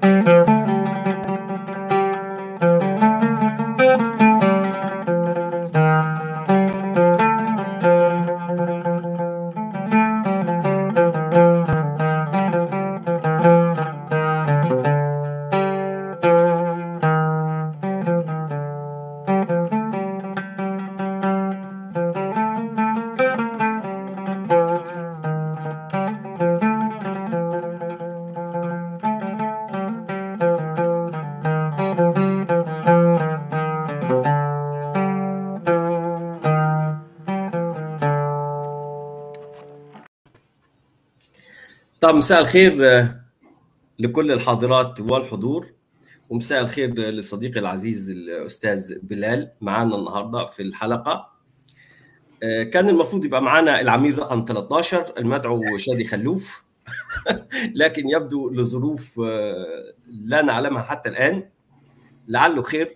طب مساء الخير لكل الحاضرات والحضور، ومساء الخير لصديقي العزيز الأستاذ بلال معانا النهاردة في الحلقة. كان المفروض يبقى معانا العميل رقم 13 المدعو شادي خلوف لكن يبدو لظروف لا نعلمها حتى الآن، لعله خير،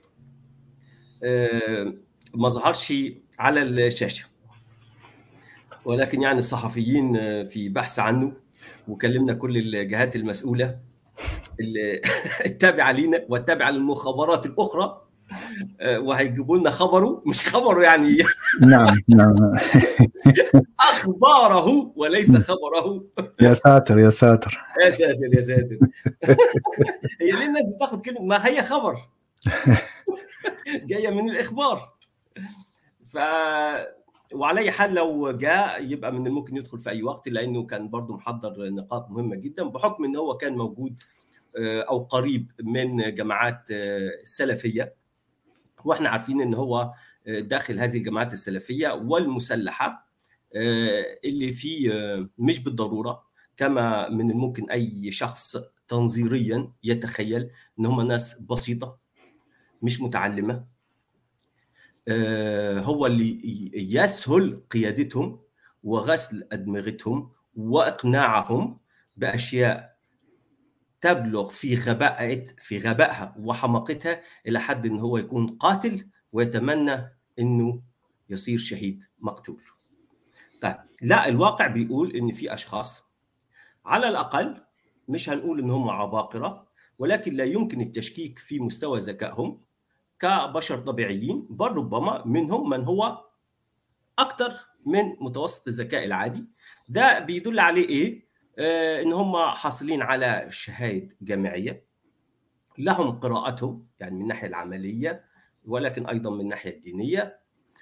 ما ظهرش على الشاشة، ولكن يعني الصحفيين في بحث عنه، وكلمنا كل الجهات المسؤولة التابعة لينا والتابعة للمخابرات الأخرى، وهيجيبوا لنا خبره، مش خبره يعني نعم أخباره وليس خبره. يا ساتر يا ساتر يا ساتر يا ساتر. هي ليه الناس بتاخد كلمة ما هي خبر جاية من الإخبار؟ وعلى أي حال لو جاء يبقى من الممكن يدخل في أي وقت، لأنه كان برضو محضر نقاط مهمة جدا بحكم أنه هو كان موجود أو قريب من جماعات السلفية، وإحنا عارفين أنه هو داخل هذه الجماعات السلفية والمسلحة اللي فيه مش بالضرورة كما من الممكن أي شخص تنظيريا يتخيل أن هم ناس بسيطة مش متعلمة، هو اللي يسهل قيادتهم وغسل أدمغتهم وإقناعهم بأشياء تبلغ في غبائها وحماقتها إلى حد إن هو يكون قاتل ويتمنى إنه يصير شهيد مقتول. طيب لا، الواقع بيقول إن في أشخاص على الأقل مش هنقول إن هم عباقرة، ولكن لا يمكن التشكيك في مستوى ذكائهم كبشر طبيعيين، بل ربما منهم من هو أكثر من متوسط الذكاء العادي. ده بيدل عليه إيه؟ إن هم حاصلين على شهادة جامعية، لهم قراءتهم يعني من الناحية العملية ولكن أيضا من الناحية الدينية،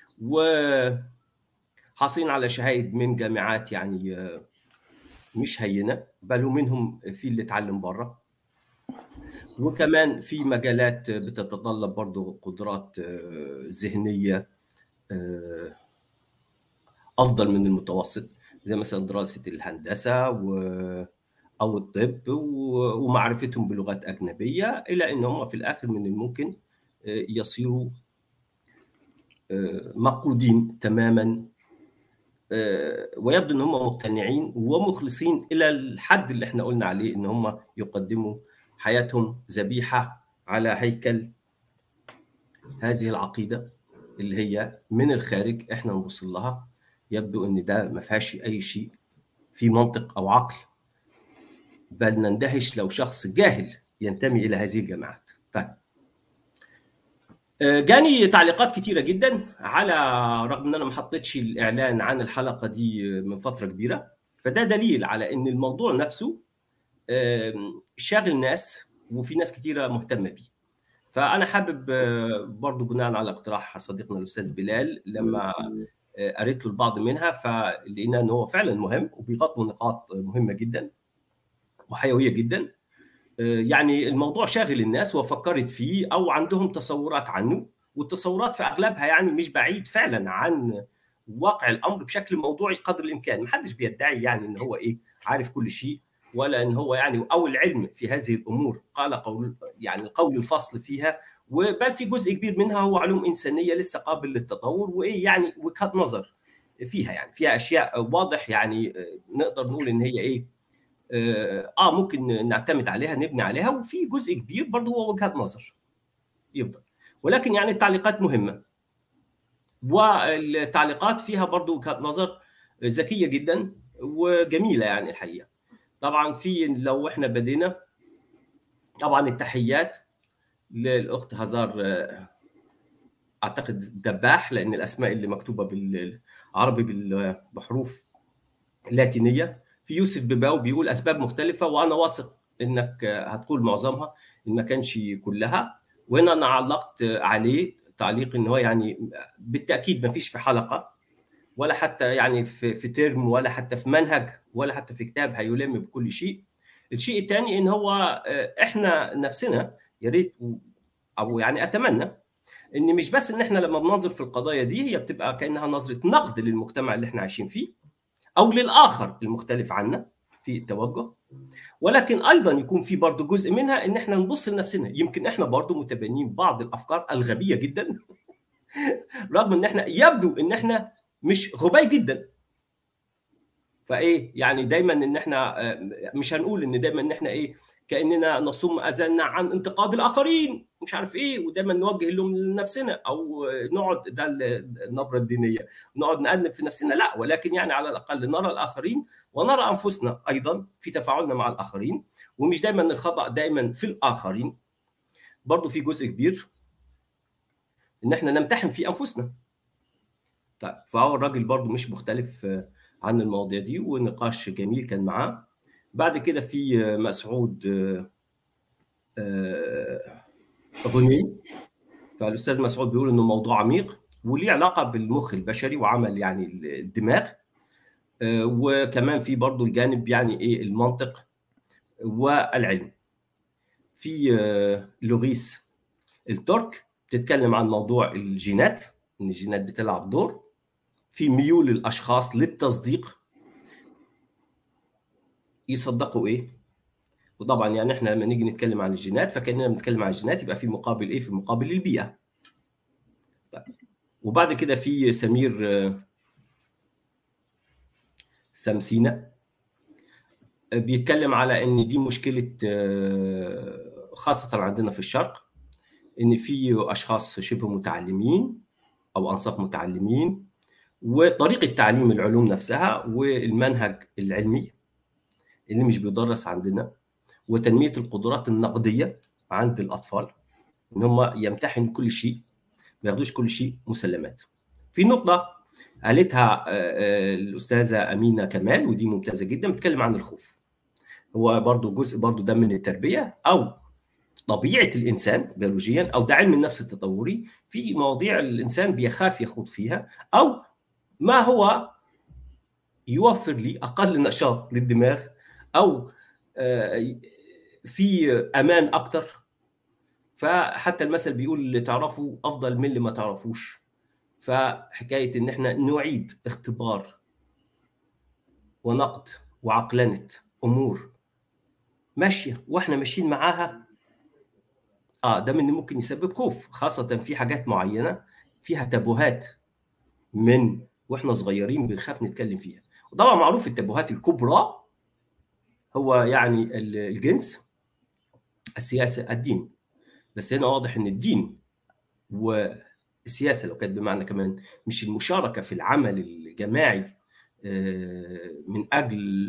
وحاصلين على شهادة من جامعات يعني مش هينة، بل ومنهم في اللي اتعلم بره، وكمان في مجالات بتتطلب برضو قدرات ذهنية أفضل من المتوسط، زي مثلا دراسة الهندسة أو الطب ومعرفتهم بلغات أجنبية، إلى أن هم في الآخر من الممكن يصيروا مقودين تماما، ويبدو أن هم مقتنعين ومخلصين إلى الحد اللي احنا قلنا عليه، أن هم يقدموا حياتهم ذبيحة على هيكل هذه العقيدة اللي هي من الخارج احنا نبص لها يبدو ان ده ما فيهاش اي شيء في منطق او عقل، بل نندهش لو شخص جاهل ينتمي الى هذه الجماعات. طيب جاني تعليقات كتيرة جدا، على رغم ان انا ما حطيتش الاعلان عن الحلقة دي من فترة كبيرة، فده دليل على ان الموضوع نفسه شاغل ناس وفي ناس كتيرة مهتمة بيه. فأنا حابب برضو بناء على اقتراح صديقنا الأستاذ بلال لما قريت له البعض منها، فلقينا أنه هو فعلا مهم وبيغطوا نقاط مهمة جدا وحيوية جدا. يعني الموضوع شاغل الناس وفكرت فيه أو عندهم تصورات عنه، والتصورات في أغلبها يعني مش بعيد فعلا عن واقع الأمر بشكل موضوعي قدر الإمكان. محدش بيدعي يعني أنه هو عارف كل شيء، ولا ان هو يعني او العلم في هذه الامور قال قول يعني القول الفصل فيها، وبل في جزء كبير منها هو علوم انسانيه لسه قابل للتطور، وايه يعني وجهات نظر فيها، يعني فيها اشياء واضح يعني نقدر نقول ان هي ممكن نعتمد عليها نبني عليها، وفي جزء كبير برضه هو وجهات نظر يفضل، ولكن يعني التعليقات مهمه، والتعليقات فيها برضه وجهات نظر ذكيه جدا وجميله يعني الحقيقه. طبعا في لو احنا بدينا طبعا التحيات للاخت هزار، اعتقد دباح، لان الاسماء اللي مكتوبه بالعربي بحروف لاتينيه. في يوسف بباو بيقول اسباب مختلفه، وانا واثق انك هتقول معظمها ان ما كانش كلها. وهنا انا علقت عليه تعليق ان هو يعني بالتاكيد ما فيش في حلقه ولا حتى يعني في ترم ولا حتى في منهج ولا حتى في كتاب هيلم بكل شيء. الشيء الثاني ان هو احنا نفسنا يا ريت، او يعني اتمنى ان مش بس ان احنا لما بننظر في القضايا دي هي بتبقى كانها نظره نقد للمجتمع اللي احنا عايشين فيه او للاخر المختلف عنا في التوجه، ولكن ايضا يكون في برضه جزء منها ان احنا نبص لنفسنا. يمكن احنا برضه متبنين بعض الافكار الغبيه جدا رغم ان احنا يبدو ان احنا مش غبي جدا. فايه يعني دايما ان احنا مش هنقول ان دايما ان احنا ايه كاننا نصم اذاننا عن انتقاد الاخرين مش عارف ايه، ودايما نوجه لهم لنفسنا او نقعد، ده النبره الدينيه، نقعد نأنب في نفسنا، لا، ولكن يعني على الاقل نرى الاخرين ونرى انفسنا ايضا في تفاعلنا مع الاخرين، ومش دايما الخطأ دايما في الاخرين. برضو في جزء كبير ان احنا نمتحن في انفسنا. طيب فهو الراجل برضو مش مختلف عن المواضيع دي، ونقاش جميل كان معاه. بعد كده في مسعود غنيم، فالاستاذ مسعود بيقول انه موضوع عميق وليه علاقه بالمخ البشري وعمل يعني الدماغ، وكمان في برضو الجانب يعني ايه المنطق والعلم. في لوغيس الترك بتتكلم عن موضوع الجينات، ان الجينات بتلعب دور في ميول الاشخاص للتصديق، يصدقوا ايه. وطبعا يعني احنا لما نيجي نتكلم عن الجينات فكاننا بنتكلم عن الجينات يبقى في مقابل ايه؟ في مقابل البيئه. طيب. وبعد كده في سمير سمسينة بيتكلم على ان دي مشكله خاصه عندنا في الشرق، ان في اشخاص شبه متعلمين او انصاف متعلمين، وطريقه تعليم العلوم نفسها والمنهج العلمي اللي مش بيدرس عندنا، وتنميه القدرات النقديه عند الاطفال، ان هم يمتحنوا كل شيء، ما ياخدوش كل شيء مسلمات. في نقطه قالتها الاستاذه امينه كمال ودي ممتازه جدا، بتتكلم عن الخوف. هو برضو جزء برضو ده من التربيه او طبيعه الانسان بيولوجيا، او ده علم النفس التطوري، في مواضيع الانسان بيخاف يخوض فيها، او ما هو يوفر لي اقل نشاط للدماغ، او في امان اكتر. فحتى المثل بيقول اللي تعرفه افضل من اللي ما تعرفوش. فحكايه ان احنا نعيد اختبار ونقد وعقلنه امور ماشيه واحنا ماشيين معاها، ده من ممكن يسبب خوف، خاصه في حاجات معينه فيها تابوهات من واحنا صغيرين بنخاف نتكلم فيها. وطبعا معروف التابوهات الكبرى هو يعني الجنس، السياسه، الدين. بس هنا واضح ان الدين والسياسه لو كانت بمعنى كمان مش المشاركه في العمل الجماعي من اجل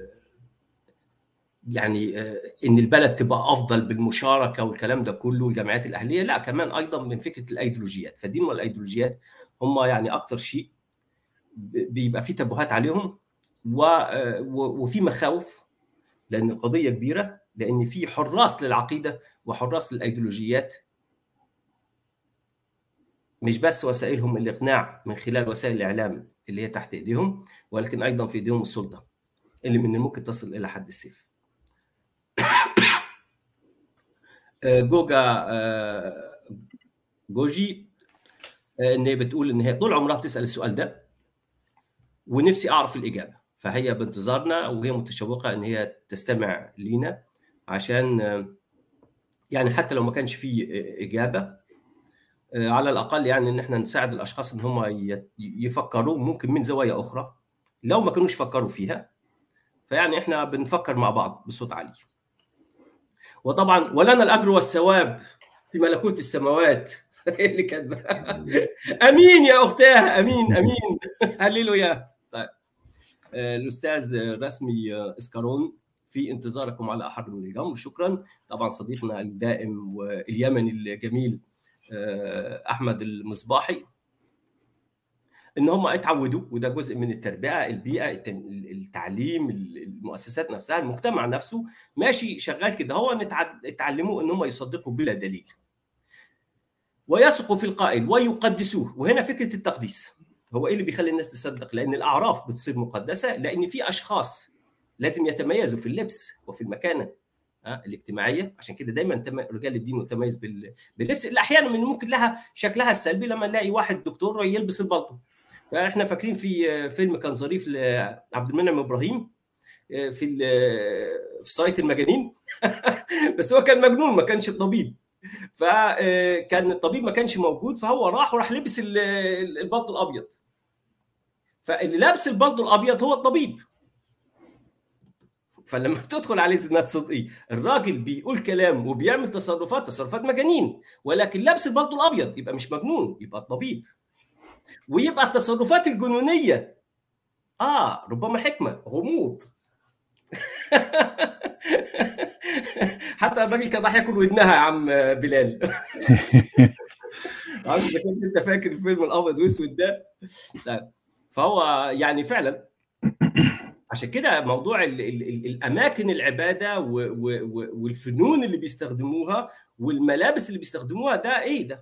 يعني ان البلد تبقى افضل بالمشاركه والكلام ده كله والجمعيات الاهليه، لا، كمان ايضا من فكره الايديولوجيات. فالدين والايديولوجيات هم يعني اكتر شيء بيبقى فيه تبهات عليهم وفي مخاوف، لان القضيه كبيره، لان في حراس للعقيده وحراس للايديولوجيات، مش بس وسائلهم الاقناع من خلال وسائل الاعلام اللي هي تحت ايديهم، ولكن ايضا في ايديهم السلطه اللي من الممكن تصل الى حد السيف. جوجي ان هي بتقول ان هي طول عمرها بتسال السؤال ده ونفسي اعرف الاجابه، فهي بانتظارنا وهي متشوقه ان هي تستمع لينا عشان يعني حتى لو ما كانش فيه اجابه على الاقل يعني ان احنا نساعد الاشخاص ان هم يفكروا ممكن من زوايا اخرى لو ما كانوش فكروا فيها. فيعني احنا بنفكر مع بعض بصوت عالي. وطبعا ولنا الاجر والثواب في ملكوت السماوات اللي كاتبه امين يا اختاه، امين امين هللويا. طيب الاستاذ رسمي اسكارون في انتظاركم على احر من الجمر. شكرا. طبعا صديقنا الدائم واليمني الجميل احمد المصباحي، ان هم اتعودوا، وده جزء من التربيه، البيئه، التعليم، المؤسسات نفسها، المجتمع نفسه ماشي شغال كده. هو اتعلموا ان هم يصدقوا بلا دليل ويثقوا في القائل ويقدسوه. وهنا فكره التقديس هو ايه اللي بيخلي الناس تصدق؟ لان الاعراف بتصير مقدسه، لان في اشخاص لازم يتميزوا في اللبس وفي المكانه الاجتماعيه. عشان كده دايما رجال الدين متميز باللبس، اللي احيانا من ممكن لها شكلها السلبي لما نلاقي واحد دكتور يلبس البلطو. فاحنا فاكرين في فيلم كان ظريف لعبد المنعم ابراهيم في صاية المجانين بس هو كان مجنون، ما كانش الطبيب. فكان الطبيب ما كانش موجود، فهو راح لبس البلطو الابيض. فاللي لابس البلطو الابيض هو الطبيب. فلما تدخل عليه زناد صدقي، الراجل بيقول كلام وبيعمل تصرفات مجانين، ولكن لابس البلطو الابيض يبقى مش مجنون، يبقى الطبيب. ويبقى التصرفات الجنونيه ربما حكمه، غموض حتى الراجل كان راح ياكل ودنها يا عم بلال عارف اذا كنت انت فاكر الفيلم الابيض واسود ده. فهو يعني فعلا عشان كده موضوع الاماكن العباده والفنون اللي بيستخدموها والملابس اللي بيستخدموها، ده ايه ده؟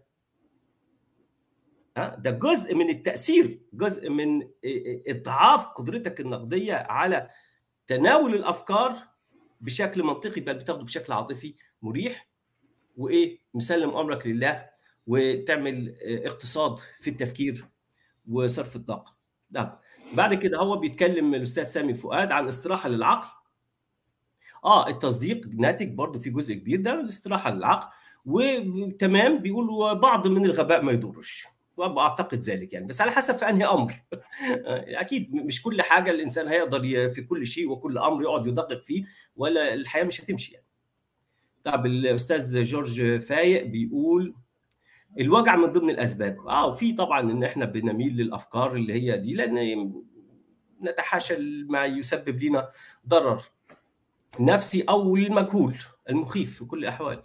ده جزء من التاثير، جزء من اضعاف قدرتك النقديه على تناول الافكار بشكل منطقي، بل بتاخده بشكل عاطفي مريح، وايه مسلم امرك لله، وتعمل اقتصاد في التفكير وصرف الطاقه. ده بعد كده هو بيتكلم الاستاذ سامي فؤاد عن استراحه للعقل. التصديق ناتج برضه في جزء كبير ده الاستراحه للعقل، وتمام بيقولوا بعض من الغباء ما يضرش، واعتقد ذلك يعني، بس على حسب في انهي امر اكيد مش كل حاجه الانسان هيقدر في كل شيء وكل امر يقعد يدقق فيه، ولا الحياه مش هتمشي يعني. طب الاستاذ جورج فايق بيقول الوجع من ضمن الاسباب. وفي طبعا ان احنا بنميل للافكار اللي هي دي، لان نتحاشى ما يسبب لنا ضرر نفسي او المجهول المخيف في كل الاحوال.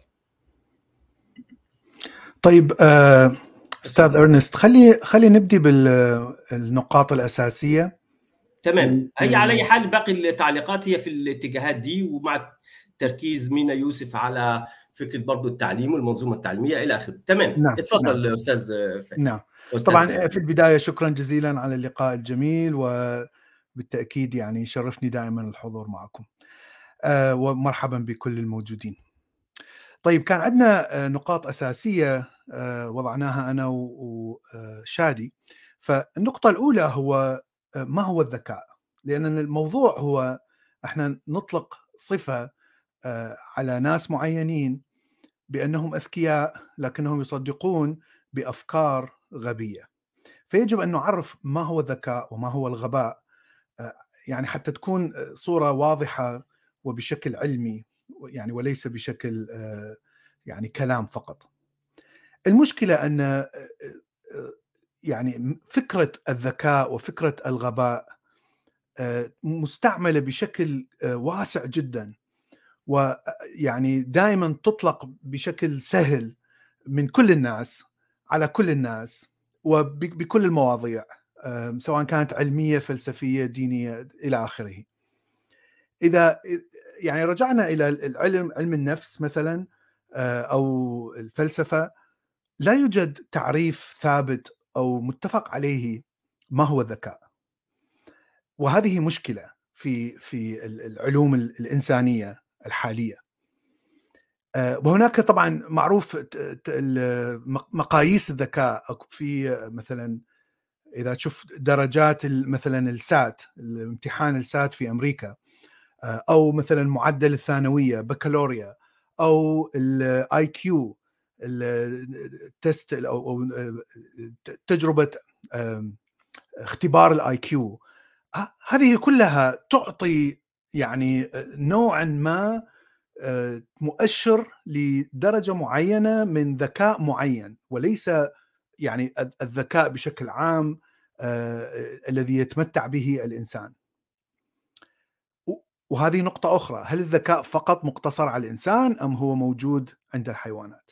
طيب استاذ ارنست، خلي نبدي بالنقاط الاساسيه. تمام. هي على اي حال باقي التعليقات هي في الاتجاهات دي، ومع تركيز مينا يوسف على فكره برضو التعليم والمنظومه التعليميه الى اخره. تمام. نعم. اتفضل نعم. استاذ فاتح. نعم. طبعا في البدايه شكرا جزيلا على اللقاء الجميل، وبالتاكيد يعني يشرفني دائما الحضور معكم، ومرحبا بكل الموجودين. طيب كان عندنا نقاط اساسيه وضعناها انا وشادي. فالنقطه الاولى هو ما هو الذكاء؟ لان الموضوع هو احنا نطلق صفه على ناس معينين بانهم اذكياء، لكنهم يصدقون بافكار غبيه. فيجب ان نعرف ما هو الذكاء وما هو الغباء، يعني حتى تكون صوره واضحه وبشكل علمي، يعني وليس بشكل يعني كلام فقط. المشكله ان يعني فكره الذكاء وفكره الغباء مستعمله بشكل واسع جدا، ويعني دائما تطلق بشكل سهل من كل الناس على كل الناس وبكل المواضيع، سواء كانت علميه، فلسفيه، دينيه الى اخره. اذا يعني رجعنا الى العلم، علم النفس مثلا او الفلسفه، لا يوجد تعريف ثابت او متفق عليه ما هو الذكاء، وهذه مشكله في العلوم الانسانيه الحاليه. وهناك طبعا معروف مقاييس الذكاء. في مثلا اذا تشوف درجات مثلا السات، الامتحان السات في امريكا، او مثلا معدل الثانويه بكالوريا، او الاي كيو، التست او تجربه اختبار الاي كيو، هذه كلها تعطي يعني نوعا ما مؤشر لدرجه معينه من ذكاء معين، وليس يعني الذكاء بشكل عام الذي يتمتع به الانسان. وهذه نقطة أخرى، هل الذكاء فقط مقتصر على الإنسان أم هو موجود عند الحيوانات؟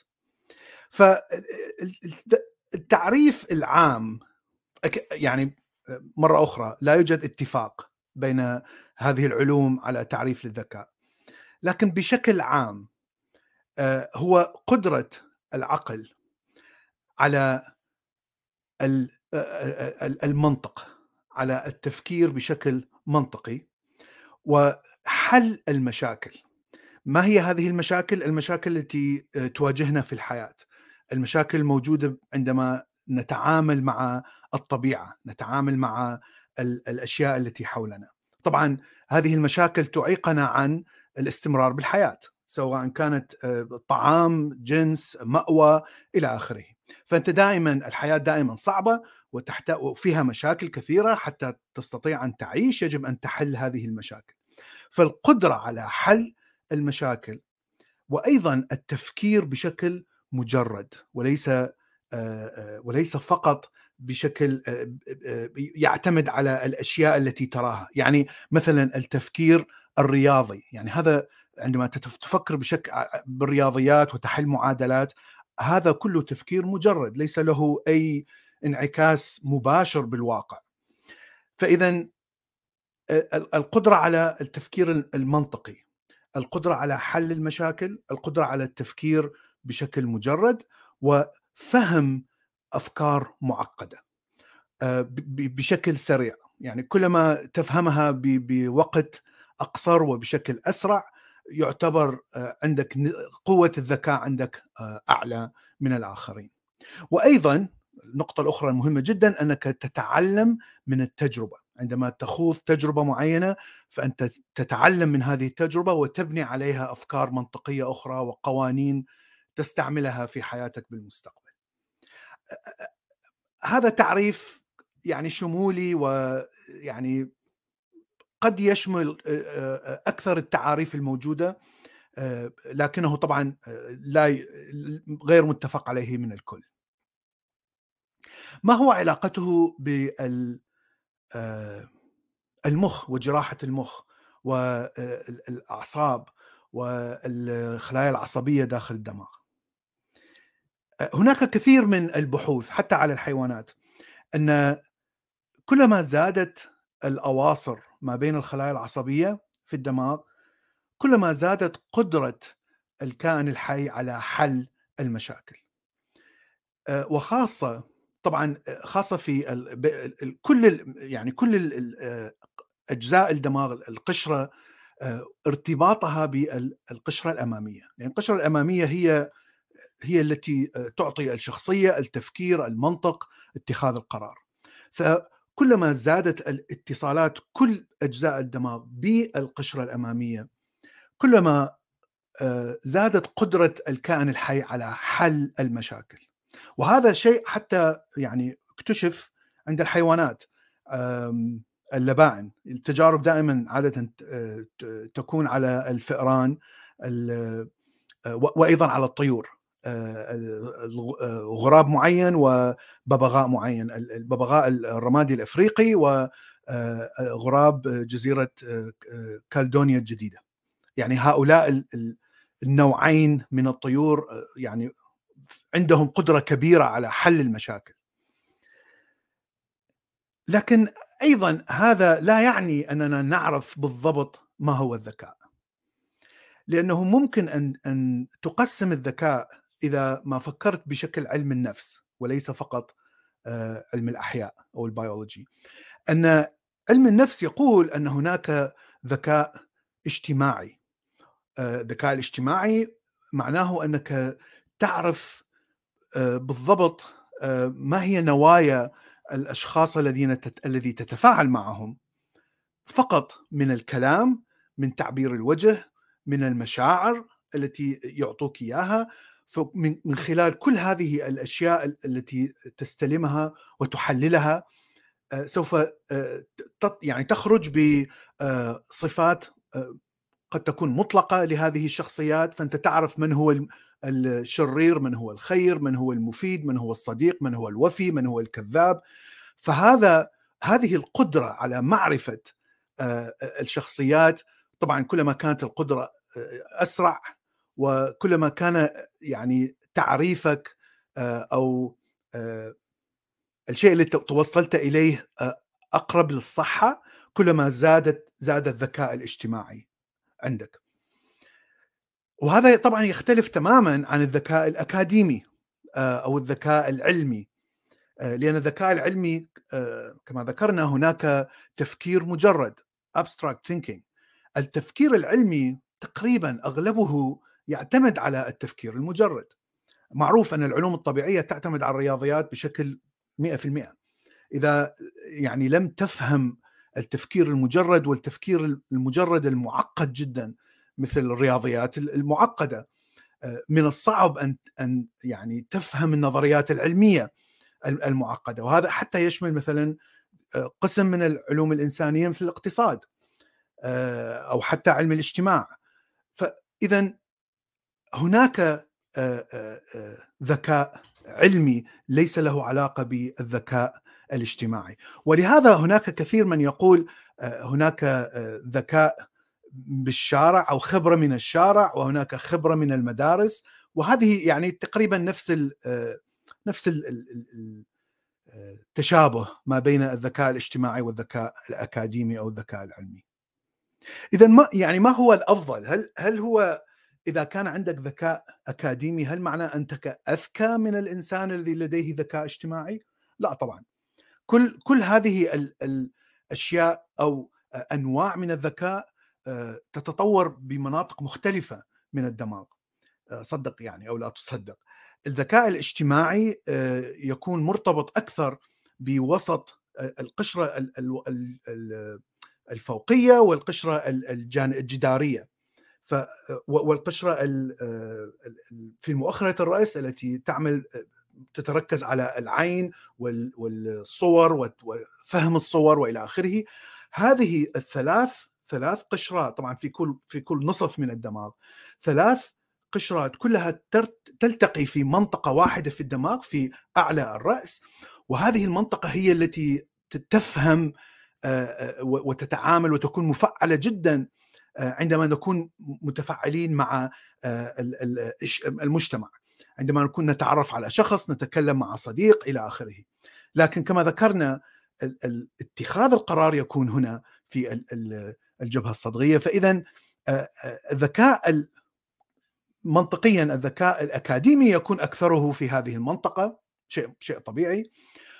فالتعريف العام يعني مرة أخرى لا يوجد اتفاق بين هذه العلوم على تعريف للذكاء، لكن بشكل عام هو قدرة العقل على المنطق، على التفكير بشكل منطقي وحل المشاكل. ما هي هذه المشاكل؟ المشاكل التي تواجهنا في الحياة، المشاكل الموجودة عندما نتعامل مع الطبيعة، نتعامل مع الأشياء التي حولنا. طبعا هذه المشاكل تعيقنا عن الاستمرار بالحياة، سواء كانت طعام، جنس، مأوى إلى آخره. فأنت دائما الحياة دائما صعبة وفيها مشاكل كثيرة. حتى تستطيع أن تعيش يجب أن تحل هذه المشاكل. فالقدرة على حل المشاكل وأيضا التفكير بشكل مجرد وليس فقط بشكل يعتمد على الأشياء التي تراها. يعني مثلا التفكير الرياضي، يعني هذا عندما تفكر بشكل بالرياضيات وتحل معادلات، هذا كله تفكير مجرد ليس له أي انعكاس مباشر بالواقع. فإذا القدرة على التفكير المنطقي، القدرة على حل المشاكل، القدرة على التفكير بشكل مجرد وفهم أفكار معقدة بشكل سريع. يعني كلما تفهمها بوقت أقصر وبشكل أسرع يعتبر عندك قوة الذكاء عندك أعلى من الآخرين. وأيضا النقطة الأخرى المهمة جدا أنك تتعلم من التجربة. عندما تخوض تجربة معينة فأنت تتعلم من هذه التجربة وتبني عليها أفكار منطقية أخرى وقوانين تستعملها في حياتك بالمستقبل. هذا تعريف يعني شمولي، ويعني قد يشمل أكثر التعاريف الموجودة، لكنه طبعا غير متفق عليه من الكل. ما هو علاقته بالمخ وجراحة المخ والأعصاب والخلايا العصبية داخل الدماغ؟ هناك كثير من البحوث حتى على الحيوانات أن كلما زادت الأواصر ما بين الخلايا العصبية في الدماغ كلما زادت قدرة الكائن الحي على حل المشاكل. وخاصة طبعا خاصة في كل أجزاء الدماغ، القشرة ارتباطها بالقشرة الأمامية، لأن القشرة الأمامية هي التي تعطي الشخصية، التفكير، المنطق، اتخاذ القرار. فكلما زادت الاتصالات كل أجزاء الدماغ بالقشرة الأمامية كلما زادت قدرة الكائن الحي على حل المشاكل. وهذا شيء حتى يعني اكتشف عند الحيوانات اللبائن. التجارب دائما عادة تكون على الفئران وأيضا على الطيور، غراب معين وببغاء معين، الببغاء الرمادي الأفريقي وغراب جزيرة كالدونيا الجديدة. يعني هؤلاء النوعين من الطيور يعني عندهم قدرة كبيرة على حل المشاكل. لكن أيضا هذا لا يعني أننا نعرف بالضبط ما هو الذكاء، لأنه ممكن أن تقسم الذكاء إذا ما فكرت بشكل علم النفس وليس فقط علم الأحياء أو البيولوجي. أن علم النفس يقول أن هناك ذكاء اجتماعي. الذكاء الاجتماعي معناه أنك تعرف بالضبط ما هي نوايا الأشخاص الذي تتفاعل معهم فقط من الكلام، من تعبير الوجه، من المشاعر التي يعطوك إياها. من خلال كل هذه الأشياء التي تستلمها وتحللها سوف يعني تخرج بصفات قد تكون مطلقة لهذه الشخصيات. فأنت تعرف من هو الشرير، من هو الخير، من هو المفيد، من هو الصديق، من هو الوفي، من هو الكذاب. هذه القدرة على معرفة الشخصيات طبعا كلما كانت القدرة أسرع، وكلما كان يعني تعريفك أو الشيء اللي توصلت إليه أقرب للصحة، كلما زاد الذكاء الاجتماعي عندك. وهذا طبعا يختلف تماما عن الذكاء الأكاديمي أو الذكاء العلمي، لأن الذكاء العلمي كما ذكرنا هناك تفكير مجرد abstract thinking. التفكير العلمي تقريبا أغلبه يعتمد على التفكير المجرد. معروف أن العلوم الطبيعية تعتمد على الرياضيات بشكل 100%. إذا يعني لم تفهم التفكير المجرد، والتفكير المجرد المعقد جدا مثل الرياضيات المعقدة، من الصعب أن يعني تفهم النظريات العلمية المعقدة. وهذا حتى يشمل مثلا قسم من العلوم الإنسانية مثل الاقتصاد أو حتى علم الاجتماع. فإذا هناك ذكاء علمي ليس له علاقة بالذكاء الاجتماعي. ولهذا هناك كثير من يقول هناك ذكاء بالشارع أو خبرة من الشارع، وهناك خبرة من المدارس، وهذه يعني تقريبا نفس التشابه ما بين الذكاء الاجتماعي والذكاء الأكاديمي أو الذكاء العلمي. إذا ما هو الأفضل؟ هل هو إذا كان عندك ذكاء أكاديمي هل معنى أنك أذكى من الإنسان الذي لديه ذكاء اجتماعي؟ لا طبعا. كل هذه الأشياء أو أنواع من الذكاء تتطور بمناطق مختلفة من الدماغ، صدق يعني أو لا تصدق. الذكاء الاجتماعي يكون مرتبط أكثر بوسط القشرة الفوقية والقشرة الجدارية، والقشرة في مؤخرة الرأس التي تتركز على العين والصور وفهم الصور وإلى آخره. هذه ثلاث قشرات، طبعا في كل نصف من الدماغ 3 قشرات كلها تلتقي في منطقة واحدة في الدماغ في أعلى الرأس، وهذه المنطقة هي التي تفهم وتتعامل وتكون مفعلة جدا عندما نكون متفاعلين مع المجتمع، عندما نكون نتعرف على شخص، نتكلم مع صديق إلى آخره. لكن كما ذكرنا اتخاذ القرار يكون هنا في الجبهة الصدغية. فإذا الذكاء منطقيا الذكاء الأكاديمي يكون أكثره في هذه المنطقة، شيء طبيعي.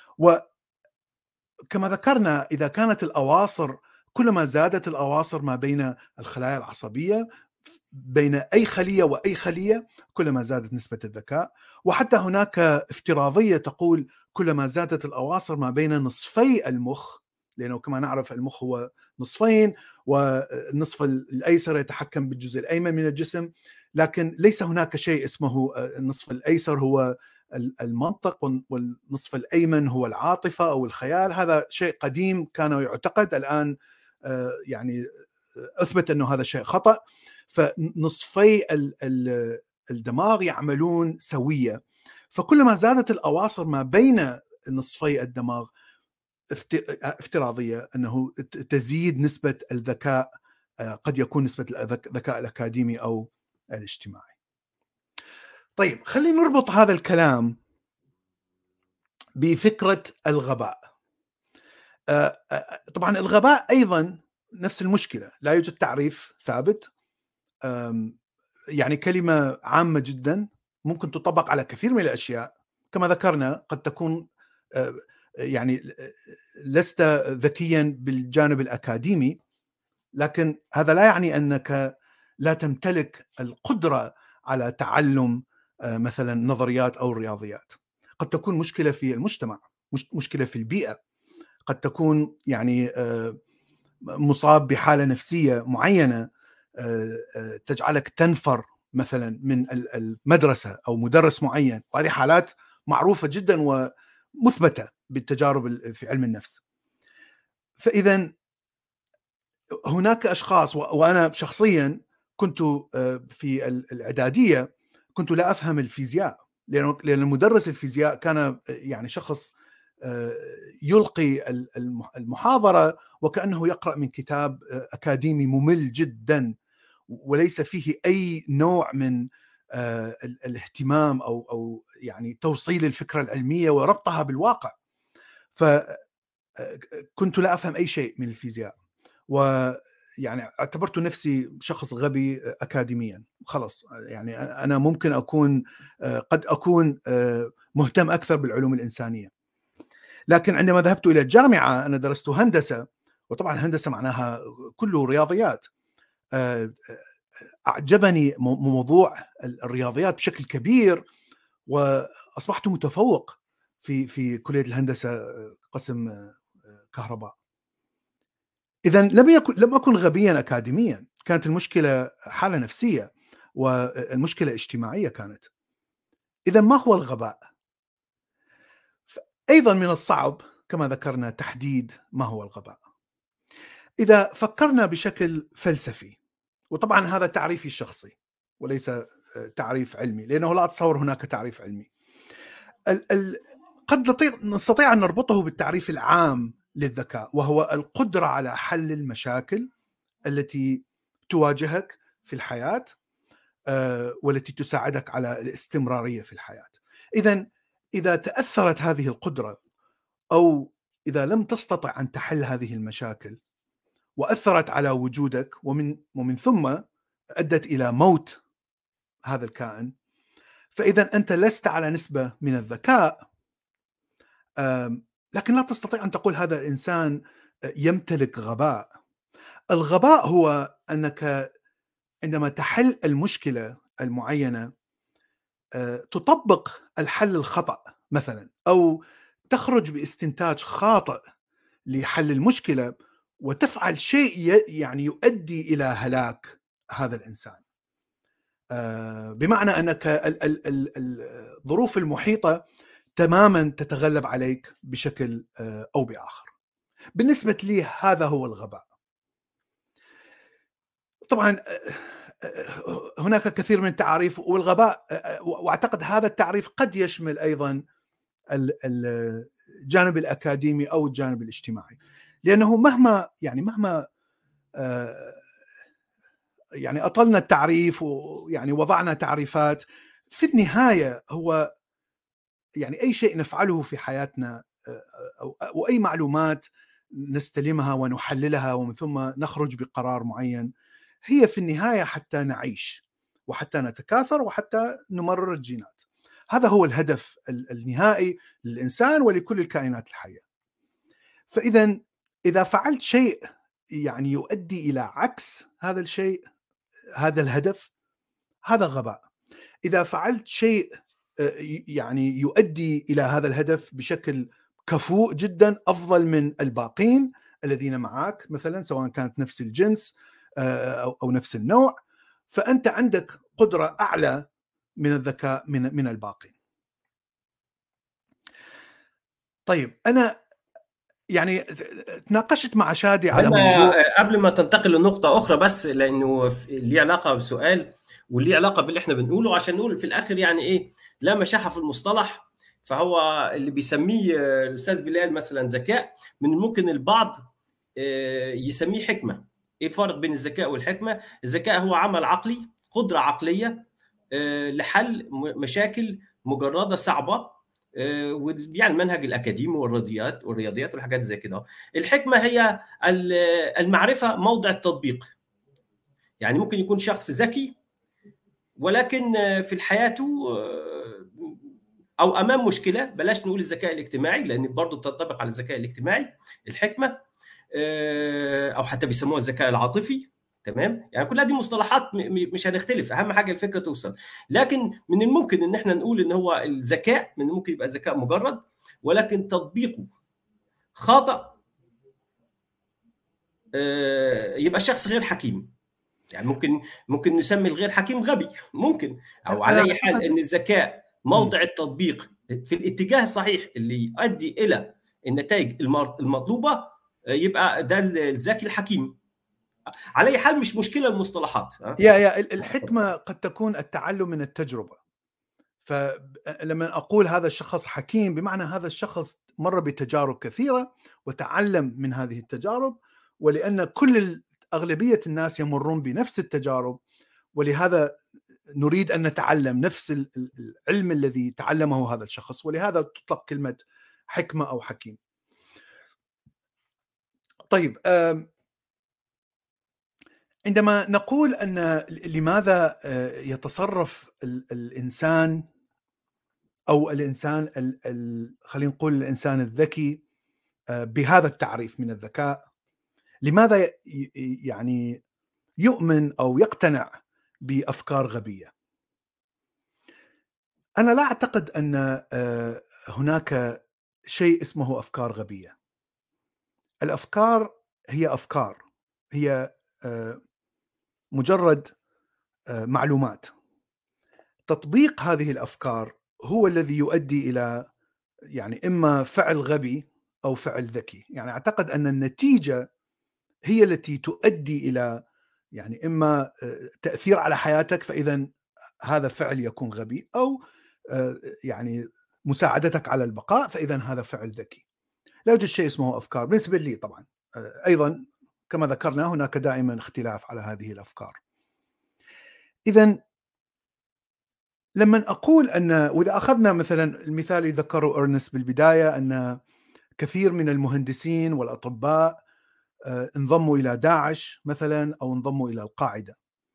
وكما ذكرنا إذا كانت الأواصر، كلما زادت الأواصر ما بين الخلايا العصبية بين أي خلية وأي خلية، كلما زادت نسبة الذكاء. وحتى هناك افتراضية تقول كلما زادت الأواصر ما بين نصفي المخ، لأنه كما نعرف المخ هو نصفين، والنصف الأيسر يتحكم بالجزء الأيمن من الجسم، لكن ليس هناك شيء اسمه النصف الأيسر هو المنطق والنصف الأيمن هو العاطفة أو الخيال. هذا شيء قديم كان يعتقد، الآن يعني أثبت أنه هذا شيء خطأ. فنصفي الدماغ يعملون سوية، فكلما زادت الأواصر ما بين نصفي الدماغ افتراضية أنه تزيد نسبة الذكاء، قد يكون نسبة الذكاء الأكاديمي أو الاجتماعي. طيب خلينا نربط هذا الكلام بفكرة الغباء. طبعا الغباء أيضا نفس المشكلة، لا يوجد تعريف ثابت، يعني كلمة عامة جدا ممكن تطبق على كثير من الأشياء. كما ذكرنا قد تكون يعني لست ذكيا بالجانب الأكاديمي، لكن هذا لا يعني أنك لا تمتلك القدرة على تعلم مثلا نظريات أو الرياضيات. قد تكون مشكلة في المجتمع، مشكلة في البيئة، قد تكون يعني مصاب بحالة نفسية معينة تجعلك تنفر مثلا من المدرسة أو مدرس معين، وهذه حالات معروفة جدا ومثبتة بالتجارب في علم النفس. فإذا هناك أشخاص، وأنا شخصيا كنت في الإعدادية كنت لا أفهم الفيزياء، لأن مدرس الفيزياء كان يعني شخص يلقي المحاضرة وكأنه يقرأ من كتاب أكاديمي ممل جدا وليس فيه أي نوع من الاهتمام أو يعني توصيل الفكرة العلمية وربطها بالواقع. فكنت لا أفهم أي شيء من الفيزياء، ويعني اعتبرت نفسي شخص غبي أكاديميا. خلص يعني أنا ممكن أكون قد أكون مهتم أكثر بالعلوم الإنسانية. لكن عندما ذهبت إلى الجامعة أنا درست هندسة، وطبعا الهندسة معناها كله رياضيات. أعجبني موضوع الرياضيات بشكل كبير، وأصبحت متفوق في كلية الهندسة قسم كهرباء. إذن لم أكن غبيا أكاديميا، كانت المشكلة حالة نفسية والمشكلة اجتماعية كانت. إذن ما هو الغباء؟ أيضا من الصعب كما ذكرنا تحديد ما هو الغباء. إذا فكرنا بشكل فلسفي، وطبعا هذا تعريفي الشخصي وليس تعريف علمي، لأنه لا أتصور هناك تعريف علمي، قد نستطيع أن نربطه بالتعريف العام للذكاء، وهو القدرة على حل المشاكل التي تواجهك في الحياة والتي تساعدك على الاستمرارية في الحياة. إذا تأثرت هذه القدرة أو إذا لم تستطع أن تحل هذه المشاكل وأثرت على وجودك ومن ثم أدت إلى موت هذا الكائن، فإذا أنت لست على نسبة من الذكاء، لكن لا تستطيع أن تقول هذا الإنسان يمتلك غباء. الغباء هو أنك عندما تحل المشكلة المعينة تطبق الحل الخطأ مثلا، أو تخرج باستنتاج خاطئ لحل المشكلة وتفعل شيء يعني يؤدي إلى هلاك هذا الإنسان، بمعنى أنك الظروف المحيطة تماما تتغلب عليك بشكل أو بآخر. بالنسبة لي هذا هو الغباء. طبعا هناك كثير من التعاريف والغباء، واعتقد هذا التعريف قد يشمل ايضا الجانب الاكاديمي او الجانب الاجتماعي، لانه مهما يعني اطلنا التعريف ويعني وضعنا تعريفات، في النهايه هو يعني اي شيء نفعله في حياتنا او اي معلومات نستلمها ونحللها ومن ثم نخرج بقرار معين، هي في النهاية حتى نعيش وحتى نتكاثر وحتى نمرر الجينات. هذا هو الهدف النهائي للإنسان ولكل الكائنات الحية. إذا فعلت شيء يعني يؤدي إلى عكس هذا الشيء، هذا الهدف، هذا غباء. إذا فعلت شيء يعني يؤدي إلى هذا الهدف بشكل كفؤ جدا، أفضل من الباقين الذين معك مثلا، سواء كانت نفس الجنس أو نفس النوع، فأنت عندك قدرة أعلى من الذكاء من الباقين. طيب أنا يعني تناقشت مع شادي على موضوع قبل ما تنتقل لنقطة أخرى، بس لأنه ليه علاقة بسؤال وليه علاقة باللي احنا بنقوله، عشان نقول في الآخر يعني إيه لا مشاحة في المصطلح. فهو اللي بيسميه الأستاذ بلال مثلا ذكاء، من ممكن البعض يسميه حكمة. إيه الفرق بين الذكاء والحكمة؟ الذكاء هو عمل عقلي، قدرة عقلية لحل مشاكل مجردة صعبة، يعني المنهج الأكاديمي والرياضيات والحاجات زي كده. الحكمة هي المعرفة موضع التطبيق. يعني ممكن يكون شخص ذكي ولكن في حياته أو أمام مشكلة، بلاش نقول الذكاء الاجتماعي لأن برضو تنطبق على الذكاء الاجتماعي الحكمة، أو حتى بيسموها الذكاء العاطفي. تمام، يعني كلها دي مصطلحات مش هنختلف، اهم حاجه الفكره توصل. لكن من الممكن ان احنا نقول ان هو الذكاء من الممكن يبقى ذكاء مجرد ولكن تطبيقه خاطئ، يبقى شخص غير حكيم. يعني ممكن نسمي الغير حكيم غبي، ممكن، او على اي حال ان الذكاء موضع التطبيق في الاتجاه الصحيح اللي يؤدي الى النتائج المطلوبه، يبقى ده الذكي الحكيم. على اي حال مش مشكله المصطلحات. يا الحكمه قد تكون التعلم من التجربه، فلما أقول هذا الشخص حكيم بمعنى هذا الشخص مر بتجارب كثيرة وتعلم من هذه التجارب، ولأن كل أغلبية الناس يمرون بنفس التجارب، ولهذا نريد أن نتعلم نفس العلم الذي تعلمه هذا الشخص، ولهذا تطلق كلمة حكمة أو حكيم. طيب، عندما نقول أن لماذا يتصرف الإنسان أو الإنسان خلينا نقول الإنسان الذكي بهذا التعريف من الذكاء، لماذا يعني يؤمن أو يقتنع بأفكار غبية؟ أنا لا أعتقد أن هناك شيء اسمه أفكار غبية. الأفكار هي أفكار، هي مجرد معلومات. تطبيق هذه الأفكار هو الذي يؤدي إلى يعني إما فعل غبي أو فعل ذكي. يعني أعتقد أن النتيجة هي التي تؤدي إلى يعني إما تأثير على حياتك، فإذا هذا فعل يكون غبي، أو يعني مساعدتك على البقاء، فإذا هذا فعل ذكي. لا يوجد شيء اسمه أفكار بالنسبة لي طبعا. أيضا كما ذكرنا هناك دائما اختلاف على هذه الأفكار. إذن لما أقول أن، وإذا أخذنا مثلا المثال اللي ذكره أرنست بالبداية، أن كثير من المهندسين والأطباء انضموا إلى داعش مثلا أو انضموا إلى القاعدة،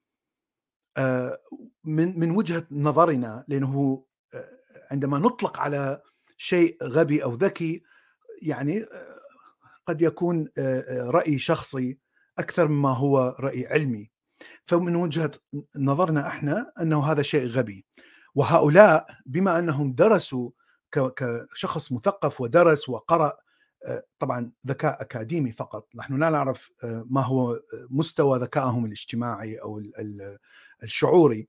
من وجهة نظرنا، لأنه عندما نطلق على شيء غبي أو ذكي يعني قد يكون رأي شخصي أكثر مما هو رأي علمي. فمن وجهة نظرنا احنا أنه هذا شيء غبي، وهؤلاء بما أنهم درسوا كشخص مثقف ودرس وقرأ، طبعا ذكاء أكاديمي فقط، نحن لا نعرف ما هو مستوى ذكائهم الاجتماعي أو الشعوري.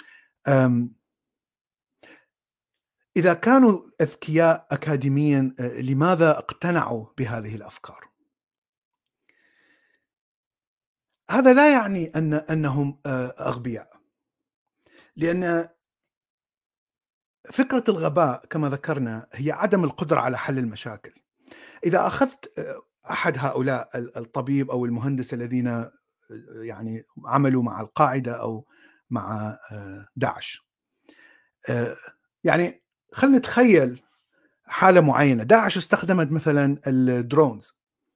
إذا كانوا أذكياء أكاديميا لماذا اقتنعوا بهذه الأفكار؟ هذا لا يعني أنهم أغبياء، لأن فكرة الغباء كما ذكرنا هي عدم القدرة على حل المشاكل. إذا أخذت أحد هؤلاء الطبيب أو المهندس الذين يعني عملوا مع القاعدة أو مع داعش، يعني خلينا نتخيل حالة معينة. داعش استخدمت مثلا الدرونز،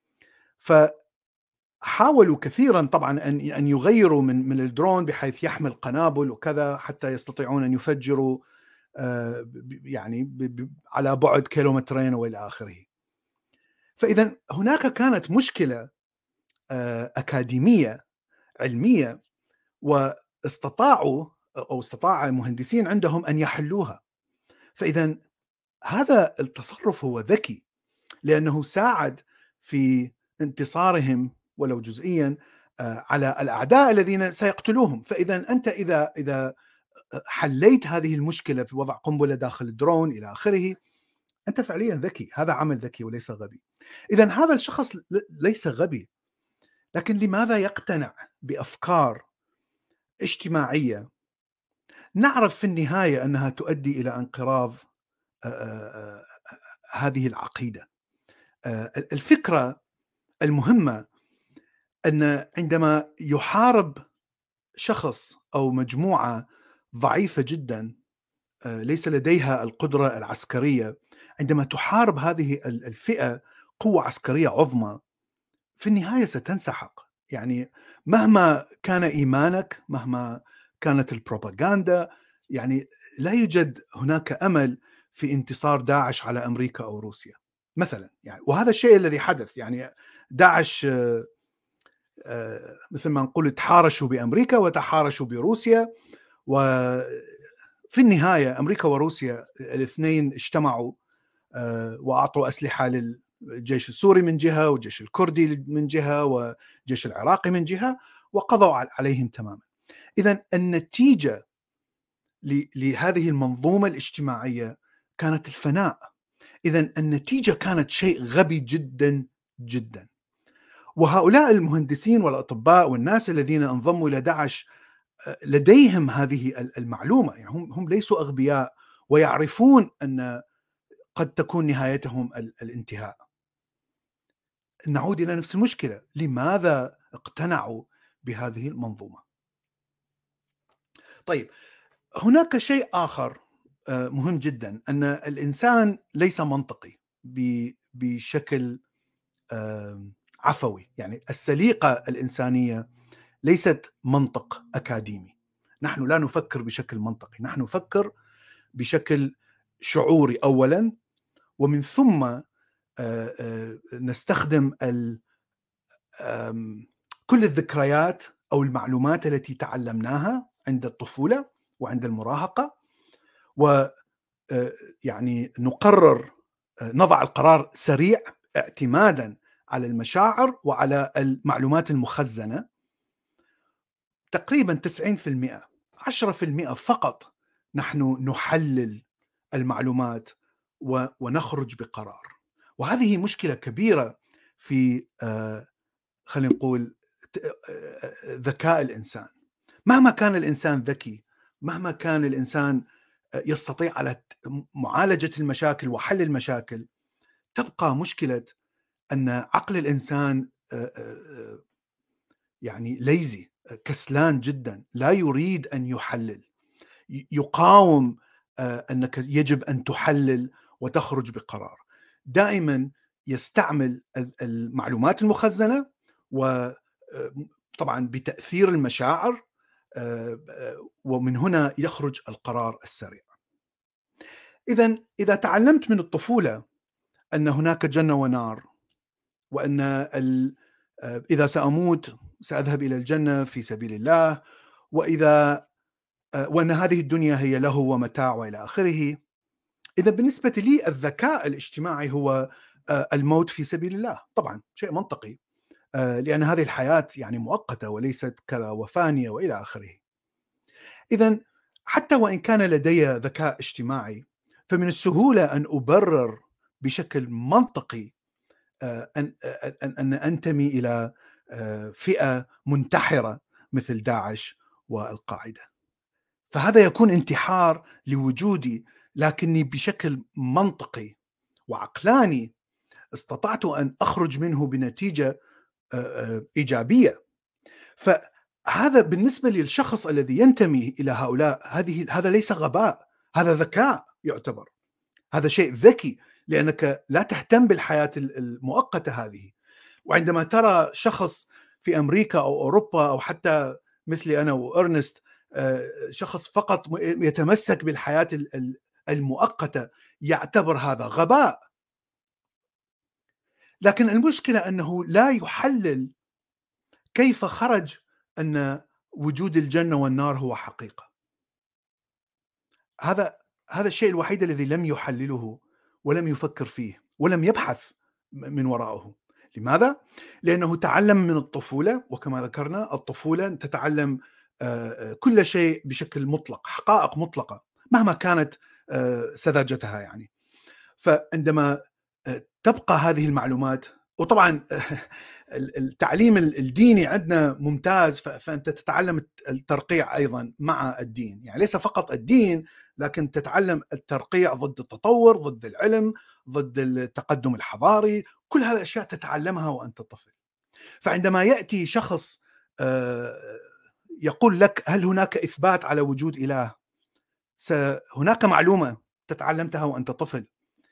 فحاولوا كثيرا طبعا أن يغيروا من الدرون بحيث يحمل قنابل وكذا حتى يستطيعون أن يفجروا يعني على بعد كيلومترين وإلى آخره. فإذا هناك كانت مشكلة أكاديمية علمية، واستطاع المهندسين عندهم أن يحلوها. فإذا هذا التصرف هو ذكي، لأنه ساعد في انتصارهم ولو جزئيا على الأعداء الذين سيقتلوهم. فإذا أنت إذا حليت هذه المشكلة في وضع قنبلة داخل الدرون إلى آخره، أنت فعليا ذكي. هذا عمل ذكي وليس غبي. إذن هذا الشخص ليس غبي، لكن لماذا يقتنع بأفكار اجتماعية نعرف في النهاية أنها تؤدي إلى انقراض هذه العقيدة؟ الفكرة المهمة أن عندما يحارب شخص أو مجموعة ضعيفة جدا ليس لديها القدرة العسكرية، عندما تحارب هذه الفئة قوة عسكرية عظمى، في النهاية ستنسحق. يعني مهما كان إيمانك، مهما كانت البروباغندا، يعني لا يوجد هناك أمل في انتصار داعش على أمريكا أو روسيا مثلا. يعني وهذا الشيء الذي حدث. يعني داعش مثل ما نقول تحارشوا بأمريكا وتحارشوا بروسيا، وفي النهاية أمريكا وروسيا الاثنين اجتمعوا وأعطوا أسلحة للجيش السوري من جهة، والجيش الكردي من جهة، والجيش العراقي من جهة، وقضوا عليهم تماما. إذن النتيجة لهذه المنظومة الاجتماعية كانت الفناء. إذن النتيجة كانت شيء غبي جدا جدا. وهؤلاء المهندسين والأطباء والناس الذين انضموا إلى داعش لديهم هذه المعلومة. يعني هم ليسوا أغبياء ويعرفون أن قد تكون نهايتهم الانتهاء. نعود إلى نفس المشكلة، لماذا اقتنعوا بهذه المنظومة؟ طيب، هناك شيء آخر مهم جدا، أن الإنسان ليس منطقي بشكل عفوي. يعني السليقة الإنسانية ليست منطق أكاديمي. نحن لا نفكر بشكل منطقي، نحن نفكر بشكل شعوري أولا، ومن ثم نستخدم كل الذكريات أو المعلومات التي تعلمناها عند الطفولة وعند المراهقة، ويعني نقرر، نضع القرار سريع اعتمادا على المشاعر وعلى المعلومات المخزنة. تقريبا 90%، 10% فقط نحن نحلل المعلومات ونخرج بقرار. وهذه مشكلة كبيرة في خلينا نقول ذكاء الإنسان. مهما كان الإنسان ذكي، مهما كان الإنسان يستطيع على معالجة المشاكل وحل المشاكل، تبقى مشكلة أن عقل الإنسان يعني ليزي، كسلان جدا، لا يريد أن يحلل، يقاوم أنك يجب أن تحلل وتخرج بقرار. دائما يستعمل المعلومات المخزنة، وطبعا بتأثير المشاعر، ومن هنا يخرج القرار السريع. إذا تعلمت من الطفولة أن هناك جنة ونار، وأن إذا سأموت سأذهب إلى الجنة في سبيل الله، وأن هذه الدنيا هي له ومتاع وإلى آخره، إذا بالنسبة لي الذكاء الاجتماعي هو الموت في سبيل الله. طبعا شيء منطقي، لأن هذه الحياة يعني مؤقتة وليست كذا وفانية وإلى آخره. إذن حتى وإن كان لدي ذكاء اجتماعي، فمن السهولة أن أبرر بشكل منطقي أن أنتمي إلى فئة منتحرة مثل داعش والقاعدة. فهذا يكون انتحار لوجودي، لكني بشكل منطقي وعقلاني استطعت أن أخرج منه بنتيجة إيجابية. فهذا بالنسبة للشخص الذي ينتمي إلى هؤلاء، هذا ليس غباء، هذا ذكاء يعتبر، هذا شيء ذكي، لأنك لا تهتم بالحياة المؤقتة هذه. وعندما ترى شخص في أمريكا أو أوروبا أو حتى مثلي أنا وإرنست، شخص فقط يتمسك بالحياة المؤقتة، يعتبر هذا غباء. لكن المشكلة أنه لا يحلل كيف خرج أن وجود الجنة والنار هو حقيقة. هذا الشيء الوحيد الذي لم يحلله ولم يفكر فيه ولم يبحث من وراءه. لماذا؟ لأنه تعلم من الطفولة، وكما ذكرنا الطفولة تتعلم كل شيء بشكل مطلق، حقائق مطلقة مهما كانت سذاجتها يعني. فعندما تبقى هذه المعلومات، وطبعا التعليم الديني عندنا ممتاز، فأنت تتعلم الترقيع أيضا مع الدين، يعني ليس فقط الدين، لكن تتعلم الترقيع ضد التطور، ضد العلم، ضد التقدم الحضاري، كل هذه الأشياء تتعلمها وأنت طفل. فعندما يأتي شخص يقول لك هل هناك إثبات على وجود إله، هناك معلومة تتعلمتها وأنت طفل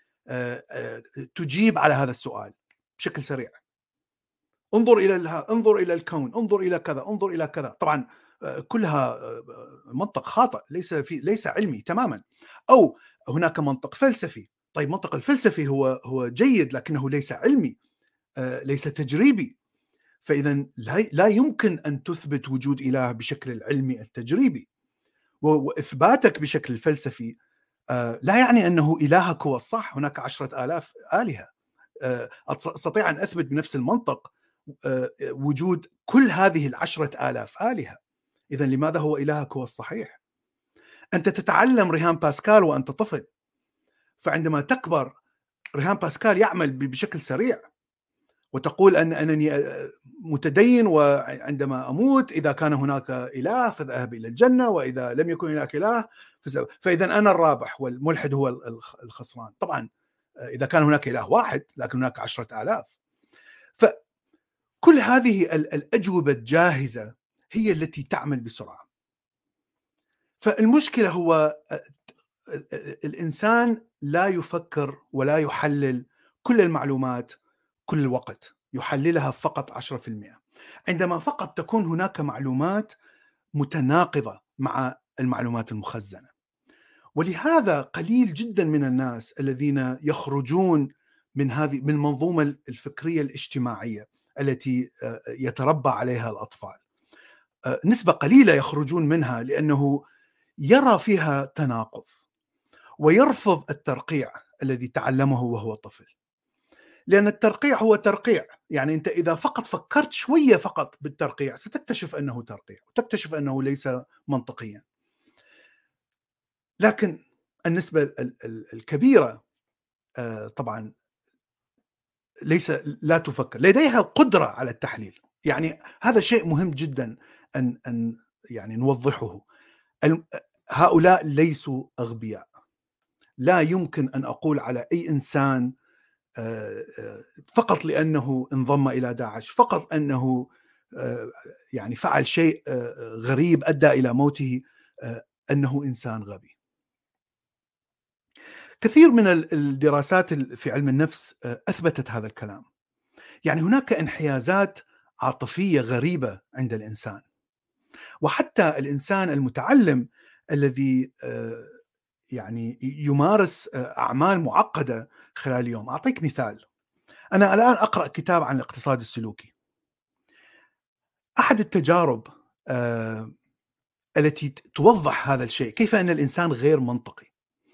تجيب على هذا السؤال بشكل سريع. انظر إلى الكون، انظر إلى كذا، انظر إلى كذا. طبعا كلها منطق خاطئ، ليس علمي تماما. أو هناك منطق فلسفي. طيب منطق الفلسفي هو جيد، لكنه ليس علمي، ليس تجريبي. فإذا لا يمكن أن تثبت وجود إله بشكل العلمي التجريبي. وإثباتك بشكل فلسفي لا يعني أنه إلهك هو الصح. هناك 10,000 آلهة. أستطيع أن أثبت بنفس المنطق وجود كل هذه 10,000 آلهة. إذن لماذا هو إلهك هو الصحيح؟ أنت تتعلم رهان باسكال وأنت طفل، فعندما تكبر رهان باسكال يعمل بشكل سريع، وتقول أنني متدين، وعندما أموت إذا كان هناك إله فذهب إلى الجنة، وإذا لم يكن هناك إله فإذا أنا الرابح والملحد هو الخسران. طبعا إذا كان هناك إله واحد لكن هناك 10,000. فكل هذه الأجوبة الجاهزة هي التي تعمل بسرعة. فالمشكلة هو الإنسان لا يفكر ولا يحلل كل المعلومات كل الوقت، يحللها فقط 10%. عندما فقط تكون هناك معلومات متناقضة مع المعلومات المخزنة. ولهذا قليل جدا من الناس الذين يخرجون من المنظومة الفكرية الاجتماعية التي يتربى عليها الأطفال. نسبة قليلة يخرجون منها لأنه يرى فيها تناقض ويرفض الترقيع الذي تعلمه وهو طفل. لأن الترقيع هو ترقيع، يعني أنت إذا فقط فكرت شوية فقط بالترقيع ستكتشف أنه ترقيع وتكتشف أنه ليس منطقيا. لكن النسبة الكبيرة طبعا لا تفكر، لديها القدرة على التحليل. يعني هذا شيء مهم جدا أن يعني نوضحه. هؤلاء ليسوا أغبياء. لا يمكن أن أقول على أي إنسان فقط لأنه انضم إلى داعش، فقط أنه يعني فعل شيء غريب أدى إلى موته، أنه إنسان غبي. كثير من الدراسات في علم النفس أثبتت هذا الكلام. يعني هناك انحيازات عاطفية غريبة عند الإنسان، وحتى الإنسان المتعلم الذي يعني يمارس أعمال معقدة خلال اليوم. أعطيك مثال. أنا الآن أقرأ كتاب عن الاقتصاد السلوكي. أحد التجارب التي توضح هذا الشيء، كيف أن الإنسان غير منطقي.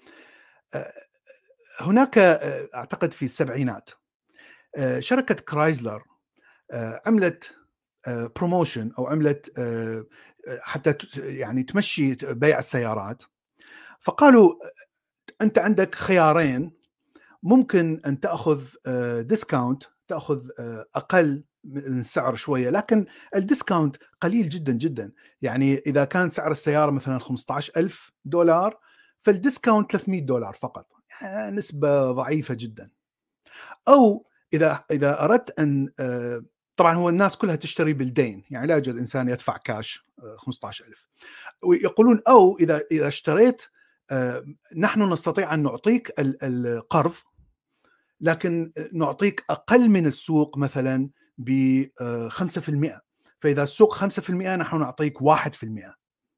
هناك أعتقد في السبعينات شركة كرايزلر عملت بروموشن أو عملت حتى يعني تمشي بيع السيارات. فقالوا أنت عندك خيارين، ممكن أن تأخذ ديسكاونت، تأخذ أقل من السعر شوية، لكن الديسكاونت قليل جدا جدا. يعني إذا كان سعر السيارة مثلا $15,000 فالديسكاونت $300 فقط، يعني نسبة ضعيفة جدا. أو إذا أردت أن طبعا هو الناس كلها تشتري بالدين، يعني لا يوجد إنسان يدفع كاش 15,000. ويقولون أو إذا اشتريت نحن نستطيع أن نعطيك القرض، لكن نعطيك أقل من السوق مثلا ب5%. فإذا السوق 5% نحن نعطيك 1%.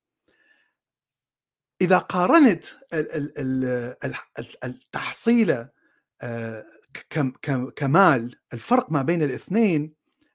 إذا قارنت التحصيلة كمال، الفرق ما بين الاثنين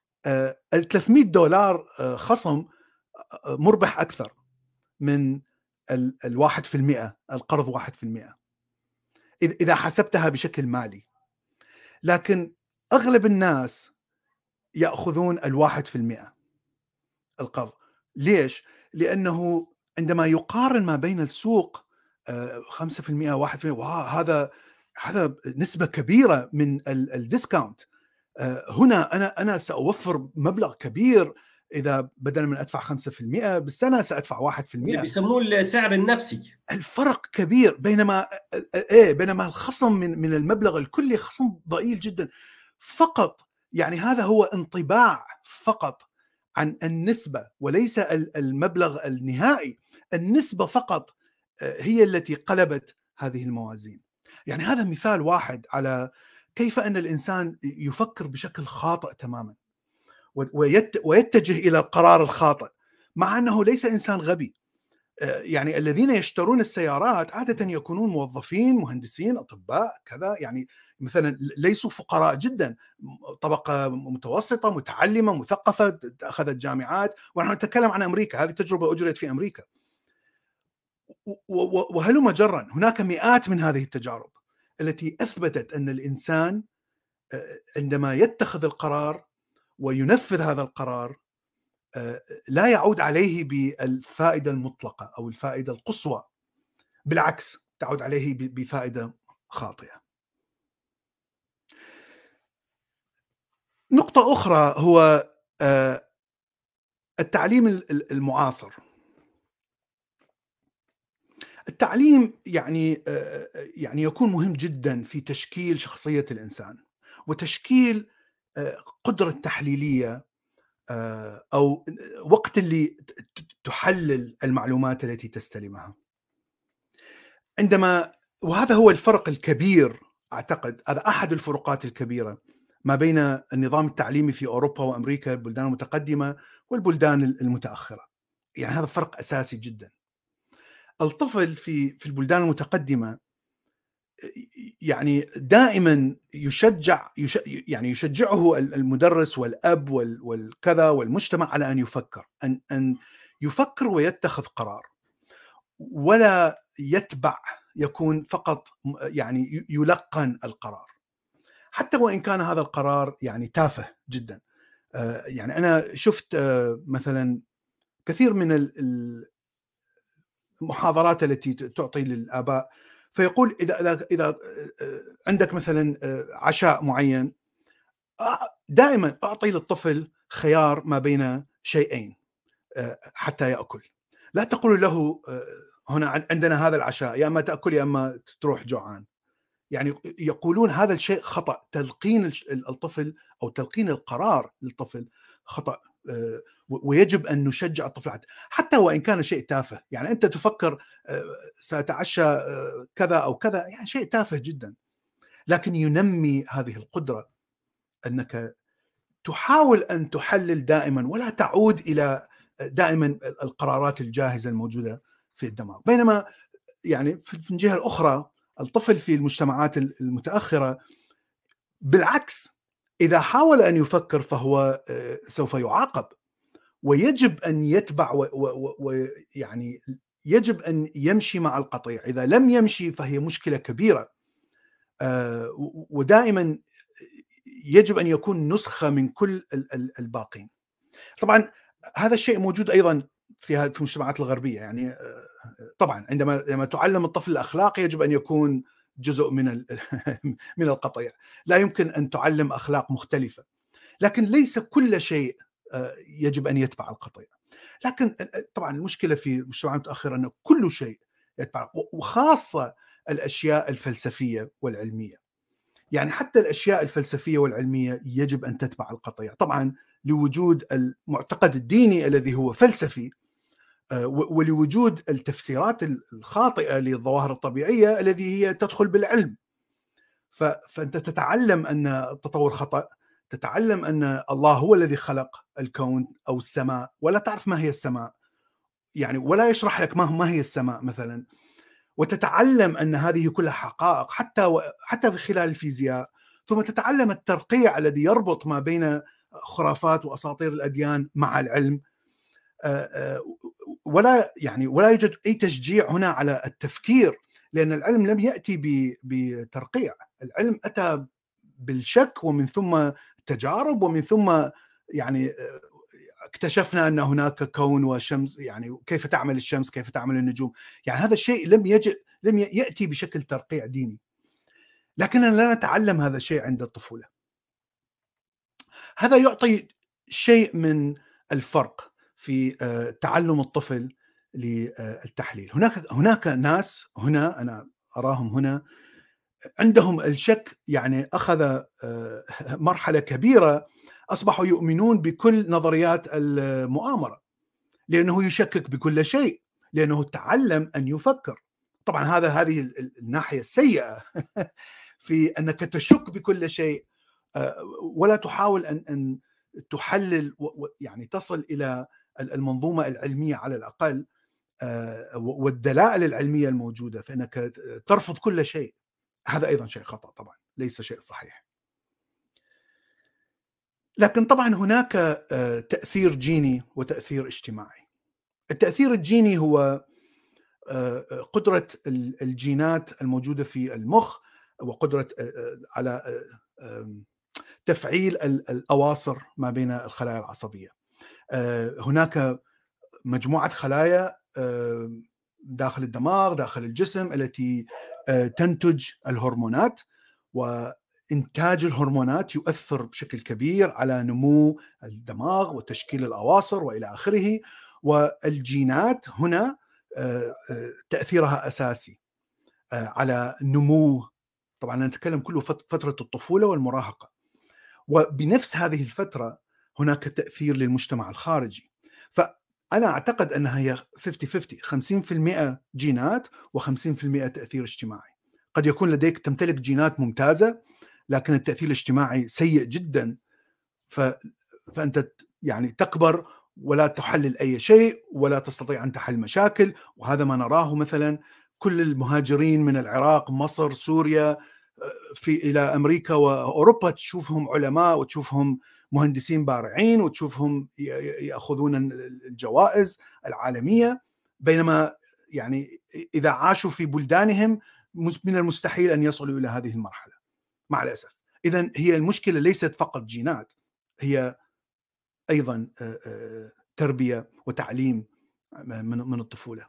$300 خصم مربح أكثر من 1%، القرض 1%، إذا حسبتها بشكل مالي. لكن أغلب الناس يأخذون 1% القرض. ليش؟ لأنه عندما يقارن ما بين السوق 5% 1%، هذا نسبة كبيرة من الديسكاونت. هنا أنا سأوفر مبلغ كبير. إذا بدل من أدفع 5% بالسنة سأدفع 1%. اللي بيسموه السعر النفسي. الفرق كبير. بينما الخصم من المبلغ الكلي خصم ضئيل جدا فقط. يعني هذا هو انطباع فقط عن النسبة وليس المبلغ النهائي. النسبة فقط هي التي قلبت هذه الموازين. يعني هذا مثال واحد على كيف أن الإنسان يفكر بشكل خاطئ تماما ويتجه إلى القرار الخاطئ، مع أنه ليس إنسان غبي. يعني الذين يشترون السيارات عادة يكونون موظفين، مهندسين، أطباء، كذا. يعني مثلا ليسوا فقراء جدا، طبقة متوسطة متعلمة مثقفة أخذت جامعات. ونحن نتكلم عن أمريكا، هذه تجربة أجريت في أمريكا. وهلم جرا هناك مئات من هذه التجارب التي أثبتت أن الإنسان عندما يتخذ القرار وينفذ هذا القرار لا يعود عليه بالفائدة المطلقة أو الفائدة القصوى، بالعكس تعود عليه بفائدة خاطئة. نقطة أخرى هو التعليم المعاصر. التعليم يعني يكون مهم جدا في تشكيل شخصية الإنسان وتشكيل قدرة تحليلية أو وقت اللي تحلل المعلومات التي تستلمها. وهذا هو الفرق الكبير، أعتقد هذا أحد الفروقات الكبيرة ما بين النظام التعليمي في أوروبا وأمريكا، البلدان المتقدمة والبلدان المتأخرة. يعني هذا فرق أساسي جدا. الطفل في البلدان المتقدمة يعني دائما يشجعه المدرس والأب والكذا والمجتمع على أن يفكر ويتخذ قرار، ولا يتبع، يكون فقط يعني يلقن القرار، حتى وإن كان هذا القرار يعني تافه جدا. يعني أنا شفت مثلا كثير من المحاضرات التي تعطي للآباء، فيقول إذا عندك مثلا عشاء معين، دائما أعطي للطفل خيار ما بين شيئين حتى يأكل. لا تقول له هنا عندنا هذا العشاء، يا أما تأكل يا أما تروح جوعان. يعني يقولون هذا الشيء خطأ. تلقين الطفل أو تلقين القرار للطفل خطأ، ويجب أن نشجع الطفل حتى وإن كان شيء تافه. يعني أنت تفكر سأتعشى كذا أو كذا، يعني شيء تافه جدا، لكن ينمي هذه القدرة أنك تحاول أن تحلل دائما ولا تعود إلى دائما القرارات الجاهزة الموجودة في الدماغ. بينما يعني في الجهة الأخرى الطفل في المجتمعات المتأخرة بالعكس، إذا حاول أن يفكر فهو سوف يعاقب، ويجب أن يتبع ويعني يجب أن يمشي مع القطيع. إذا لم يمشي فهي مشكلة كبيرة. ودائما يجب أن يكون نسخة من كل الباقين. طبعا هذا الشيء موجود أيضا في المجتمعات الغربية. يعني طبعا عندما تعلم الطفل الأخلاق يجب أن يكون جزء من القطيع. لا يمكن أن تعلم أخلاق مختلفة، لكن ليس كل شيء يجب أن يتبع القطيع. لكن طبعا المشكلة في المجتمعات المتأخرة أن كل شيء يتبع، وخاصة الأشياء الفلسفية والعلمية. يعني حتى الأشياء الفلسفية والعلمية يجب أن تتبع القطيع، طبعا لوجود المعتقد الديني الذي هو فلسفي، ولوجود التفسيرات الخاطئة للظواهر الطبيعية التي هي تدخل بالعلم. فأنت تتعلم أن التطور خطأ، تتعلم أن الله هو الذي خلق الكون أو السماء، ولا تعرف ما هي السماء، يعني ولا يشرح لك ما هي السماء مثلا، وتتعلم أن هذه كلها حقائق حتى في خلال الفيزياء. ثم تتعلم الترقيع الذي يربط ما بين خرافات وأساطير الأديان مع العلم. ولا يوجد أي تشجيع هنا على التفكير، لأن العلم لم يأتي بترقيع. العلم أتى بالشك، ومن ثم التجارب، ومن ثم يعني اكتشفنا أن هناك كون وشمس، يعني كيف تعمل الشمس، كيف تعمل النجوم. يعني هذا الشيء لم يأتي بشكل ترقيع ديني، لكننا لا نتعلم هذا الشيء عند الطفولة. هذا يعطي شيء من الفرق في تعلم الطفل للتحليل. هناك ناس هنا أنا أراهم هنا عندهم الشك، يعني أخذ مرحلة كبيرة، أصبحوا يؤمنون بكل نظريات المؤامرة، لأنه يشكك بكل شيء، لأنه تعلم أن يفكر. طبعا هذه الناحية السيئة في أنك تشك بكل شيء ولا تحاول أن تحلل، يعني تصل إلى المنظومة العلمية على الأقل والدلائل العلمية الموجودة، فإنك ترفض كل شيء. هذا أيضا شيء خطأ، طبعا ليس شيء صحيح. لكن طبعا هناك تأثير جيني وتأثير اجتماعي. التأثير الجيني هو قدرة الجينات الموجودة في المخ، وقدرة على تفعيل الأواصر ما بين الخلايا العصبية. هناك مجموعة خلايا داخل الدماغ، داخل الجسم، التي تنتج الهرمونات، إنتاج الهرمونات يؤثر بشكل كبير على نمو الدماغ وتشكيل الأواصر وإلى آخره، والجينات هنا تأثيرها أساسي على نمو. طبعا نتكلم كله فترة الطفولة والمراهقة، وبنفس هذه الفترة هناك تأثير للمجتمع الخارجي. فأنا أعتقد أنها هي 50-50، 50% جينات و50% تأثير اجتماعي. قد يكون لديك تمتلك جينات ممتازة لكن التأثير الاجتماعي سيء جدا، فأنت يعني تكبر ولا تحلل أي شيء ولا تستطيع أن تحل مشاكل. وهذا ما نراه مثلا كل المهاجرين من العراق، مصر، سوريا إلى أمريكا وأوروبا، تشوفهم علماء وتشوفهم مهندسين بارعين وتشوفهم يأخذون الجوائز العالمية، بينما يعني إذا عاشوا في بلدانهم من المستحيل أن يصلوا إلى هذه المرحلة مع الأسف. إذن هي المشكلة ليست فقط جينات، هي أيضا تربية وتعليم من الطفولة.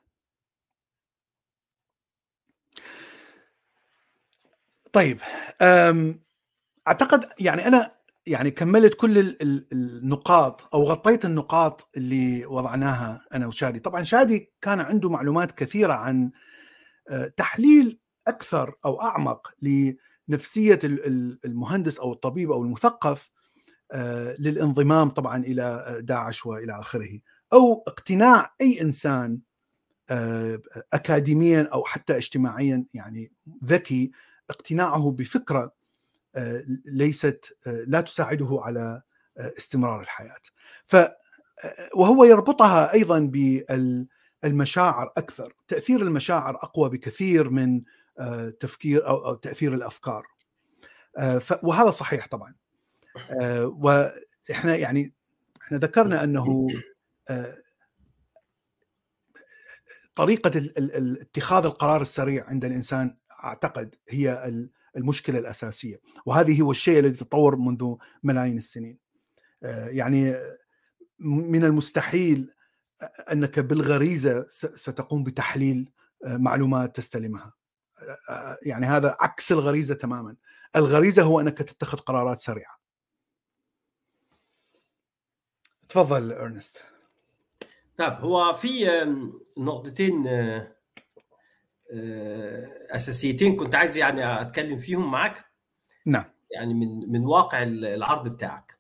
طيب، أعتقد يعني أنا يعني كملت كل النقاط أو غطيت النقاط اللي وضعناها أنا وشادي. طبعا شادي كان عنده معلومات كثيرة عن تحليل أكثر أو أعمق لنفسية المهندس أو الطبيب أو المثقف للانضمام طبعا إلى داعش وإلى آخره، أو اقتناع أي إنسان أكاديميا أو حتى اجتماعيا يعني ذكي، اقتناعه بفكرة ليست لا تساعده على استمرار الحياة. وهو يربطها أيضا بالمشاعر أكثر، تأثير المشاعر أقوى بكثير من تفكير أو تأثير الأفكار، وهذا صحيح طبعا. وإحنا يعني إحنا ذكرنا أنه طريقة اتخاذ القرار السريع عند الإنسان أعتقد هي المشكلة الأساسية، وهذه هو الشيء الذي تطور منذ ملايين السنين. يعني من المستحيل أنك بالغريزة ستقوم بتحليل معلومات تستلمها، يعني هذا عكس الغريزة تماما. الغريزة هو أنك تتخذ قرارات سريعة. تفضل إرنست. طيب، هو في نقطتين أساسيتين كنت عايز يعني أتكلم فيهم معك. نعم. يعني من واقع العرض بتاعك.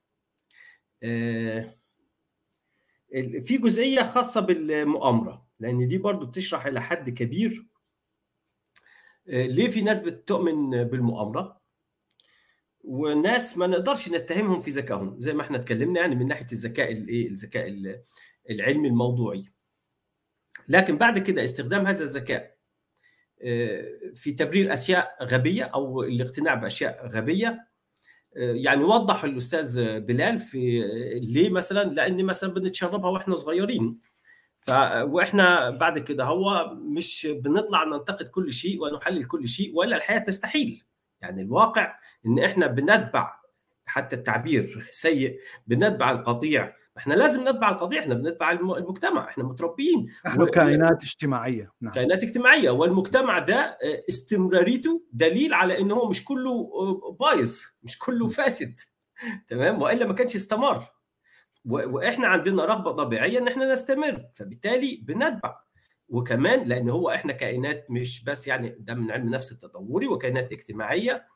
في جزئية خاصة بالمؤامرة، لأن دي برضو بتشرح إلى حد كبير ليه في ناس بتؤمن بالمؤامرة، وناس ما نقدرش نتهمهم في ذكائهم زي ما احنا اتكلمنا، يعني من ناحية الذكاء العلمي الموضوعي. لكن بعد كده استخدام هذا الذكاء في تبرير أشياء غبية أو الاقتناع بأشياء غبية. يعني وضح الأستاذ بلال في ليه مثلا، لأن مثلا بنتشربها وإحنا صغيرين، وإحنا بعد كده هو مش بنطلع ننتقد كل شيء ونحلل كل شيء، ولا الحياة تستحيل. يعني الواقع إن إحنا بنتبع، حتى التعبير سيء، بنتبع القطيع. احنا لازم نتبع القطيع، احنا بنتبع المجتمع، احنا متربيين، نحن كائنات اجتماعيه. نعم. كائنات اجتماعيه، والمجتمع ده استمراريته دليل على ان هو مش كله بايظ، مش كله فاسد، تمام، والا ما كانش استمر. واحنا عندنا رغبه طبيعيه ان احنا نستمر، فبالتالي بنتبع. وكمان لان هو احنا كائنات مش بس، يعني ده من علم النفس التطوري، وكائنات اجتماعيه،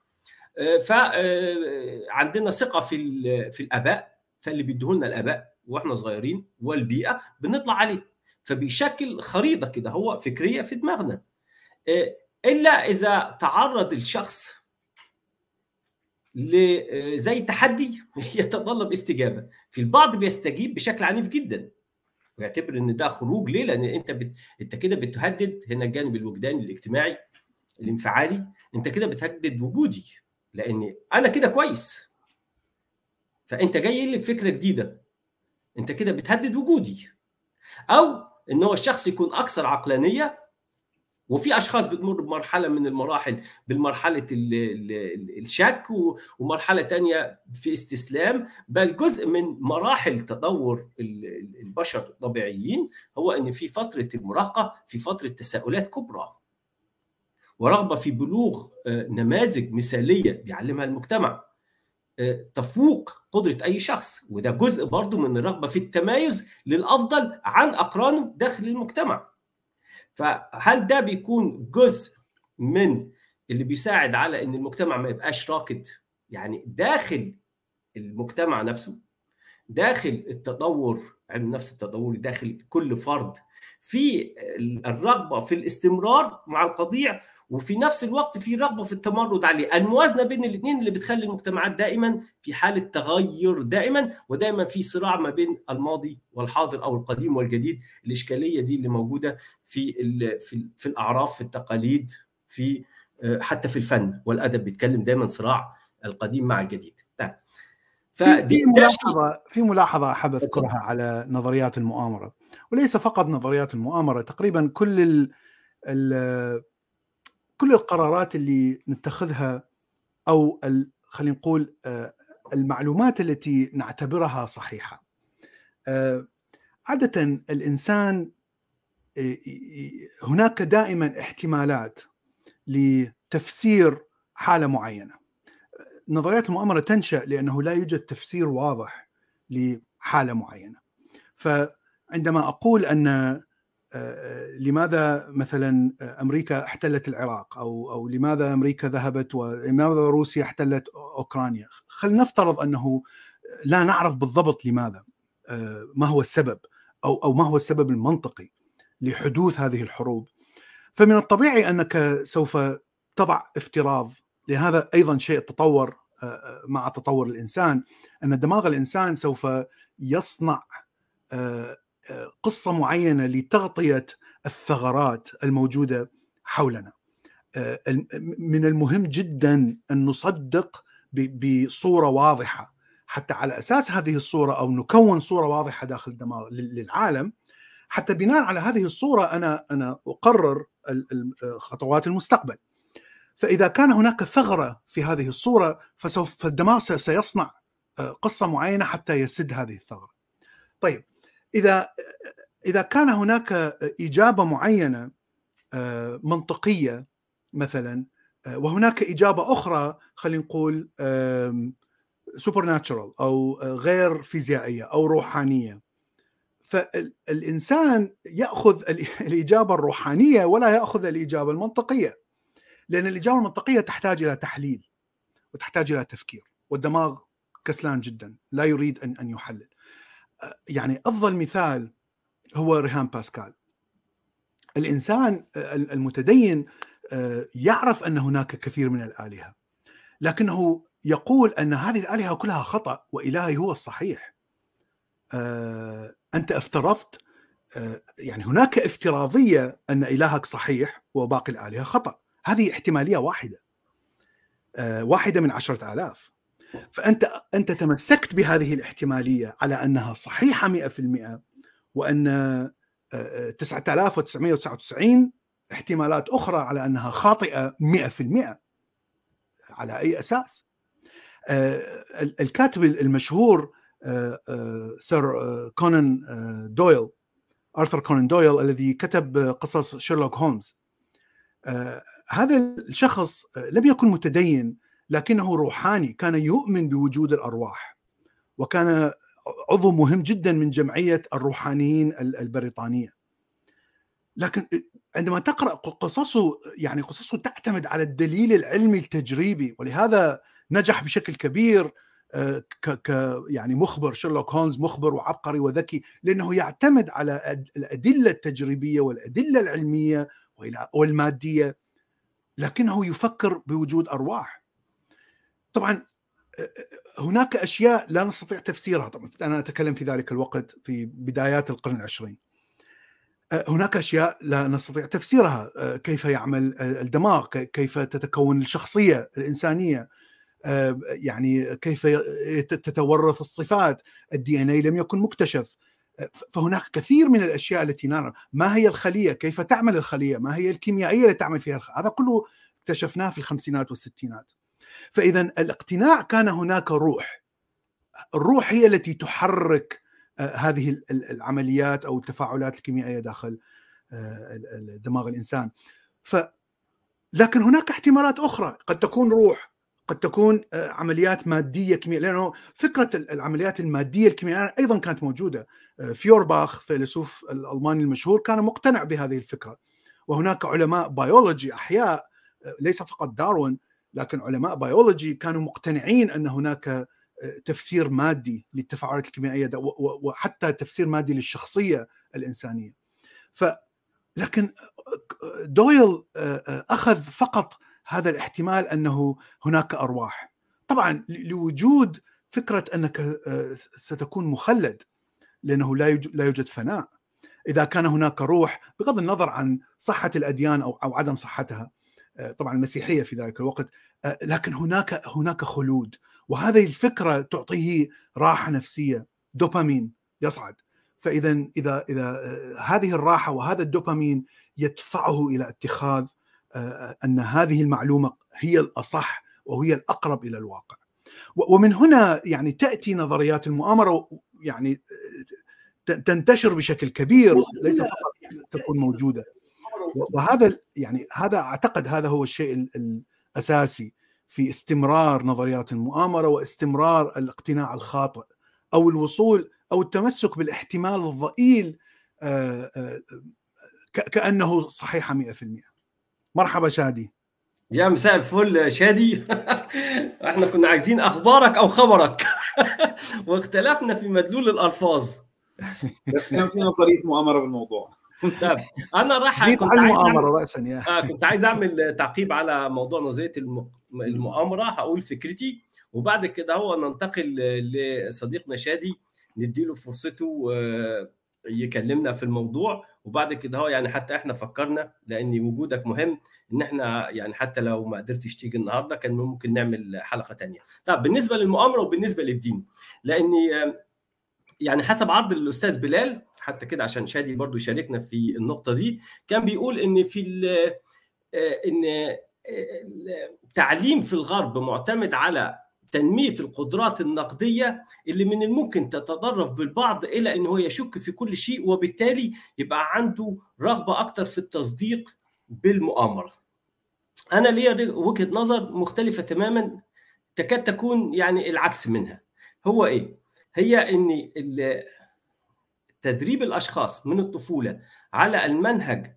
فعندنا ثقه في الاباء، فاللي بيديهولنا الاباء واحنا صغيرين والبيئه بنطلع عليه، فبيشكل خريطه كده هو فكريه في دماغنا. الا اذا تعرض الشخص زي تحدي يتطلب استجابه. في البعض بيستجيب بشكل عنيف جدا ويعتبر ان ده خروج. ليه؟ لان انت كده بتهدد هنا الجانب الوجداني الاجتماعي الانفعالي، انت كده بتهدد وجودي لان انا كده كويس، فانت جاي لي بفكره جديده، انت كده بتهدد وجودي. او ان هو الشخص يكون اكثر عقلانيه، وفي اشخاص بتمر بمرحله من المراحل بالمرحله الشك، ومرحله تانية في استسلام. بل جزء من مراحل تطور البشر الطبيعيين هو ان في فتره المراهقه، في فتره تساؤلات كبرى، ورغبة في بلوغ نماذج مثالية بيعلمها المجتمع تفوق قدرة أي شخص، وده جزء برضو من الرغبة في التمايز للأفضل عن أقرانه داخل المجتمع. فهل ده بيكون جزء من اللي بيساعد على أن المجتمع ما يبقاش راكد يعني داخل المجتمع نفسه، داخل التطور، علم النفس التطوري داخل كل فرد في الرغبة في الاستمرار مع القضية، وفي نفس الوقت في رغبة في التمرد عليه. الموازنة بين الاثنين اللي بتخلي المجتمعات دائما في حالة تغير دائما، ودائما في صراع ما بين الماضي والحاضر أو القديم والجديد. الإشكالية دي اللي موجودة في الأعراف، في التقاليد، في حتى في الفن والأدب بيتكلم دائما صراع القديم مع الجديد. في ملاحظة أحب أذكرها على نظريات المؤامرة، وليس فقط نظريات المؤامرة، تقريبا كل القرارات اللي نتخذها أو خلينا نقول المعلومات التي نعتبرها صحيحة. عادة الإنسان هناك دائما احتمالات لتفسير حالة معينة. نظريات المؤامرة تنشأ لأنه لا يوجد تفسير واضح لحالة معينة. فعندما أقول أن لماذا مثلا أمريكا احتلت العراق أو لماذا أمريكا ذهبت ولماذا روسيا احتلت أوكرانيا، خلينا نفترض أنه لا نعرف بالضبط لماذا، ما هو السبب أو ما هو السبب المنطقي لحدوث هذه الحروب. فمن الطبيعي أنك سوف تضع افتراض، لأن هذا أيضا شيء تطور مع تطور الإنسان، أن دماغ الإنسان سوف يصنع قصة معينة لتغطية الثغرات الموجودة حولنا. من المهم جدا أن نصدق بصورة واضحة، حتى على أساس هذه الصورة أو نكون صورة واضحة داخل الدماغ للعالم، حتى بناء على هذه الصورة أنا أقرر خطوات المستقبل. فإذا كان هناك ثغرة في هذه الصورة فسوف الدماغ سيصنع قصة معينة حتى يسد هذه الثغرة. طيب إذا كان هناك إجابة معينة منطقية مثلا، وهناك إجابة أخرى خلينا نقول supernatural أو غير فيزيائية أو روحانية، فالإنسان يأخذ الإجابة الروحانية ولا يأخذ الإجابة المنطقية، لأن الإجابة المنطقية تحتاج إلى تحليل وتحتاج إلى تفكير، والدماغ كسلان جدا لا يريد أن يحلل. يعني أفضل مثال هو ريهام باسكال. الإنسان المتدين يعرف أن هناك كثير من الآلهة، لكنه يقول أن هذه الآلهة كلها خطأ وإلهي هو الصحيح. أنت افترضت، يعني هناك افتراضية أن إلهك صحيح وباقي الآلهة خطأ. هذه احتمالية واحدة من 10,000. فأنت تمسكت بهذه الاحتمالية على أنها صحيحة 100%، وأن 9,999 احتمالات أخرى على أنها خاطئة 100%. على أي أساس؟ الكاتب المشهور سير كونان دويل، آرثر كونان دويل، الذي كتب قصص شيرلوك هولمز، هذا الشخص لم يكن متدين لكنه روحاني، كان يؤمن بوجود الأرواح، وكان عضو مهم جدا من جمعية الروحانيين البريطانية. لكن عندما تقرأ قصصه، يعني قصصه تعتمد على الدليل العلمي التجريبي، ولهذا نجح بشكل كبير يعني مخبر. شيرلوك هولمز مخبر وعبقري وذكي لأنه يعتمد على الأدلة التجريبية والأدلة العلمية والمادية، لكنه يفكر بوجود أرواح. طبعا هناك أشياء لا نستطيع تفسيرها، طبعا أنا أتكلم في ذلك الوقت في بدايات القرن العشرين. هناك أشياء لا نستطيع تفسيرها، كيف يعمل الدماغ، كيف تتكون الشخصية الإنسانية، يعني كيف تتورث الصفات، الDNA لم يكن مكتشف. فهناك كثير من الأشياء التي نرى. ما هي الخلية؟ كيف تعمل الخلية؟ ما هي الكيميائية اللي تعمل فيها الخلية؟ هذا كله اكتشفناه في الخمسينات والستينات. فإذا الاقتناع كان هناك روح، الروح هي التي تحرك هذه العمليات أو التفاعلات الكيميائية داخل دماغ الإنسان. لكن هناك احتمالات أخرى، قد تكون روح، قد تكون عمليات مادية كيميائية، لأنه فكرة العمليات المادية الكيميائية أيضا كانت موجودة. فيورباخ فيلسوف الألماني المشهور كان مقتنع بهذه الفكرة، وهناك علماء بيولوجي أحياء، ليس فقط داروين، لكن علماء بيولوجي كانوا مقتنعين أن هناك تفسير مادي للتفاعلات الكيميائية، وحتى تفسير مادي للشخصية الإنسانية. لكن دويل أخذ فقط هذا الاحتمال أنه هناك أرواح، طبعا لوجود فكرة أنك ستكون مخلد، لأنه لا يوجد فناء. إذا كان هناك روح، بغض النظر عن صحة الأديان أو عدم صحتها، طبعا المسيحية في ذلك الوقت، لكن هناك خلود، وهذه الفكرة تعطيه راحة نفسية، دوبامين يصعد. فإذا إذا هذه الراحة وهذا الدوبامين يدفعه إلى اتخاذ أن هذه المعلومة هي الأصح وهي الأقرب إلى الواقع. ومن هنا يعني تأتي نظريات المؤامرة، يعني تنتشر بشكل كبير، ليس فقط تكون موجودة. وهذا يعني هذا أعتقد هذا هو الشيء الأساسي في استمرار نظريات المؤامرة واستمرار الاقتناع الخاطئ أو الوصول أو التمسك بالاحتمال الضئيل كأنه صحيحة 100%. مرحبا شادي. يا مساء الفل شادي. احنا كنا عايزين اخبارك او خبرك واختلفنا في مدلول الالفاظ. كان في نظريه مؤامره بالموضوع. طب انا راح كنت عايز اعمل تعقيب على موضوع نظريه المؤامره. هقول فكرتي وبعد كده هو ننتقل لصديقنا شادي نديله فرصته يكلمنا في الموضوع، وبعد كده هو يعني حتى احنا فكرنا لان وجودك مهم ان احنا يعني حتى لو ما قدرتش تيجي النهارده كان ممكن نعمل حلقه ثانيه. طب بالنسبه للمؤامره وبالنسبه للدين، لاني يعني حسب عرض الاستاذ بلال حتى كده عشان شادي برضو يشاركنا في النقطه دي، كان بيقول ان ان التعليم في الغرب معتمد على تنمية القدرات النقدية اللي من الممكن تتطرف بالبعض إلى أنه يشك في كل شيء، وبالتالي يبقى عنده رغبة أكتر في التصديق بالمؤامرة. أنا لي وجهة نظر مختلفة تماما، تكاد تكون يعني العكس منها. هو إيه؟ هي أن تدريب الأشخاص من الطفولة على المنهج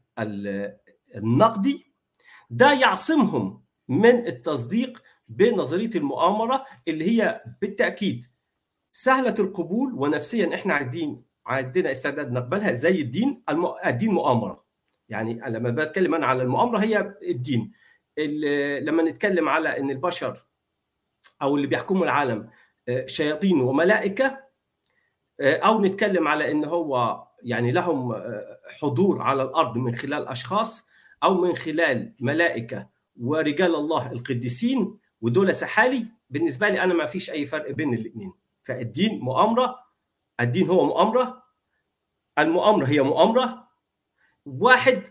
النقدي ده يعصمهم من التصديق بنظرية المؤامرة اللي هي بالتأكيد سهلة القبول ونفسيا احنا عندنا استعداد نقبلها زي الدين. الدين مؤامرة، يعني لما بتكلم أنا على المؤامرة هي الدين. لما نتكلم على أن البشر أو اللي بيحكموا العالم شياطين وملائكة، أو نتكلم على أن هو يعني لهم حضور على الأرض من خلال أشخاص أو من خلال ملائكة ورجال الله القديسين ودول سحالي، بالنسبة لي أنا ما فيش أي فرق بين الاثنين. فالدين مؤامرة، الدين هو مؤامرة، المؤامرة هي مؤامرة واحد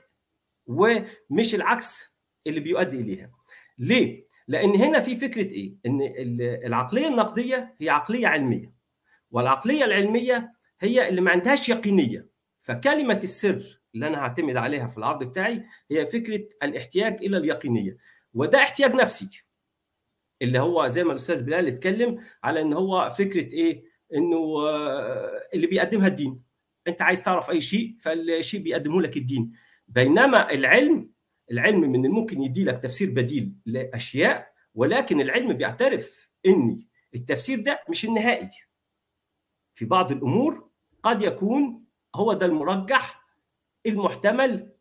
ومش العكس اللي بيؤدي إليها. ليه؟ لأن هنا في فكرة إيه؟ إن العقلية النقدية هي عقلية علمية، والعقلية العلمية هي اللي ما عندهاش يقينية. فكلمة السر اللي أنا هعتمد عليها في العرض بتاعي هي فكرة الاحتياج إلى اليقينية، وده احتياج نفسي اللي هو زي ما الأستاذ بلال اتكلم على إن هو فكرة إيه؟ إنه اللي بيقدمها الدين. أنت عايز تعرف أي شيء فالشيء بيقدمه لك الدين، بينما العلم من الممكن يدي لك تفسير بديل لأشياء، ولكن العلم بيعترف إن التفسير ده مش النهائي. في بعض الأمور قد يكون هو ده المرجح المحتمل،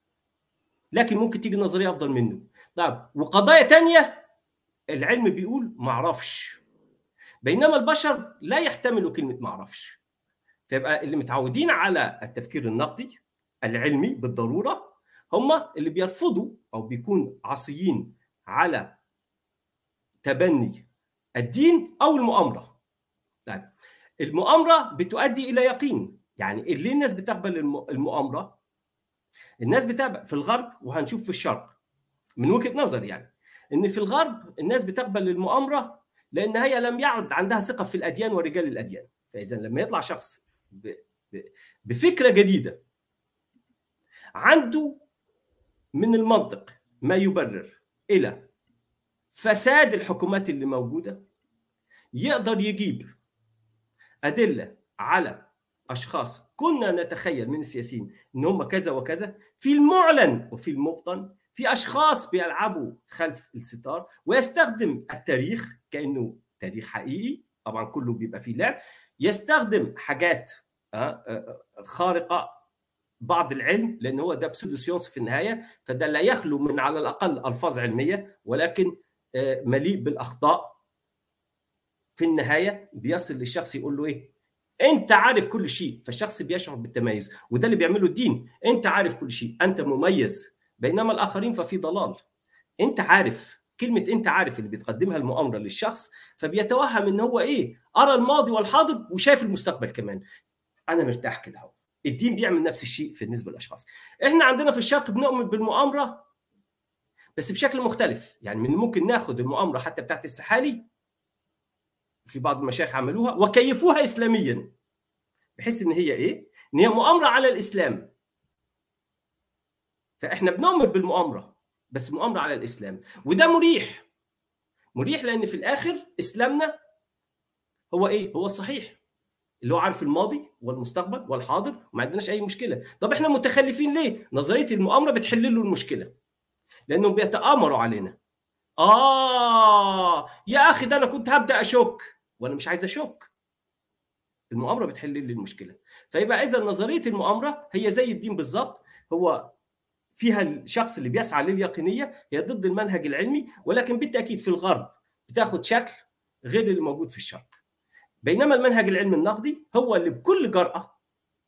لكن ممكن تيجي نظرية أفضل منه. طب وقضايا تانية العلم بيقول معرفش، بينما البشر لا يحتملوا كلمة معرفش. فيبقى اللي متعودين على التفكير النقدي العلمي بالضرورة هم اللي بيرفضوا أو بيكون عصيين على تبني الدين أو المؤامرة. طيب المؤامرة بتؤدي إلى يقين. يعني ليه الناس بتقبل المؤامرة؟ الناس بتقبل في الغرب، وهنشوف في الشرق من وجهة نظر يعني إن في الغرب الناس بتقبل المؤامرة لأن هي لم يعد عندها ثقة في الأديان ورجال الأديان. فإذا لما يطلع شخص بفكرة جديدة عنده من المنطق ما يبرر إلى فساد الحكومات اللي موجودة، يقدر يجيب أدلة على أشخاص كنا نتخيل من السياسيين إن هم كذا وكذا في المعلن وفي المبطن، في أشخاص بيلعبوا خلف الستار، ويستخدم التاريخ كأنه تاريخ حقيقي، طبعا كله بيبقى فيه لعب، يستخدم حاجات خارقة، بعض العلم، لأن هو ده بسودو سيونس في النهاية، فده لا يخلو من على الأقل ألفاظ علمية ولكن مليء بالأخطاء. في النهاية بيصل للشخص يقول له إيه؟ أنت عارف كل شيء، فالشخص بيشعر بالتميز، وده اللي بيعمله الدين. أنت عارف كل شيء، أنت مميز، بينما الآخرين ففي ضلال. أنت عارف، كلمة أنت عارف اللي بتقدمها المؤامرة للشخص، فبيتوهم إن هو إيه؟ أرى الماضي والحاضر وشايف المستقبل كمان. أنا مرتاح كده أهو. الدين بيعمل نفس الشيء بالنسبة للأشخاص. إحنا عندنا في الشرق بنؤمن بالمؤامرة بس بشكل مختلف، يعني من ممكن ناخد المؤامرة حتى بتاعت السحالي، في بعض المشايخ عملوها وكيفوها إسلاميا، بحيث إن هي إيه؟ إن هي مؤامرة على الإسلام. فإحنا بنؤمن بالمؤامرة بس مؤامرة على الإسلام، وده مريح. مريح لأن في الآخر إسلامنا هو إيه؟ هو الصحيح، اللي هو عارف الماضي والمستقبل والحاضر، وما عندناش أي مشكلة. طب إحنا متخلفين ليه؟ نظرية المؤامرة بتحل له المشكلة، لأنهم بيتآمروا علينا. يا أخي ده أنا كنت هبدأ أشك، وأنا مش عايز أشك. المؤامرة بتحل لي المشكلة. فيبقى إذا نظرية المؤامرة هي زي الدين بالظبط، هو فيها الشخص اللي بيسعى لليقينية، هي ضد المنهج العلمي، ولكن بالتأكيد في الغرب بتاخد شكل غير اللي موجود في الشرق. بينما المنهج العلمي النقدي هو اللي بكل جرأة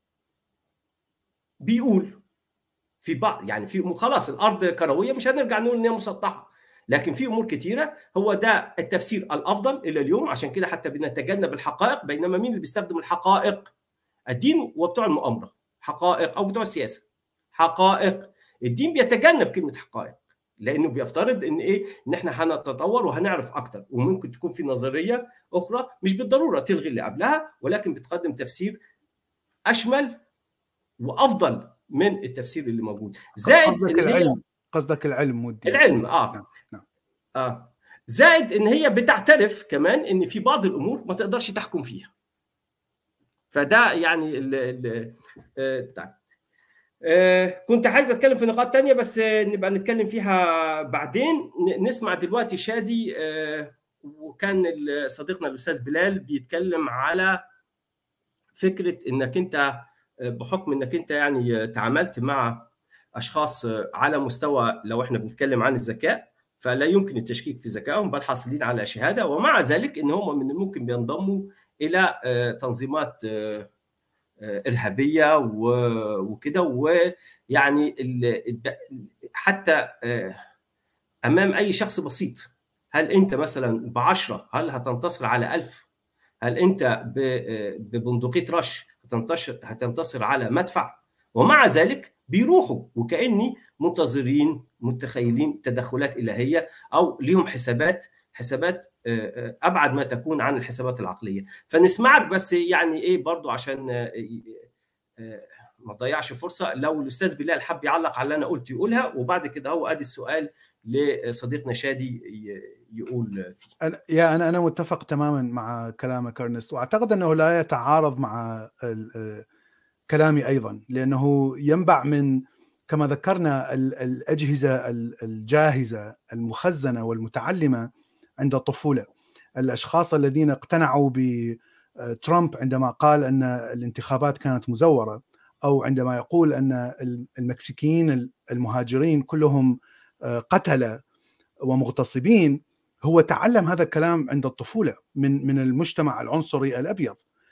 بيقول في بعض، يعني في خلاص الأرض كروية، مش هنرجع نقول إن هي مسطحة، لكن في أمور كتيرة هو ده التفسير الأفضل إلى اليوم. عشان كده حتى بنتجنب الحقائق. بينما مين اللي بيستخدم الحقائق؟ الدين وبتوع المؤامرة. حقائق، أو بتوع السياسة حقائق. الدين بيتجنب كلمة حقائق، لأنه بيفترض إن إيه؟ إن إحنا هنتطور وهنعرف أكتر، وممكن تكون في نظرية أخرى مش بالضرورة تلغي اللي قبلها، ولكن بتقدم تفسير أشمل وأفضل من التفسير اللي موجود. زائد قصدك العلم، قصدك العلم والدين. العلم نعم. زائد ان هي بتعترف كمان ان في بعض الامور ما تقدرش تحكم فيها. فده يعني بتاع. كنت عايز اتكلم في نقاط تانية بس نبقى نتكلم فيها بعدين. نسمع دلوقتي شادي، وكان صديقنا الاستاذ بلال بيتكلم على فكرة انك انت بحكم انك انت يعني تعاملت مع اشخاص على مستوى، لو احنا بنتكلم عن الذكاء فلا يمكن التشكيك في ذكائهم، بل حاصلين على شهاده، ومع ذلك ان هم من الممكن بينضموا الى تنظيمات ارهابيه وكده. ويعني حتى امام اي شخص بسيط، هل انت مثلا ب10 هل هتنتصر على 1000؟ هل انت ببندقيه رش هتنتصر على مدفع؟ ومع ذلك بيروحوا وكأني منتظرين متخيلين تدخلات إلهية، أو ليهم حسابات أبعد ما تكون عن الحسابات العقلية. فنسمعك بس يعني إيه برضو عشان ما تضيعش فرصة، لو الأستاذ بلال حب يعلق على اللي أنا قلت يقولها، وبعد كده هو أدي السؤال لصديقنا شادي يقول فيه. أنا متفق تماما مع كلامك أرنست، وأعتقد أنه لا يتعارض مع كلامي أيضا، لأنه ينبع من كما ذكرنا الأجهزة الجاهزة المخزنة والمتعلمة عند الطفولة. الأشخاص الذين اقتنعوا بترامب عندما قال أن الانتخابات كانت مزورة، أو عندما يقول أن المكسيكيين المهاجرين كلهم قتلة ومغتصبين، هو تعلم هذا الكلام عند الطفولة من المجتمع العنصري الأبيض.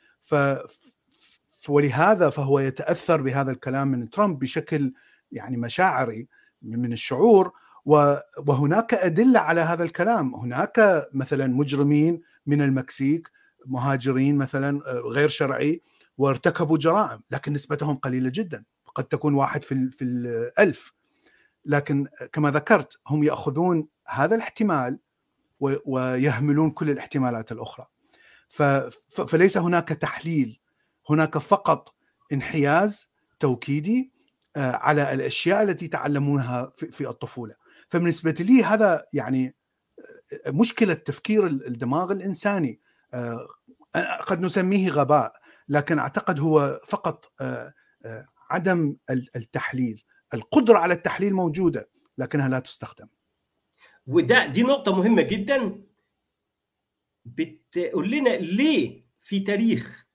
ولهذا فهو يتأثر بهذا الكلام من ترامب بشكل يعني مشاعري من الشعور. وهناك أدلة على هذا الكلام. هناك مثلا مجرمين من المكسيك، مهاجرين مثلا غير شرعي، وارتكبوا جرائم، لكن نسبتهم قليلة جدا، قد تكون 1 في 1000. لكن كما ذكرت هم يأخذون هذا الاحتمال ويهملون كل الاحتمالات الأخرى. فليس هناك تحليل، هناك فقط انحياز توكيدي على الأشياء التي تعلموها في الطفولة. فبالنسبه لي هذا يعني مشكله تفكير الدماغ الانساني. قد نسميه غباء، لكن اعتقد هو فقط عدم التحليل. القدره على التحليل موجوده لكنها لا تستخدم. دي نقطه مهمه جدا، بتقول لنا ليه في تاريخ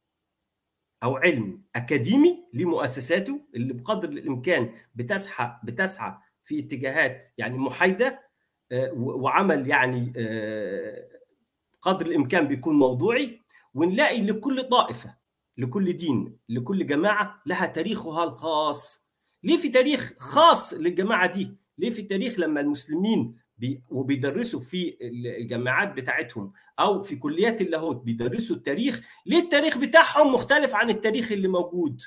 او علم اكاديمي لمؤسساته اللي بقدر الامكان بتسعى في اتجاهات يعني محايده، وعمل يعني قدر الامكان بيكون موضوعي، ونلاقي لكل طائفه، لكل دين، لكل جماعه لها تاريخها الخاص. ليه في تاريخ خاص للجماعه دي؟ ليه في تاريخ لما المسلمين وبيدرسوا في الجامعات بتاعتهم او في كليات اللاهوت بيدرسوا التاريخ، ليه التاريخ بتاعهم مختلف عن التاريخ اللي موجود؟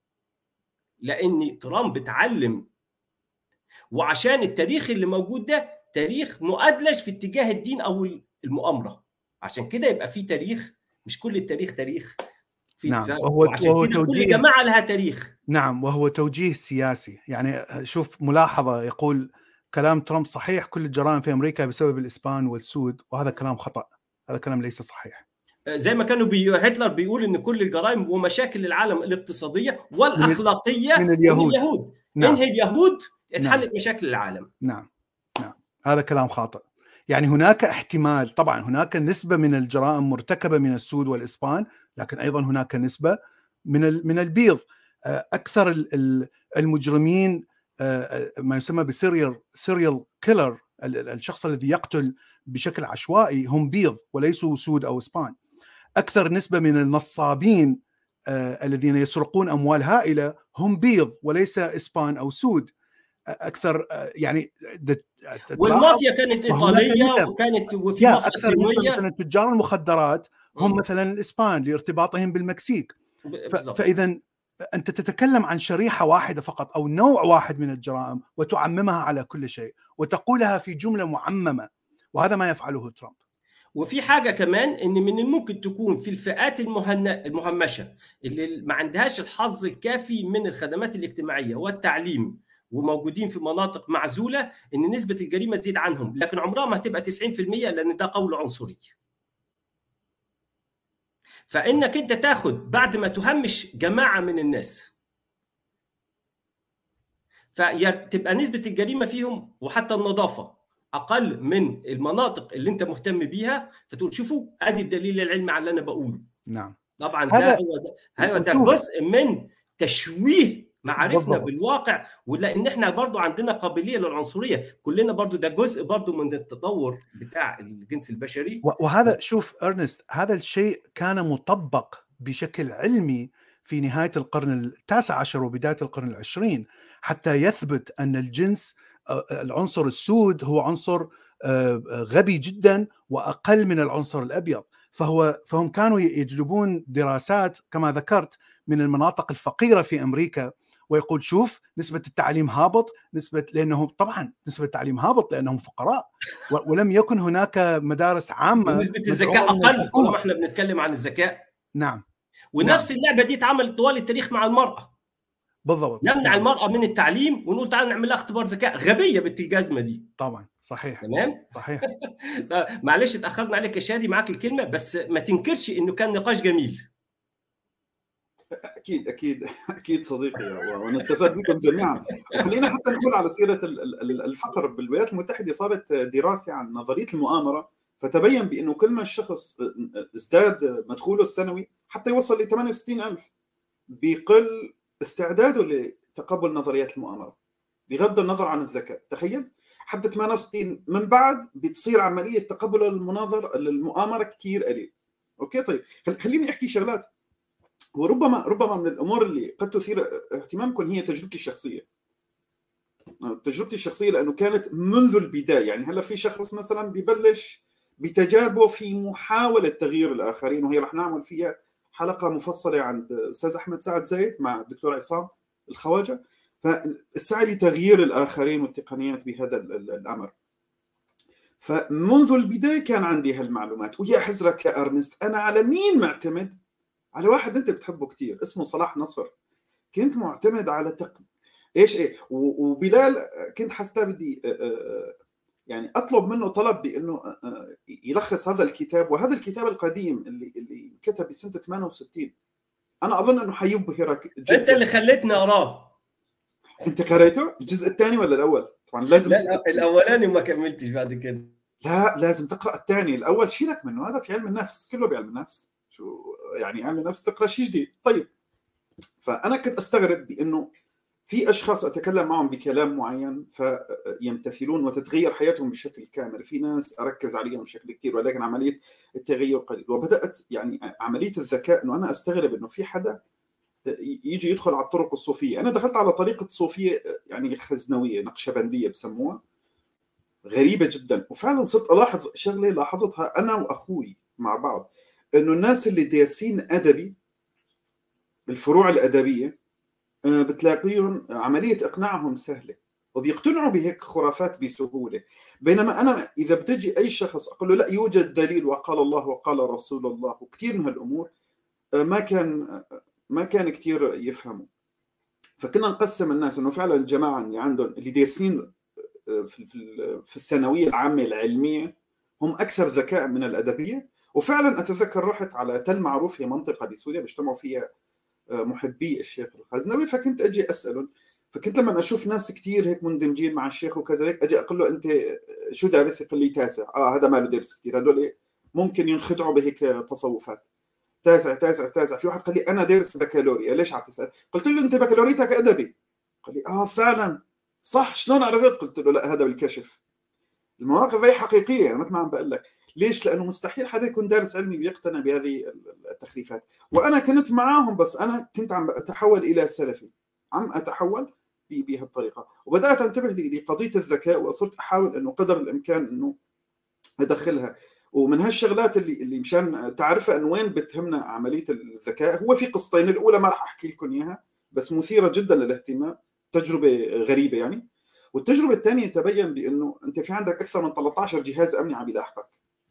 لان ترامب اتعلم، وعشان التاريخ اللي موجود ده تاريخ مؤدلج في اتجاه الدين او المؤامره، عشان كده يبقى في تاريخ، مش كل التاريخ تاريخ في. نعم، وعشان وهو كده توجيه، كل جماعه لها تاريخ. نعم، وهو توجيه سياسي. يعني شوف ملاحظه، يقول كلام ترامب صحيح، كل الجرائم في امريكا بسبب الاسبان والسود، وهذا كلام خطا، هذا كلام ليس صحيح. زي ما كانوا هتلر بيقول ان كل الجرائم ومشاكل العالم الاقتصاديه والاخلاقيه من اليهود. نعم. انهي اليهود اتحلت نعم. مشاكل العالم. نعم نعم، هذا كلام خاطئ. يعني هناك احتمال، طبعا هناك نسبة من الجرائم مرتكبة من السود والإسبان، لكن أيضا هناك نسبة من البيض. أكثر المجرمين ما يسمى بسيريال كيلر، الشخص الذي يقتل بشكل عشوائي، هم بيض وليسوا سود أو إسبان. أكثر نسبة من النصابين الذين يسرقون أموال هائلة هم بيض وليس إسبان أو سود. أكثر يعني والمافيا كانت إيطالية، وكانت وفي مافيا صينية. مثلا تجار المخدرات هم مثلا الإسبان لارتباطهم بالمكسيك. فإذا أنت تتكلم عن شريحة واحدة فقط أو نوع واحد من الجرائم وتعممها على كل شيء وتقولها في جملة معممة، وهذا ما يفعله ترامب. وفي حاجة كمان، إن من الممكن تكون في الفئات المهمشة اللي ما عندهاش الحظ الكافي من الخدمات الاجتماعية والتعليم وموجودين في مناطق معزولة، إن نسبة الجريمة تزيد عنهم، لكن عمرها ما هتبقى 90%، لأن ده قول عنصري. فإنك أنت تاخد بعد ما تهمش جماعة من الناس، فتبقى نسبة الجريمة فيهم وحتى النظافة أقل من المناطق اللي أنت مهتم بيها، فتقول شوفوا أدي الدليل العلمي على اللي أنا بقوله. نعم. طبعا ده جزء من تشويه معارفنا بالواقع، ولان احنا برضو عندنا قابليه للعنصريه كلنا، برضو ده جزء برضو من التطور بتاع الجنس البشري. وهذا شوف ارنست، هذا الشيء كان مطبق بشكل علمي في نهايه القرن ال19 وبدايه القرن ال20، حتى يثبت ان الجنس العنصر السود هو عنصر غبي جدا واقل من العنصر الابيض. فهم كانوا يجلبون دراسات كما ذكرت من المناطق الفقيرة في أمريكا، ويقول شوف نسبة التعليم هابط، لأنهم طبعا نسبة التعليم هابط لأنهم فقراء، ولم يكن هناك مدارس عامة. ونسبة الذكاء أقل طالما احنا بنتكلم عن الذكاء. نعم. ونفس اللعبة دي اتعملت طوال التاريخ مع المرأة. بالضبط. نمنع المرأة من التعليم ونقول تعال نعمل لها اختبار ذكاء. غبية بنت الجزمة دي. طبعا صحيح. تمام؟ صحيح. معلش اتأخرنا عليك يا شادي، معاك الكلمة، بس ما تنكرش إنه كان نقاش جميل. أكيد أكيد أكيد صديقي، ونستفاد بكم جميعا. وخلينا حتى نقول على سيرة الفقر، بالولايات المتحدة صارت دراسة عن نظرية المؤامرة، فتبين بأنه كل ما الشخص ازداد مدخوله السنوي حتى يوصل ل 68,000 بيقل استعداده لتقبل نظريات المؤامرة بغض النظر عن الذكاء. تخيل حتى 68 من بعد بتصير عملية تقبل المؤامرة كتير قليل. أوكي طيب خليني أحكي شغلات، وربما من الأمور اللي قد تثير اهتمامكم هي تجربتي الشخصية. تجربتي الشخصية لأنه كانت منذ البداية. يعني هلا في شخص مثلا بيبلش بتجاربه في محاولة تغيير الآخرين، وهي رح نعمل فيها حلقة مفصلة عند أستاذ أحمد سعد زايد مع الدكتور عصام الخواجة، فالسعي لتغيير الآخرين والتقنيات بهذا الأمر. فمنذ البداية كان عندي هالمعلومات. ويا حزرك يا أرنست، أنا على مين معتمد؟ على واحد أنت بتحبه كتير اسمه صلاح نصر. كنت معتمد على ايش ايه. وبلال كنت حتى بدي يعني اطلب منه طلب بانه يلخص هذا الكتاب، وهذا الكتاب القديم اللي كتب بسنه 68 انا اظن انه حيبهرك جدا. انت اللي خليتني اقراه. انت قريته الجزء الثاني ولا الاول؟ طبعا لازم لا الاولاني وما كملتش بعد كده. لا لازم تقرا الثاني، الاول شيلك منه، هذا في علم النفس، كله بعلم النفس، شو يعني علم النفس تقرا شيء جديد. طيب فانا كنت استغرب بانه في اشخاص اتكلم معهم بكلام معين فيمتثلون وتتغير حياتهم بشكل كامل، في ناس اركز عليهم بشكل كثير ولكن عمليه التغير قليل. وبدات يعني عمليه الذكاء انه انا استغرب انه في حدا يجي يدخل على الطرق الصوفيه. انا دخلت على طريقه صوفيه يعني خزنويه نقشبنديه بسموها، غريبه جدا. وفعلا صرت الاحظ شغله لاحظتها انا واخوي مع بعض، انه الناس اللي دارسين ادبي الفروع الادبيه بتلاقيهم عمليه اقناعهم سهله وبيقتنعوا بهيك خرافات بسهوله. بينما انا اذا بتجي اي شخص اقول له لا يوجد دليل وقال الله وقال رسول الله وكثير من هالامور ما كان كثير يفهموا. فكنا نقسم الناس انه فعلا الجماعه اللي عندهم اللي دارسين في الثانويه العامه العلميه هم اكثر ذكاء من الادبيه. وفعلا اتذكر رحت على تل معروف، هي منطقه بسوريا بيجتمعوا فيها محبي الشيخ الخزنوي، فكنت اجي اسالهم. فكنت لما اشوف ناس كثير هيك مندمجين مع الشيخ وكذا هيك اجي اقول له انت شو دارس؟ يقول لي تاسع. هذا ما له درس كثير، هذول ممكن ينخدعوا بهيك تصوفات. تاسع. في واحد قال لي انا دارس بكالوريا. ليش عم تسال؟ قلت له انت بكالوريتك ادبي. قال لي فعلا صح، شلون عرفت؟ قلت له لا هذا بالكشف. المواقف هي حقيقيه يعني مثل ما عم بقول لك. ليش؟ لانه مستحيل حدا يكون دارس علمي بيقتنع بهذه التخريفات. وانا كنت معاهم، بس انا كنت عم اتحول الى سلفي، عم اتحول بهالطريقه. وبدات انتبه لقضيه الذكاء وصرت احاول انه قدر الامكان انه ادخلها. ومن هالشغلات اللي مشان تعرفها انه وين بتهمنا عمليه الذكاء، هو في قصتين. الاولى ما راح احكي لكم اياها بس مثيره جدا للاهتمام، تجربه غريبه يعني. والتجربه الثانيه تبين بانه انت في عندك اكثر من 13 جهاز امني عم يلاحقك،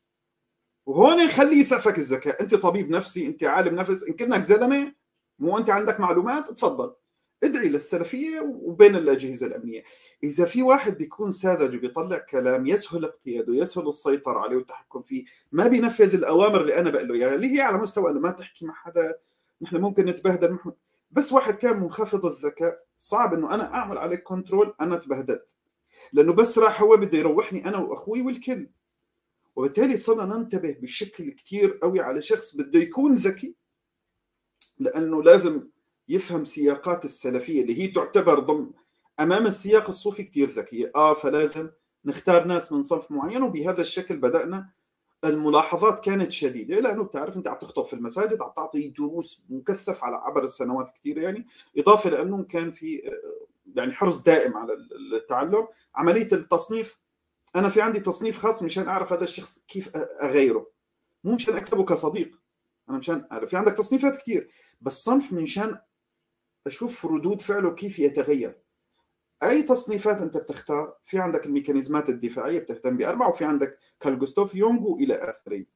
وهون خلي يسعفك الذكاء. انت طبيب نفسي، انت عالم نفس، ان كنك زلمه مو انت عندك معلومات تفضل ادعي للسلفيه وبين الاجهزه الامنيه. اذا في واحد بيكون ساذج وبيطلع كلام يسهل اقتياده يسهل السيطره عليه والتحكم فيه، ما بينفذ الاوامر اللي انا بقول له اياها اللي هي على مستوى انه ما تحكي مع حدا، نحن ممكن نتبهدل. بس واحد كان منخفض الذكاء صعب انه انا اعمل عليه كنترول، انا تبهدلت، لانه بس راح هو بده يروحني انا واخوي والكل. وبالتالي صرنا ننتبه بشكل كتير قوي على شخص بده يكون ذكي، لانه لازم يفهم سياقات السلفيه اللي هي تعتبر ضمن امام السياق الصوفي كتير ذكيه. فلازم نختار ناس من صنف معين. وبهذا الشكل بدانا. الملاحظات كانت شديده، لانه بتعرف انت عم تخطب في المساجد، عم تعطي دروس مكثف على عبر السنوات كثيره يعني، اضافه لانه كان في يعني حرص دائم على التعلم. عمليه التصنيف، انا في عندي تصنيف خاص مشان اعرف هذا الشخص كيف اغيره، مو مشان اكسبه كصديق. انا مشان أعرف. في عندك تصنيفات كثير بس صنف مشان اشوف ردود فعله كيف يتغير. اي تصنيفات انت بتختار، في عندك الميكانيزمات الدفاعيه بتهتم باربعه، وفي عندك كارل جوستاف يونغ والى اخره.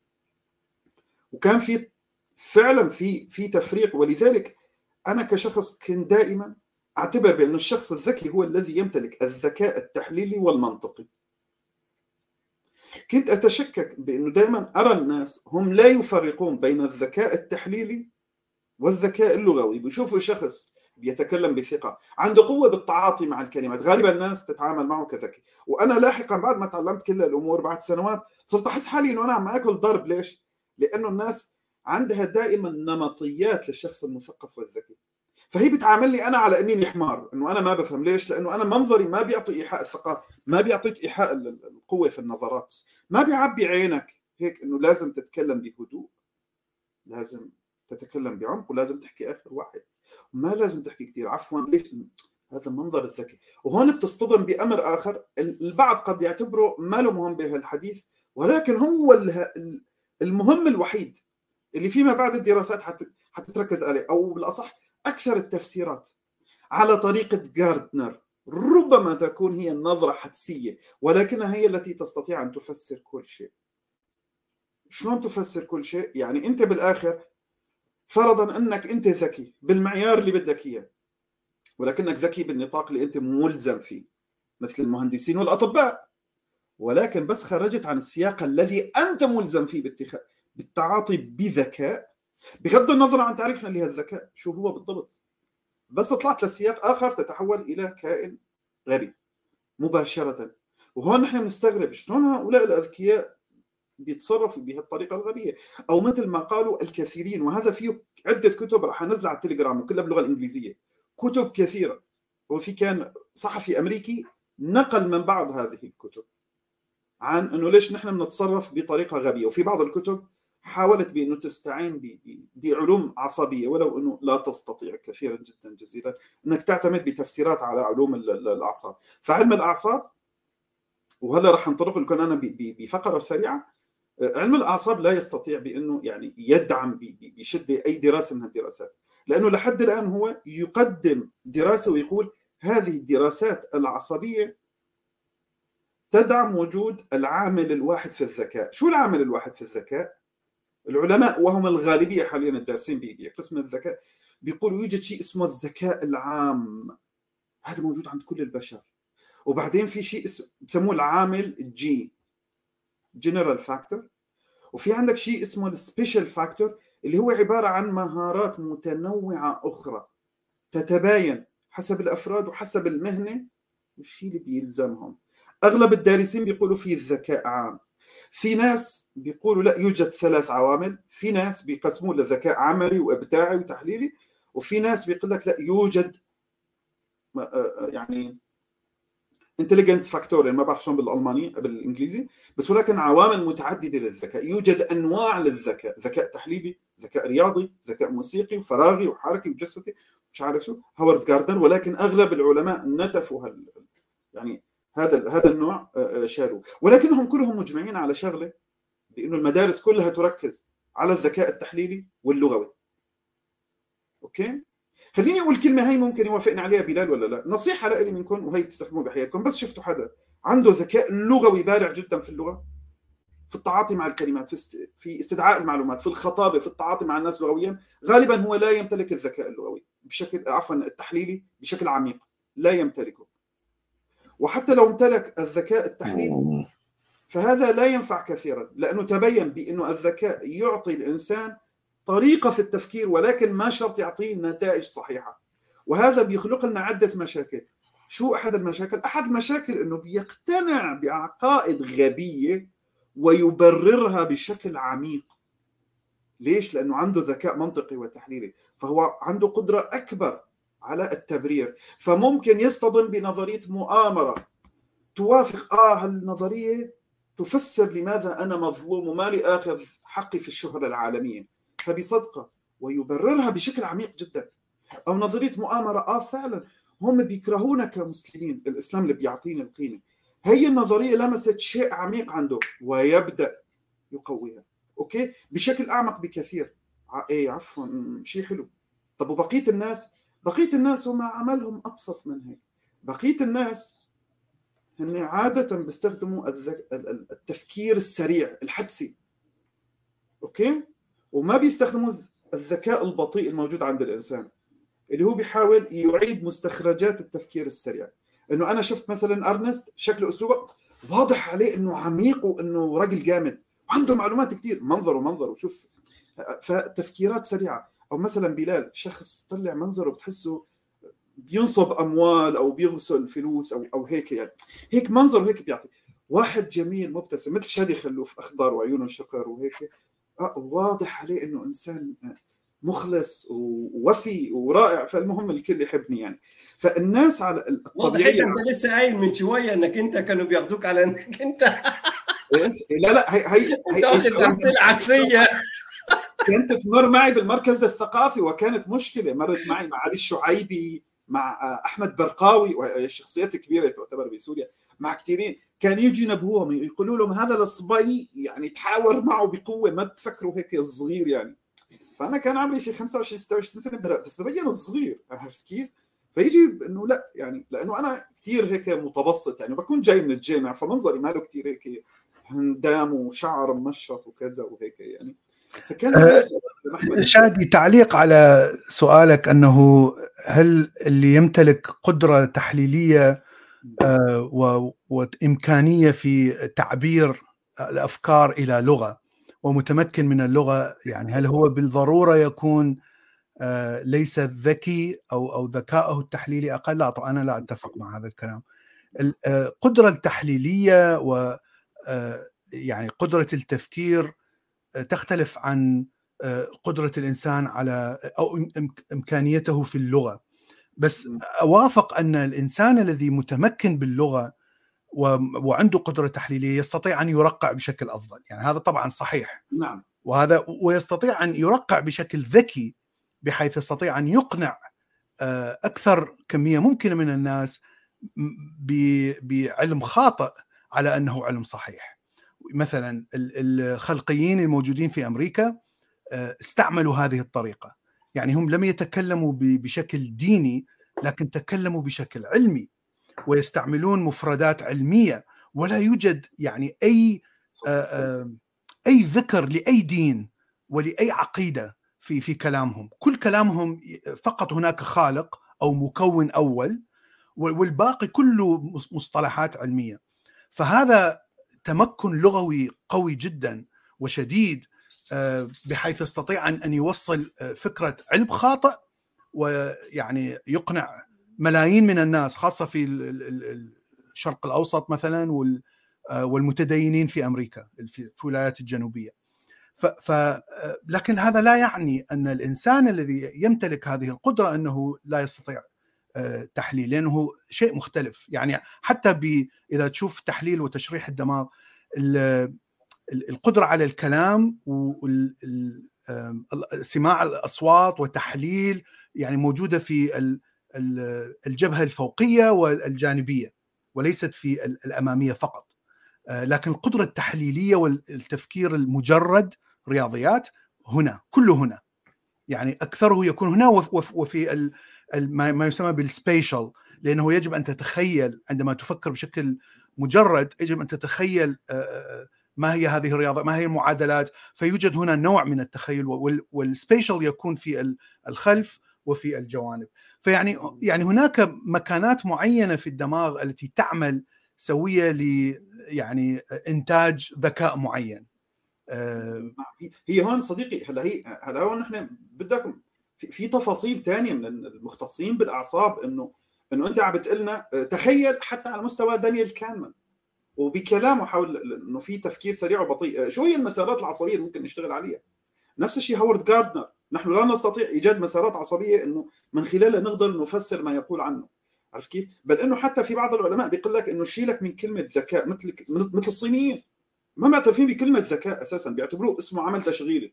وكان في فعلا في تفريق. ولذلك انا كشخص كنت دائما اعتبر بانه الشخص الذكي هو الذي يمتلك الذكاء التحليلي والمنطقي. كنت أتشكك بأنه دائما أرى الناس هم لا يفرقون بين الذكاء التحليلي والذكاء اللغوي. بيشوفوا شخص بيتكلم بثقة عنده قوة بالتعاطي مع الكلمات، غالبا الناس تتعامل معه كذكي. وأنا لاحقا بعد ما تعلمت كل الأمور بعد سنوات صرت أحس حالي أنه أنا عم أكل ضرب. ليش؟ لأنه الناس عندها دائما نمطيات للشخص المثقف والذكي، فهي بتعاملني انا على اني حمار، انه انا ما بفهم. ليش؟ لانه انا منظري ما بيعطي ايحاء الثقافه، ما بيعطيك ايحاء القوه في النظرات، ما بيعبي عينك هيك انه لازم تتكلم بهدوء، لازم تتكلم بعمق، ولازم تحكي اخر واحد، ما لازم تحكي كثير. عفوا ليش؟ هذا المنظر الذكي. وهون بتصطدم بامر اخر البعض قد يعتبره ما له مهم بهالحديث، ولكن هو المهم الوحيد اللي فيما بعد الدراسات حتتركز عليه، او بالاصح أكثر التفسيرات على طريقة جاردنر. ربما تكون هي النظرة حدسية، ولكنها هي التي تستطيع أن تفسر كل شيء. شلون تفسر كل شيء؟ يعني أنت بالآخر فرضا أنك أنت ذكي بالمعيار اللي بدك إياه، ولكنك ذكي بالنطاق اللي أنت ملزم فيه، مثل المهندسين والأطباء، ولكن بس خرجت عن السياق الذي أنت ملزم فيه بالتعاطي بذكاء، بغض النظر عن تعريفنا لهالذكاء شو هو بالضبط. بس طلعت لسياق آخر تتحول إلى كائن غبي مباشرة. وهون نحن بنستغرب شلون هؤلاء الأذكياء بيتصرفوا بهالطريقة الغبية، أو مثل ما قالوا الكثيرين، وهذا فيه عدة كتب راح أنزل على التليجرام وكلها باللغة الإنجليزية، كتب كثيرة. وفي كان صحفي أمريكي نقل من بعض هذه الكتب عن أنه ليش نحن بنتصرف بطريقة غبية، وفي بعض الكتب حاولت بأنه تستعين بعلوم عصبية، ولو أنه لا تستطيع كثيرا جدا جزيلا أنك تعتمد بتفسيرات على علوم الأعصاب. فعلم الأعصاب، وهلا راح نطرق لكم أنا بفقرة سريعة، علم الأعصاب لا يستطيع بأنه يعني يدعم بشدة أي دراسة من الدراسات، لأنه لحد الآن هو يقدم دراسة ويقول هذه الدراسات العصبية تدعم وجود العامل الواحد في الذكاء. شو العامل الواحد في الذكاء؟ العلماء وهم الغالبية حاليا الدارسين بقسم الذكاء بيقولوا يوجد شيء اسمه الذكاء العام، هذا موجود عند كل البشر. وبعدين في شيء بسموه العامل جي، جنرال فاكتور، وفي عندك شيء اسمه السبيشال فاكتور اللي هو عبارة عن مهارات متنوعة أخرى تتباين حسب الأفراد وحسب المهنة والشيء اللي بيلزمهم. أغلب الدارسين بيقولوا في الذكاء عام، في ناس بيقولوا لا يوجد 3 عوامل، في ناس بيقسموه لذكاء عملي وإبداعي وتحليلي، وفي ناس بيقول لك لا يوجد يعني intelligence factor، ما بعرف شلون بالألماني بالإنجليزي، بس ولكن عوامل متعددة للذكاء. يوجد أنواع للذكاء، ذكاء تحليلي، ذكاء رياضي، ذكاء موسيقي وفراغي وحركي وجسدي، مش عارف شو، هوارد جاردنر. ولكن أغلب العلماء نتفوا يعني هذا النوع شالوه، ولكنهم كلهم مجمعين على شغلة، بأنه المدارس كلها تركز على الذكاء التحليلي واللغوي. أوكي؟ خليني أقول كلمة هاي ممكن يوافقني عليها بلال ولا لا، نصيحة لي منكم وهي بتستخدموها بحياتكم. بس شفتوا حدا عنده ذكاء لغوي بارع جدا في اللغة، في التعاطي مع الكلمات، في استدعاء المعلومات، في الخطابة، في التعاطي مع الناس لغويا، غالبا هو لا يمتلك الذكاء اللغوي بشكل التحليلي بشكل عميق، لا يمتلكه. وحتى لو امتلك الذكاء التحليلي فهذا لا ينفع كثيرا، لأنه تبين بأنه الذكاء يعطي الإنسان طريقة في التفكير، ولكن ما شرط يعطيه نتائج صحيحة. وهذا بيخلق لنا عدة مشاكل. شو أحد المشاكل؟ أحد المشاكل أنه بيقتنع بعقائد غبية ويبررها بشكل عميق. ليش؟ لأنه عنده ذكاء منطقي وتحليلي، فهو عنده قدرة أكبر على التبرير، فممكن يصطدم بنظرية مؤامرة توافق هالنظرية تفسر لماذا أنا مظلوم وما لي آخذ حقي في الشهرة العالمية، فبيصدقها ويبررها بشكل عميق جدا. أو نظرية مؤامرة فعلا هم بيكرهونا كمسلمين، الإسلام اللي بيعطينا القيمة. هي النظرية لمست شيء عميق عنده ويبدأ يقويها. أوكي، بشكل أعمق بكثير. عفوا، شيء حلو. طب وبقية الناس هم عملهم أبسط من هيك. بقية الناس هن عادة بيستخدموا التفكير السريع الحدسي، أوكي، وما بيستخدموا الذكاء البطيء الموجود عند الإنسان اللي هو بيحاول يعيد مستخرجات التفكير السريع. إنه أنا شفت مثلا أرنست شكله أسلوبه واضح عليه إنه عميق وإنه رجل جامد وعنده معلومات كتير، منظر وشوف، فتفكيرات سريعة. أو مثلا بلال شخص طلع منظره بتحسه بينصب أموال أو بيغسل فلوس أو هيك، يعني هيك منظر وهيك بيعطي. واحد جميل مبتسم مثل شادي خلوف، أخضر وعيونه شقر وهيك، واضح عليه إنه إنسان مخلص ووفي ورائع. فالمهم الكل يحبني يعني. فالناس على الطبيعية، انت لسه قايل من شويه انك انت كانوا بياخدوك على انك انت لا هي امثله عكسيه. كانت تمر معي بالمركز الثقافي، وكانت مشكله مرت معي مع علي الشعيبي، مع احمد برقاوي، وشخصيات كبيره تعتبر بسوريا، مع كثيرين كان يجي ينبهوهم يقولوا لهم هذا الصبي يعني تحاور معه بقوه، ما تفكروا هيك صغير يعني. فانا كان عمري شيء 25 26 سنه بس ببين صغير، عرفت كيف؟ فيجي انه لا يعني، لانه انا كثير هيك متبسط يعني، بكون جاي من الجامع فمنظري ماله كثير هيك هندام وشعر ممشط وكذا وهيك يعني. فكان شادي، تعليق على سؤالك أنه هل اللي يمتلك قدرة تحليلية وإمكانية في تعبير الأفكار إلى لغة ومتمكن من اللغة، يعني هل هو بالضرورة يكون ليس ذكي أو ذكاءه التحليلي أقل؟ لا طبعا أنا لا أتفق مع هذا الكلام. القدرة التحليلية و يعني قدرة التفكير تختلف عن قدرة الإنسان على أو إمكانيته في اللغة. بس أوافق أن الإنسان الذي متمكن باللغة وعنده قدرة تحليلية يستطيع أن يرقع بشكل أفضل، يعني هذا طبعا صحيح. نعم. ويستطيع أن يرقع بشكل ذكي بحيث يستطيع أن يقنع أكثر كمية ممكنة من الناس بعلم خاطئ على أنه علم صحيح. مثلا الخلقيين الموجودين في أمريكا استعملوا هذه الطريقة، يعني هم لم يتكلموا بشكل ديني لكن تكلموا بشكل علمي ويستعملون مفردات علمية، ولا يوجد يعني أي ذكر لأي دين ولأي عقيدة في كلامهم. كل كلامهم فقط هناك خالق أو مكون أول، والباقي كله مصطلحات علمية. فهذا تمكن لغوي قوي جدا وشديد بحيث يستطيع أن يوصل فكرة علم خاطئ ويعني يقنع ملايين من الناس، خاصة في الشرق الأوسط مثلا والمتدينين في أمريكا في الولايات الجنوبية. لكن هذا لا يعني أن الإنسان الذي يمتلك هذه القدرة أنه لا يستطيع تحليل، لأنه شيء مختلف. يعني حتى إذا تشوف تحليل وتشريح الدماغ، القدرة على الكلام وسماع الأصوات وتحليل يعني موجودة في الجبهة الفوقية والجانبية وليست في الأمامية فقط. لكن القدرة التحليلية والتفكير المجرد رياضيات كله هنا، يعني أكثره يكون هنا وفي ما يسمى بالسبيشال، لأنه يجب أن تتخيل عندما تفكر بشكل مجرد، يجب أن تتخيل ما هي هذه الرياضة، ما هي المعادلات، فيوجد هنا نوع من التخيل، والسبيشال يكون في الخلف وفي الجوانب. فيعني هناك مكانات معينة في الدماغ التي تعمل سوية يعني إنتاج ذكاء معين. هي هون صديقي، هلا هون نحن بدك في تفاصيل تانية من المختصين بالأعصاب، إنه أنت عم بتقلنا تخيل حتى على مستوى دانيال كانمان وبكلامه حول إنه في تفكير سريع وبطيء، شو هي المسارات العصبية اللي ممكن نشتغل عليها. نفس الشيء هوارد جاردنر، نحن لا نستطيع إيجاد مسارات عصبية إنه من خلالها نقدر نفسر ما يقول عنه. عرف كيف؟ بل إنه حتى في بعض العلماء بيقول لك إنه شيلك من كلمة ذكاء، مثل الصينيين ما معترفين بكلمة ذكاء أساساً، بيعتبروه اسمه عمل تشغيلي،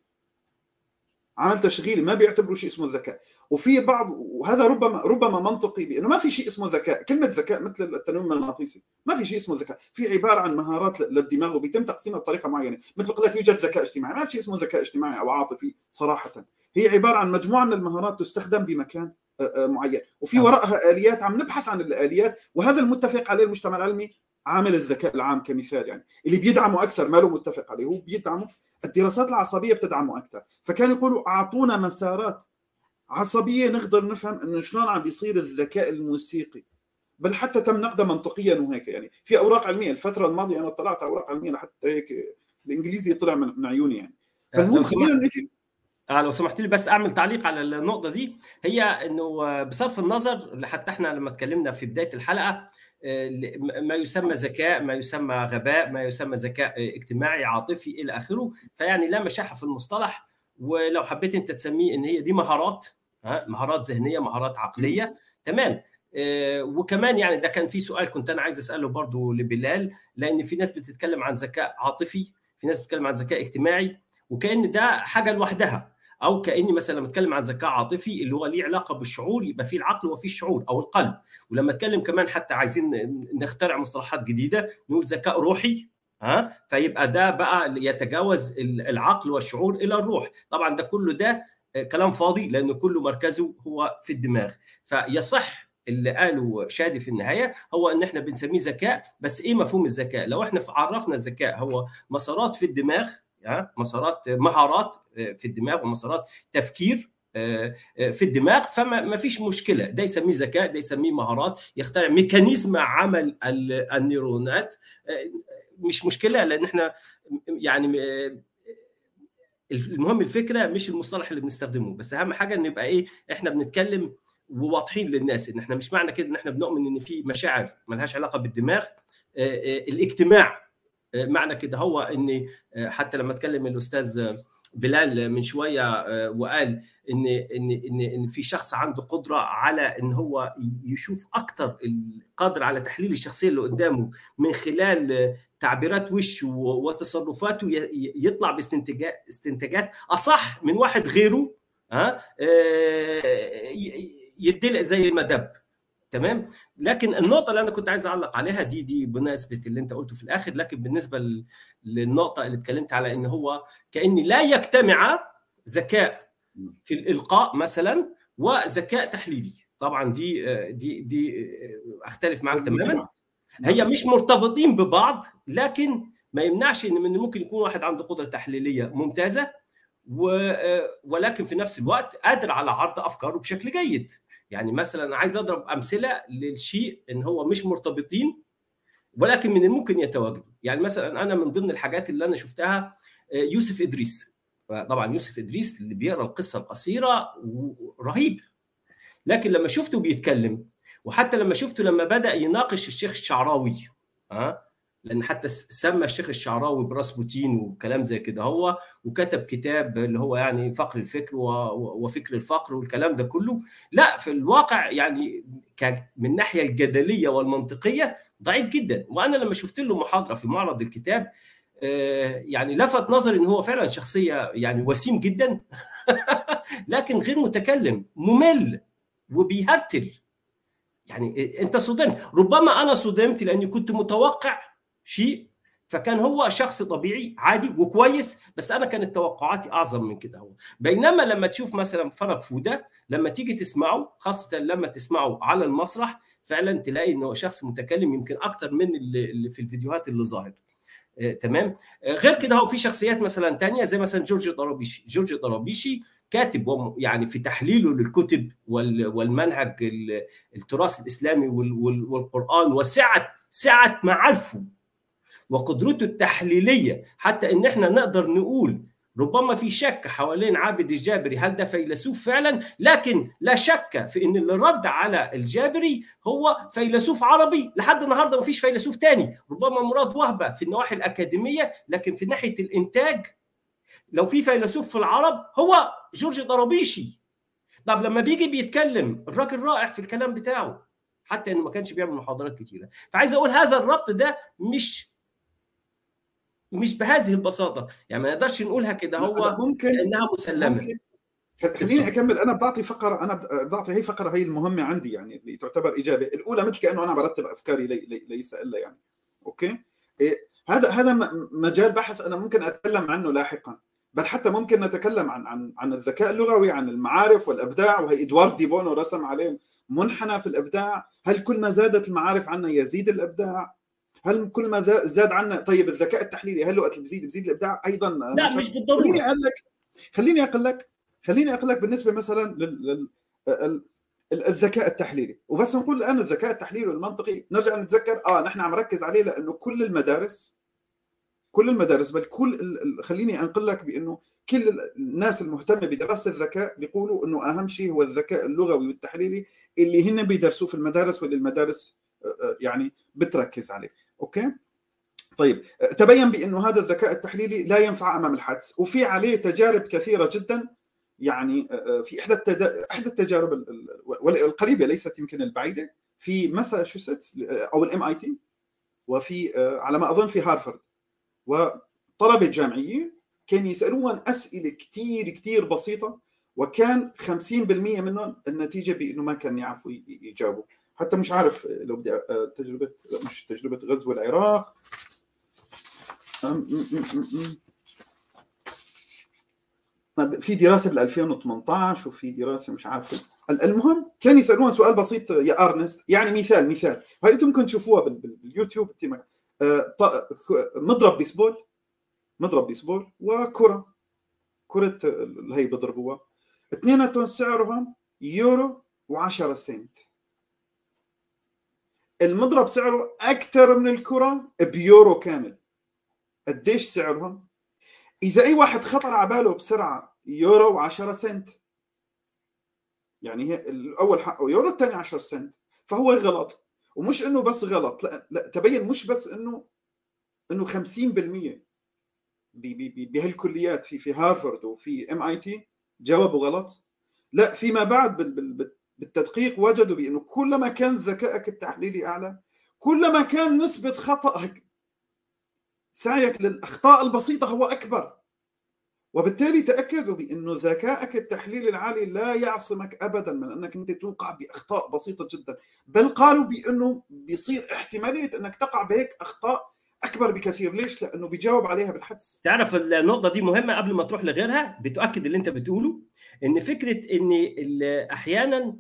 ما بيعتبروا شيء اسمه الذكاء. وفي بعض، وهذا ربما منطقي، بأنه ما في شيء اسمه ذكاء. كلمة ذكاء مثل التنويم المغناطيسي، ما في شيء اسمه ذكاء، في عبارة عن مهارات للدماغ وبيتم تقسيمها بطريقة معينة. مثل بقول لك يوجد ذكاء اجتماعي، ما في شيء اسمه ذكاء اجتماعي أو عاطفي صراحة، هي عبارة عن مجموعة من المهارات تستخدم بمكان معين، وفي وراءها آليات عم نبحث عن الآليات، وهذا المتفق عليه المجتمع العلمي عامل الذكاء العام كمثال، يعني اللي بيدعمه أكثر ما له متفق عليه، هو بيدعمه، الدراسات العصبية بتدعمه أكثر. فكان يقولوا أعطونا مسارات عصبية نقدر نفهم إنه شلون عم بيصير الذكاء الموسيقي، بل حتى تم نقده منطقيا وهيك. يعني في أوراق علمية الفترة الماضية أنا طلعت أوراق علمية لحتى هيك الإنجليزي يطلع من عيوني يعني. فالمهم خلينا نجي لو سمحت لي بس اعمل تعليق على النقطه دي، هي انه بصرف النظر حتى احنا لما اتكلمنا في بدايه الحلقه ما يسمى ذكاء، ما يسمى غباء، ما يسمى ذكاء اجتماعي عاطفي الى اخره، فيعني لا مشاحه في المصطلح. ولو حبيت انت تسميه ان هي دي مهارات، مهارات ذهنيه، مهارات عقليه، تمام. وكمان يعني ده كان في سؤال كنت انا عايز اساله برضو لبلال، لان في ناس بتتكلم عن ذكاء عاطفي، في ناس بتتكلم عن ذكاء اجتماعي، وكأن ده حاجه لوحدها، او كاني مثلا لما اتكلم عن ذكاء عاطفي اللي هو ليه علاقه بالشعور يبقى فيه العقل وفيه الشعور او القلب. ولما اتكلم كمان حتى عايزين نخترع مصطلحات جديده، نقول ذكاء روحي، فيبقى ده بقى يتجاوز العقل والشعور الى الروح. طبعا ده كله ده كلام فاضي، لانه كله مركزه هو في الدماغ. فيصح اللي قاله شادي في النهايه هو ان احنا بنسميه ذكاء، بس ايه مفهوم الذكاء؟ لو احنا عرفنا الذكاء هو مسارات في الدماغ، مسارات مهارات في الدماغ ومسارات تفكير في الدماغ، فما فيش مشكله. ده يسميه ذكاء، ده يسميه مهارات، يخترع ميكانيزم عمل النيورونات، مش مشكله، لان احنا يعني المهم الفكره مش المصطلح اللي بنستخدمه، بس اهم حاجه ان يبقى ايه، احنا بنتكلم وواضحين للناس ان احنا مش معنى كده ان احنا بنؤمن ان في مشاعر ملهاش علاقه بالدماغ. الاجتماع معنى كده هو ان حتى لما اتكلم الاستاذ بلال من شويه وقال ان في شخص عنده قدره على ان هو يشوف اكتر، القادر على تحليل الشخصيه اللي قدامه من خلال تعبيرات وشه وتصرفاته، يطلع باستنتاجات اصح من واحد غيره يدلق زي المدب. تمام. لكن النقطه اللي انا كنت عايز اعلق عليها دي بمناسبه اللي انت قلته في الاخر، لكن بالنسبه للنقطه اللي اتكلمت على ان هو كأن لا يجتمع ذكاء في الالقاء مثلا وذكاء تحليلي، طبعا دي اختلف معك تماما. هي مش مرتبطين ببعض، لكن ما يمنعش ان ممكن يكون واحد عنده قدره تحليليه ممتازه ولكن في نفس الوقت قادر على عرض افكاره بشكل جيد. يعني مثلا عايز اضرب امثله للشيء ان هو مش مرتبطين ولكن من الممكن يتواجدوا. يعني مثلا انا من ضمن الحاجات اللي انا شفتها يوسف ادريس. طبعا يوسف ادريس اللي بيقرا القصه القصيره رهيب، لكن لما شفته بيتكلم، وحتى لما شفته لما بدا يناقش الشيخ الشعراوي، لان حتى سمى الشيخ الشعراوي براسبوتين وكلام زي كده، هو وكتب كتاب اللي هو يعني فقر الفكر وفكر الفقر والكلام ده كله. لا، في الواقع يعني من الناحيه الجدليه والمنطقيه ضعيف جدا. وانا لما شفت له محاضره في معرض الكتاب يعني لفت نظري ان هو فعلا شخصيه يعني وسيم جدا لكن غير متكلم، ممل وبيهرتل. يعني انت صدمت، ربما انا صدمت لاني كنت متوقع شيء، فكان هو شخص طبيعي عادي وكويس، بس انا كانت توقعاتي اعظم من كده. هو بينما لما تشوف مثلا فرج فوده، لما تيجي تسمعه، خاصه لما تسمعه على المسرح، فعلا تلاقي انه شخص متكلم يمكن اكتر من اللي في الفيديوهات اللي ظاهر. تمام. غير كده هو في شخصيات مثلا تانية زي مثلا جورج طرابيشي كاتب يعني في تحليله للكتب والمنهج التراث الإسلامي والقرآن وسعة معارفه وقدرته التحليلية، حتى ان احنا نقدر نقول ربما في شك حوالين عابد الجابري هل ده فيلسوف فعلا، لكن لا شك في ان اللي رد على الجابري هو فيلسوف عربي. لحد النهارده ما فيش فيلسوف تاني، ربما مراد وهبة في النواحي الأكاديمية، لكن في ناحية الإنتاج لو في فيلسوف في العرب هو جورج طرابيشي. طب لما بيجي بيتكلم الراجل رائع في الكلام بتاعه، حتى انه ما كانش بيعمل محاضرات كتيره. فعايز اقول هذا الربط ده مش بهذه البساطه، يعني ما نقدرش نقولها كده هو ممكن انها مسلمه. خليني اكمل. انا بعطي فقره، هي فقره هي المهمه عندي، يعني اللي تعتبر اجابه الاولى، مثل كانه انا برتب افكاري ليس الا يعني اوكي. هذا مجال بحث انا ممكن اتكلم عنه لاحقا، بل حتى ممكن نتكلم عن الذكاء اللغوي، عن المعارف والابداع، وهي ادوارد دي بونو رسم عليه منحنى في الابداع. هل كل ما زادت المعارف عنا يزيد الابداع؟ هل كل ما زاد عنا طيب الذكاء التحليلي هل وقت بزيد الابداع ايضا؟ لا مش بالضروره. خليني اقول لك بالنسبه مثلا الذكاء التحليلي، وبس نقول الان الذكاء التحليلي والمنطقي نرجع نتذكر نحن عم نركز عليه لانه كل المدارس بل خليني انقل لك بانه كل الناس المهتمه بدراسه الذكاء بيقولوا انه اهم شيء هو الذكاء اللغوي والتحليلي اللي هن بيدرسوه في المدارس واللي المدارس يعني بتركز عليه. اوكي طيب، تبين بانه هذا الذكاء التحليلي لا ينفع امام الحدس، وفي عليه تجارب كثيره جدا. يعني في احدى التجارب والقريبه ليست يمكن البعيده في ماساتشوستس او الMIT، وفي على ما اظن في هارفارد، وطلبه جامعيين كانوا يسالون اسئله كثير بسيطه، وكان 50% منهم النتيجه بانه ما كان يعرفوا يجاوبوا. حتى مش عارف لو بدي تجربه غزو العراق، في دراسه بال 2018 وفي دراسه مش عارف. المهم كان يسالون سؤال بسيط يا ارنست، يعني مثال هاي انتم ممكن تشوفوها باليوتيوب. مضرب بيسبول مضرب بيسبول وكره اللي هي بضربوها، اثنيناتهم سعرهم يورو و10 سنت. المضرب سعره اكثر من الكره بيورو كامل. قديش سعرهم؟ اذا اي واحد خطر على باله بسرعه يورو و10 سنت، يعني هي الاول حقه يورو الثاني 10 سنت، فهو غلط. ومش انه بس غلط، لا تبين مش بس انه 50% بهالكليات في هارفارد وفي MIT جاوبوا غلط، لا فيما بعد بالتدقيق وجدوا بانه كلما كان ذكائك التحليلي اعلى كلما كان نسبة خطأك، سعيك للاخطاء البسيطة هو اكبر. وبالتالي تأكدوا بأنه ذكائك التحليلي العالي لا يعصمك أبدا من أنك أنت توقع بأخطاء بسيطة جدا، بل قالوا بأنه بيصير احتمالية أنك تقع بهيك أخطاء أكبر بكثير. ليش؟ لأنه بيجاوب عليها بالحدس. تعرف النقطة دي مهمة قبل ما تروح لغيرها، بتؤكد اللي أنت بتقوله، إن فكرة إن أحيانا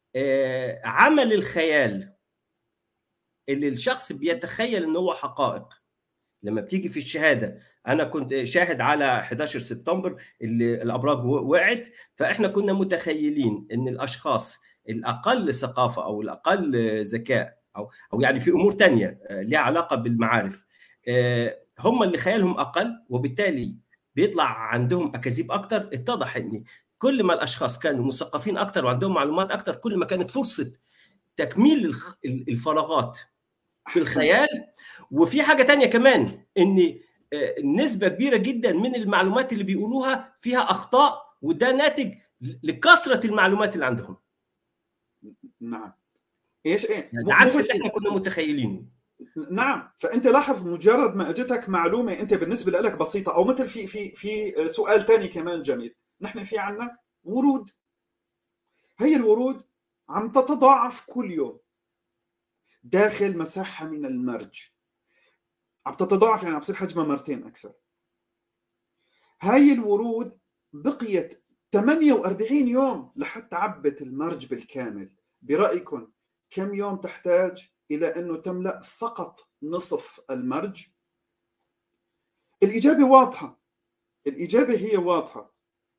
عمل الخيال اللي الشخص بيتخيل إن هو حقائق لما بتيجي في الشهاده. انا كنت شاهد على 11 سبتمبر اللي الابراج وقعت، فاحنا كنا متخيلين ان الاشخاص الاقل ثقافه او الاقل ذكاء او يعني في امور تانية ليها علاقه بالمعارف هم اللي خيالهم اقل، وبالتالي بيطلع عندهم اكاذيب اكتر. اتضح ان كل ما الاشخاص كانوا مثقفين اكتر وعندهم معلومات اكتر، كل ما كانت فرصه تكميل الفراغات في الخيال. وفي حاجة تانية كمان، ان نسبة كبيرة جدا من المعلومات اللي بيقولوها فيها اخطاء، وده ناتج لكثرة المعلومات اللي عندهم. نعم. ايش يعني عكس اللي احنا كنا متخيلينه. نعم. فانت لاحظ مجرد ما اجتك معلومة انت بالنسبة لك بسيطة، او مثل في سؤال تاني كمان جميل، نحن في عنا ورود، هي الورود عم تتضاعف كل يوم داخل مساحة من المرج، عم تتضاعف، يعني عم بصير حجمها مرتين أكثر. هاي الورود بقيت 48 يوم لحتى عبت المرج بالكامل. برأيكم كم يوم تحتاج إلى أنه تملأ فقط نصف المرج؟ الإجابة واضحة، الإجابة هي واضحة،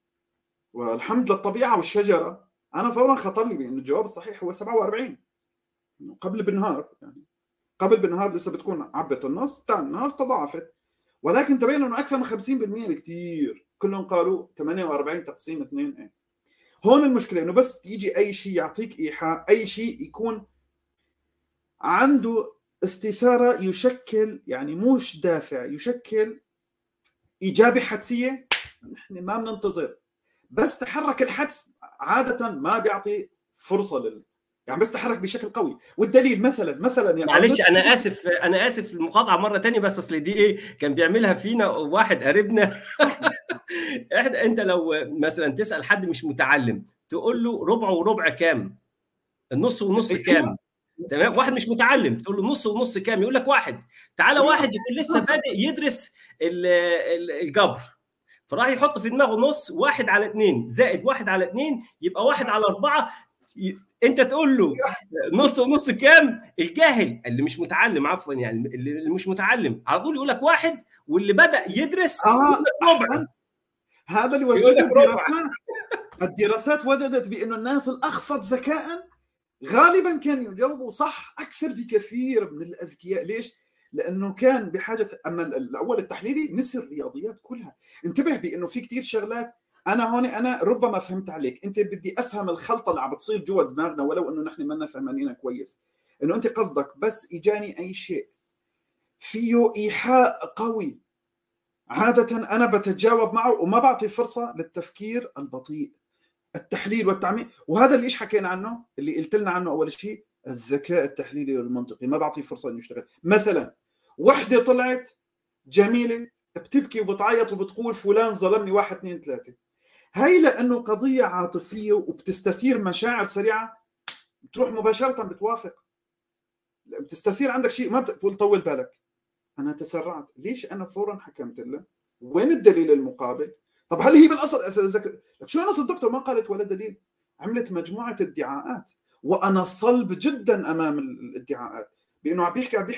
والحمد للطبيعة والشجرة. أنا فورا خطر لي بأنه الجواب الصحيح هو 47 قبل بنهار، يعني قبل بنهار لسه بتكون عبت النص، ثاني نهار تضاعفت. ولكن تبين انه اكثر من 50% بكثير، كلهم قالوا 48 تقسيم 2. ايه هون المشكله، انه بس يجي اي شيء يعطيك ايحاء، اي شيء يكون عنده استثاره يشكل، يعني مش دافع، يشكل ايجابي حدسيه، نحن ما بننتظر، بس تحرك الحدس عاده ما بيعطي فرصه يعني بس تحرك بشكل قوي. والدليل مثلا معلش انا اسف المقاطعه مره تانية، بس اصل دي ايه كان بيعملها فينا واحد قريبنا. انت لو مثلا تسال حد مش متعلم تقول له ربع وربع كام، النص ونص كام، تمام؟ واحد مش متعلم تقول له نص ونص كام، يقول لك واحد. تعالى واحد يكون لسه بادئ يدرس الجبر، فراح يحط في دماغه نص 1/2 زائد 1/2 يبقى 1/4. انت تقول له نص ونص كام، الجاهل اللي مش متعلم، عفوا يعني اللي مش متعلم على طول يقول لك 1، واللي بدأ يدرس يقول لك ربع. هذا اللي وجدته الدراسات. الدراسات وجدت بأنه الناس الأخفض ذكاء غالبا كانوا يجاوبوا صح أكثر بكثير من الأذكياء. ليش؟ لأنه كان بحاجة. أما الأول التحليلي نسي الرياضيات كلها. انتبه بأنه في كتير شغلات أنا ربما فهمت عليك، أنت بدي أفهم الخلطة اللي عم بتصير جوا دماغنا ولو أنه نحن ما فهمانينها كويس. أنه أنت قصدك بس إجاني أي شيء فيه إيحاء قوي، عادة أنا بتجاوب معه وما بعطي فرصة للتفكير البطيء، التحليل والتعميق. وهذا اللي إيش حكينا عنه، اللي قلت لنا عنه أول شيء، الذكاء التحليلي والمنطقي. ما بعطي فرصة إنه يشتغل. مثلا وحدة طلعت جميلة بتبكي وبتعيط وبتقول فلان ظلمني 1 2 3، هاي لأنه قضية عاطفية وبتستثير مشاعر سريعة، بتروح مباشرة بتوافق. بتستثير عندك شيء ما بتقول طول بالك، أنا تسرعت، ليش أنا فورا حكمت له؟ وين الدليل المقابل؟ طب هل هي بالأصل شو أنا صدقته؟ ما قالت ولا دليل، عملت مجموعة ادعاءات، وأنا صلب جدا أمام الادعاءات، بأنه عم بيحكي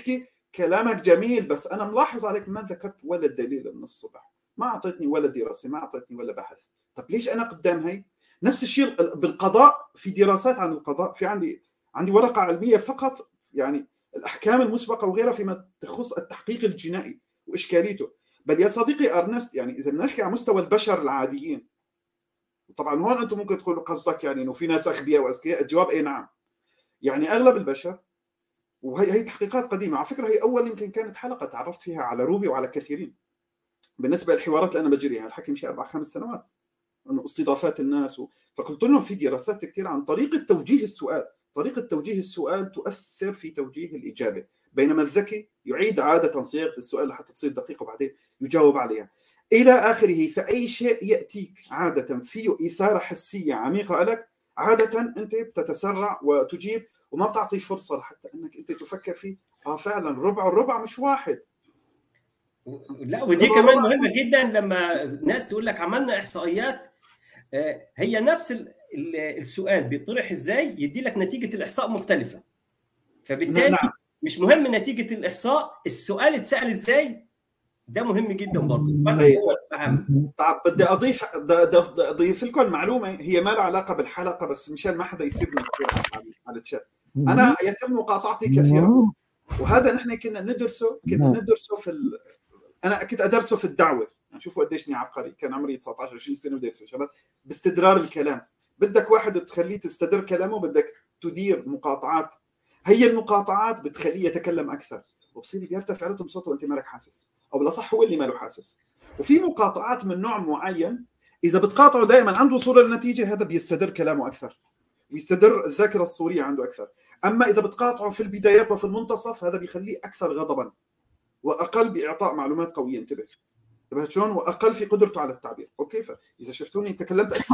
كلامك جميل، بس انا ملاحظ عليك ما ذكرت ولا دليل من الصبح، ما اعطيتني ولا دراسه، ما اعطيتني ولا بحث. طب ليش انا قدام هي؟ نفس الشيء بالقضاء، في دراسات عن القضاء، في عندي ورقه علميه فقط يعني الاحكام المسبقه وغيرها فيما تخص التحقيق الجنائي واشكاليته. بل يا صديقي ارنست، يعني اذا بدنا نحكي على مستوى البشر العاديين، وطبعا هون انتم ممكن تقولوا قصدك يعني انه في ناس اغبياء واذكياء، الجواب اي نعم. يعني اغلب البشر، وهي تحقيقات قديمه على فكره، هي اول يمكن كانت حلقه تعرفت فيها على روبي وعلى كثيرين بالنسبه للحوارات اللي انا بجريها، الحكي مشي 4-5 سنوات، انه استضافات الناس فقلت لهم في دراسات كثير عن طريقه توجيه السؤال. طريقه توجيه السؤال تؤثر في توجيه الاجابه، بينما الذكي يعيد عاده صياغه السؤال لحتى تصير دقيقه وبعدين يجاوب عليها الى اخره. فاي شيء ياتيك عاده فيه اثاره حسيه عميقه لك، عاده انت بتتسرع وتجيب وما بتعطي فرصه لحتى انك انت تفكر فيه. فعلا الربع مش واحد. لا، ودي كمان مهمه جدا لما ناس تقول لك عملنا احصائيات، هي نفس السؤال بيطرح ازاي يدي لك نتيجه الاحصاء مختلفه. فبالتالي مش مهم نتيجه الاحصاء، السؤال اتسال ازاي ده مهم جدا برضه. طب بدي اضيف لكم معلومه هي ما لها علاقه بالحلقه، بس مشان ما حدا يسيبني على الشات. انا يتم مقاطعتي كثيرا، وهذا نحن كنا ندرسه في انا كنت ادرسه في الدعوه. يعني شوفوا قديشني عبقري، كان عمري 19 20 سنه ودرس شغلات باستدرار الكلام. بدك واحد تخليه تستدر كلامه، بدك تدير مقاطعات. هي المقاطعات بتخليه يتكلم اكثر، وبصير بيرتفع رتم صوته وانت مالك حاسس، او بالاصح هو اللي ماله حاسس. وفي مقاطعات من نوع معين اذا بتقاطعه دائما عنده وصول للنتيجه، هذا بيستدر كلامه اكثر ويستدر الذاكره الصوريه عنده اكثر. اما اذا بتقاطعه في البدايات وفي المنتصف، هذا بيخليه اكثر غضبا واقل باعطاء معلومات قويه. انتبهت شلون؟ واقل في قدرته على التعبير. اوكي، فاذا شفتوني تكلمت اكثر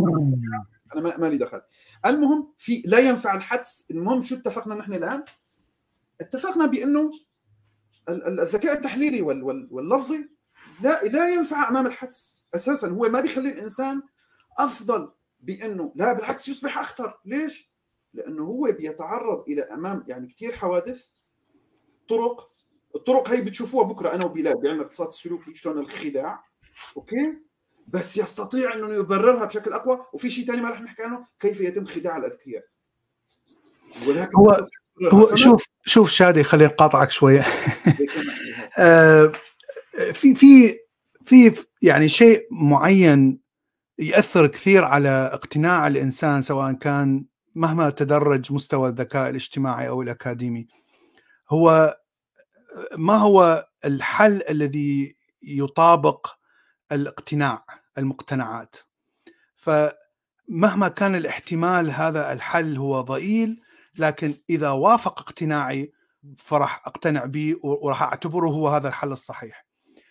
انا ما لي دخل. المهم لا ينفع الحدس. المهم شو اتفقنا نحن الان؟ اتفقنا بانه الذكاء التحليلي واللفظي لا ينفع امام الحدس اساسا. هو ما بيخلي الانسان افضل، بانه لا بالعكس يصبح اخطر. ليش؟ لانه هو بيتعرض الى امام يعني كثير حوادث، الطرق هي بتشوفوها بكره انا وبلال بعلم الاقتصاد السلوكي شلون الخداع. اوكي، بس يستطيع انه يبررها بشكل اقوى. وفي شيء ثاني ما رح نحكي عنه، كيف يتم خداع الاذكياء. هو شوف شادي، خليني اقاطعك شويه. في يعني شيء معين يأثر كثير على اقتناع الانسان، سواء كان مهما تدرج مستوى الذكاء الاجتماعي او الاكاديمي. هو ما هو الحل الذي يطابق المقتنعات. فمهما كان الاحتمال هذا الحل هو ضئيل، لكن إذا وافق اقتناعي فرح أقتنع به وراح أعتبره هو هذا الحل الصحيح.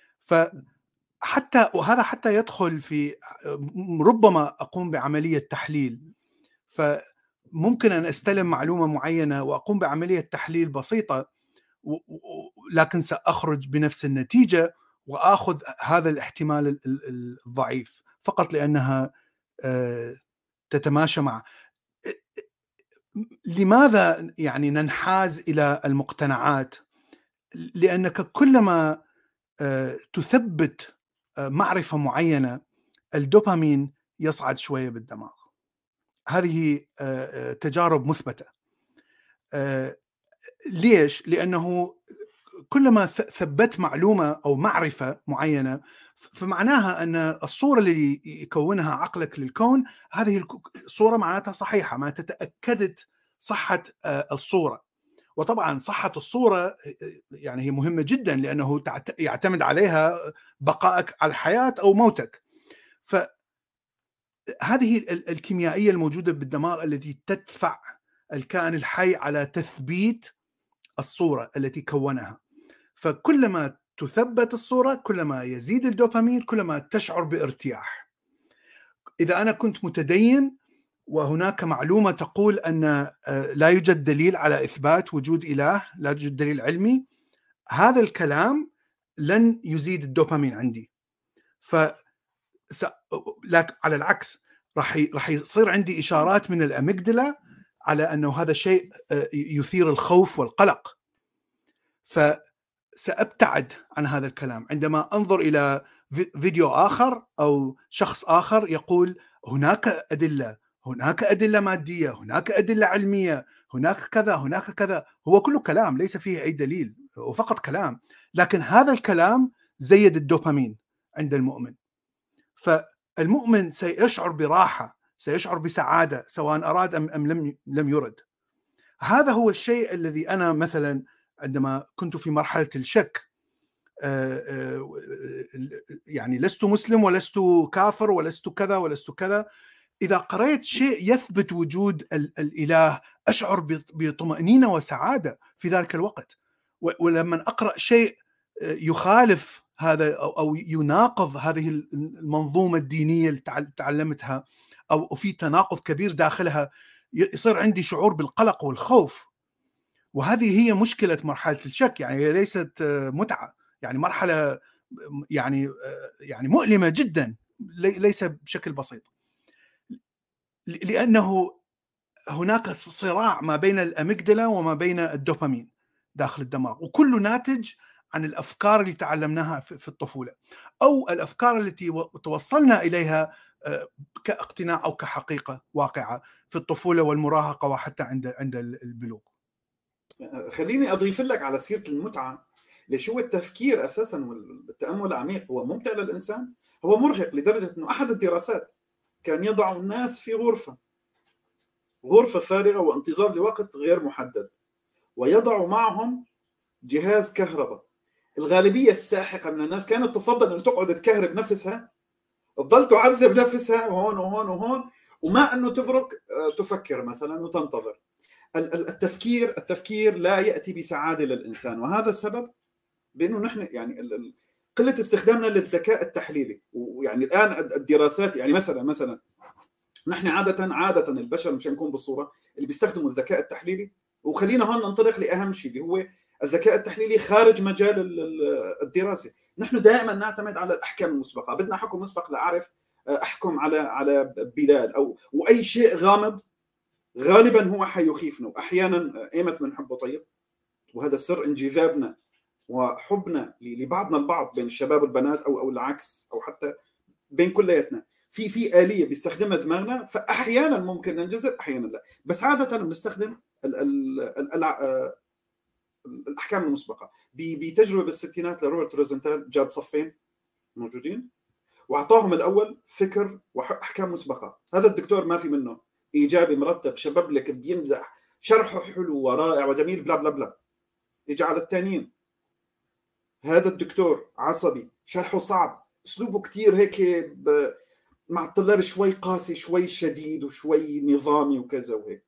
وهذا حتى يدخل في ربما أقوم بعملية تحليل. فممكن أن أستلم معلومة معينة وأقوم بعملية تحليل بسيطة، لكن سأخرج بنفس النتيجة وأخذ هذا الاحتمال الضعيف فقط لأنها تتماشى مع. لماذا يعني ننحاز إلى المقتنعات؟ لأنك كلما تثبت معرفة معينة الدوبامين يصعد شوية بالدماغ. هذه تجارب مثبتة. ليش؟ لأنه كلما ثبت معلومة أو معرفة معينة، فمعناها أن الصورة اللي يكونها عقلك للكون هذه الصورة معناتها صحيحة، معناتها تأكدت صحة الصورة. وطبعا صحة الصورة يعني هي مهمة جدا، لأنه يعتمد عليها بقائك على الحياة أو موتك. فهذه الكيميائية الموجودة بالدماغ التي تدفع الكائن الحي على تثبيت الصورة التي كونها. فكلما تثبت الصورة كلما يزيد الدوبامين، كلما تشعر بارتياح. إذا أنا كنت متدين وهناك معلومة تقول أن لا يوجد دليل على إثبات وجود إله، لا يوجد دليل علمي، هذا الكلام لن يزيد الدوبامين عندي. لكن على العكس راح يصير عندي إشارات من الأميجدلا على أنه هذا شيء يثير الخوف والقلق. فسأبتعد عن هذا الكلام عندما أنظر إلى فيديو آخر أو شخص آخر يقول هناك أدلة مادية، هناك أدلة علمية، هناك كذا هناك كذا. هو كله كلام ليس فيه أي دليل وفقط كلام، لكن هذا الكلام زيد الدوبامين عند المؤمن، فالمؤمن سيشعر براحة، سيشعر بسعادة سواء أراد أم لم يرد. هذا هو الشيء الذي أنا مثلا عندما كنت في مرحلة الشك، يعني لست مسلم ولست كافر ولست كذا ولست كذا، إذا قرأت شيء يثبت وجود الإله أشعر بطمأنينة وسعادة في ذلك الوقت. ولما أقرأ شيء يخالف هذا أو يناقض هذه المنظومة الدينية اللي تعلمتها أو في تناقض كبير داخلها، يصير عندي شعور بالقلق والخوف. وهذه هي مشكلة مرحلة الشك، يعني هي ليست متعة، يعني مرحلة يعني مؤلمة جدا، ليس بشكل بسيط، لأنه هناك صراع ما بين الأميجدلا وما بين الدوبامين داخل الدماغ، وكله ناتج عن الأفكار اللي تعلمناها في الطفولة أو الأفكار التي توصلنا إليها كاقتناع أو كحقيقة واقعة في الطفولة والمراهقة وحتى عند البلوغ. خليني أضيف لك على سيرة المتعة، ليش هو التفكير أساساً والتأمل العميق هو ممتع للإنسان، هو مرهق لدرجة أنه أحد الدراسات كان يضع الناس في غرفة فارغة وانتظار لوقت غير محدد، ويضع معهم جهاز كهرباء. الغالبية الساحقة من الناس كانت تفضل أن تقعد تكهرب نفسها، تظل تعذب نفسها وهون وهون وهون، وما أنه تبرك تفكر مثلا وتنتظر. التفكير لا يأتي بسعادة للإنسان، وهذا السبب بأنه نحن يعني قلة استخدامنا للذكاء التحليلي. ويعني الآن الدراسات يعني مثلا نحن عادة البشر مشان نكون بالصورة اللي بيستخدموا الذكاء التحليلي، وخلينا هون ننطلق لأهم شيء اللي هو الذكاء التحليلي خارج مجال الدراسة. نحن دائما نعتمد على الأحكام المسبقة، بدنا حكم مسبق لأعرف أحكم على بلال وأي شيء غامض غالبا هو حيخيفنا، وأحيانا ايمت بنحبه. طيب، وهذا سر انجذابنا وحبنا لبعضنا البعض بين الشباب والبنات أو العكس، أو حتى بين كلياتنا في آلية بيستخدمها دماغنا، فأحيانا ممكن ننجذب أحيانا لا، بس عادة بنستخدم الأحكام المسبقة. بتجربة بالستينات لروبرت روزنتال جاب صفين موجودين وأعطاهم الأول فكر وأحكام مسبقة. هذا الدكتور ما في منه، إيجابي مرتب شباب لك بيمزح، شرحه حلو ورائع وجميل بلا بلا بلا. يجي على الثانيين، هذا الدكتور عصبي، شرحه صعب، أسلوبه كتير هيك مع الطلاب شوي قاسي شوي شديد وشوي نظامي وكذا وهيك.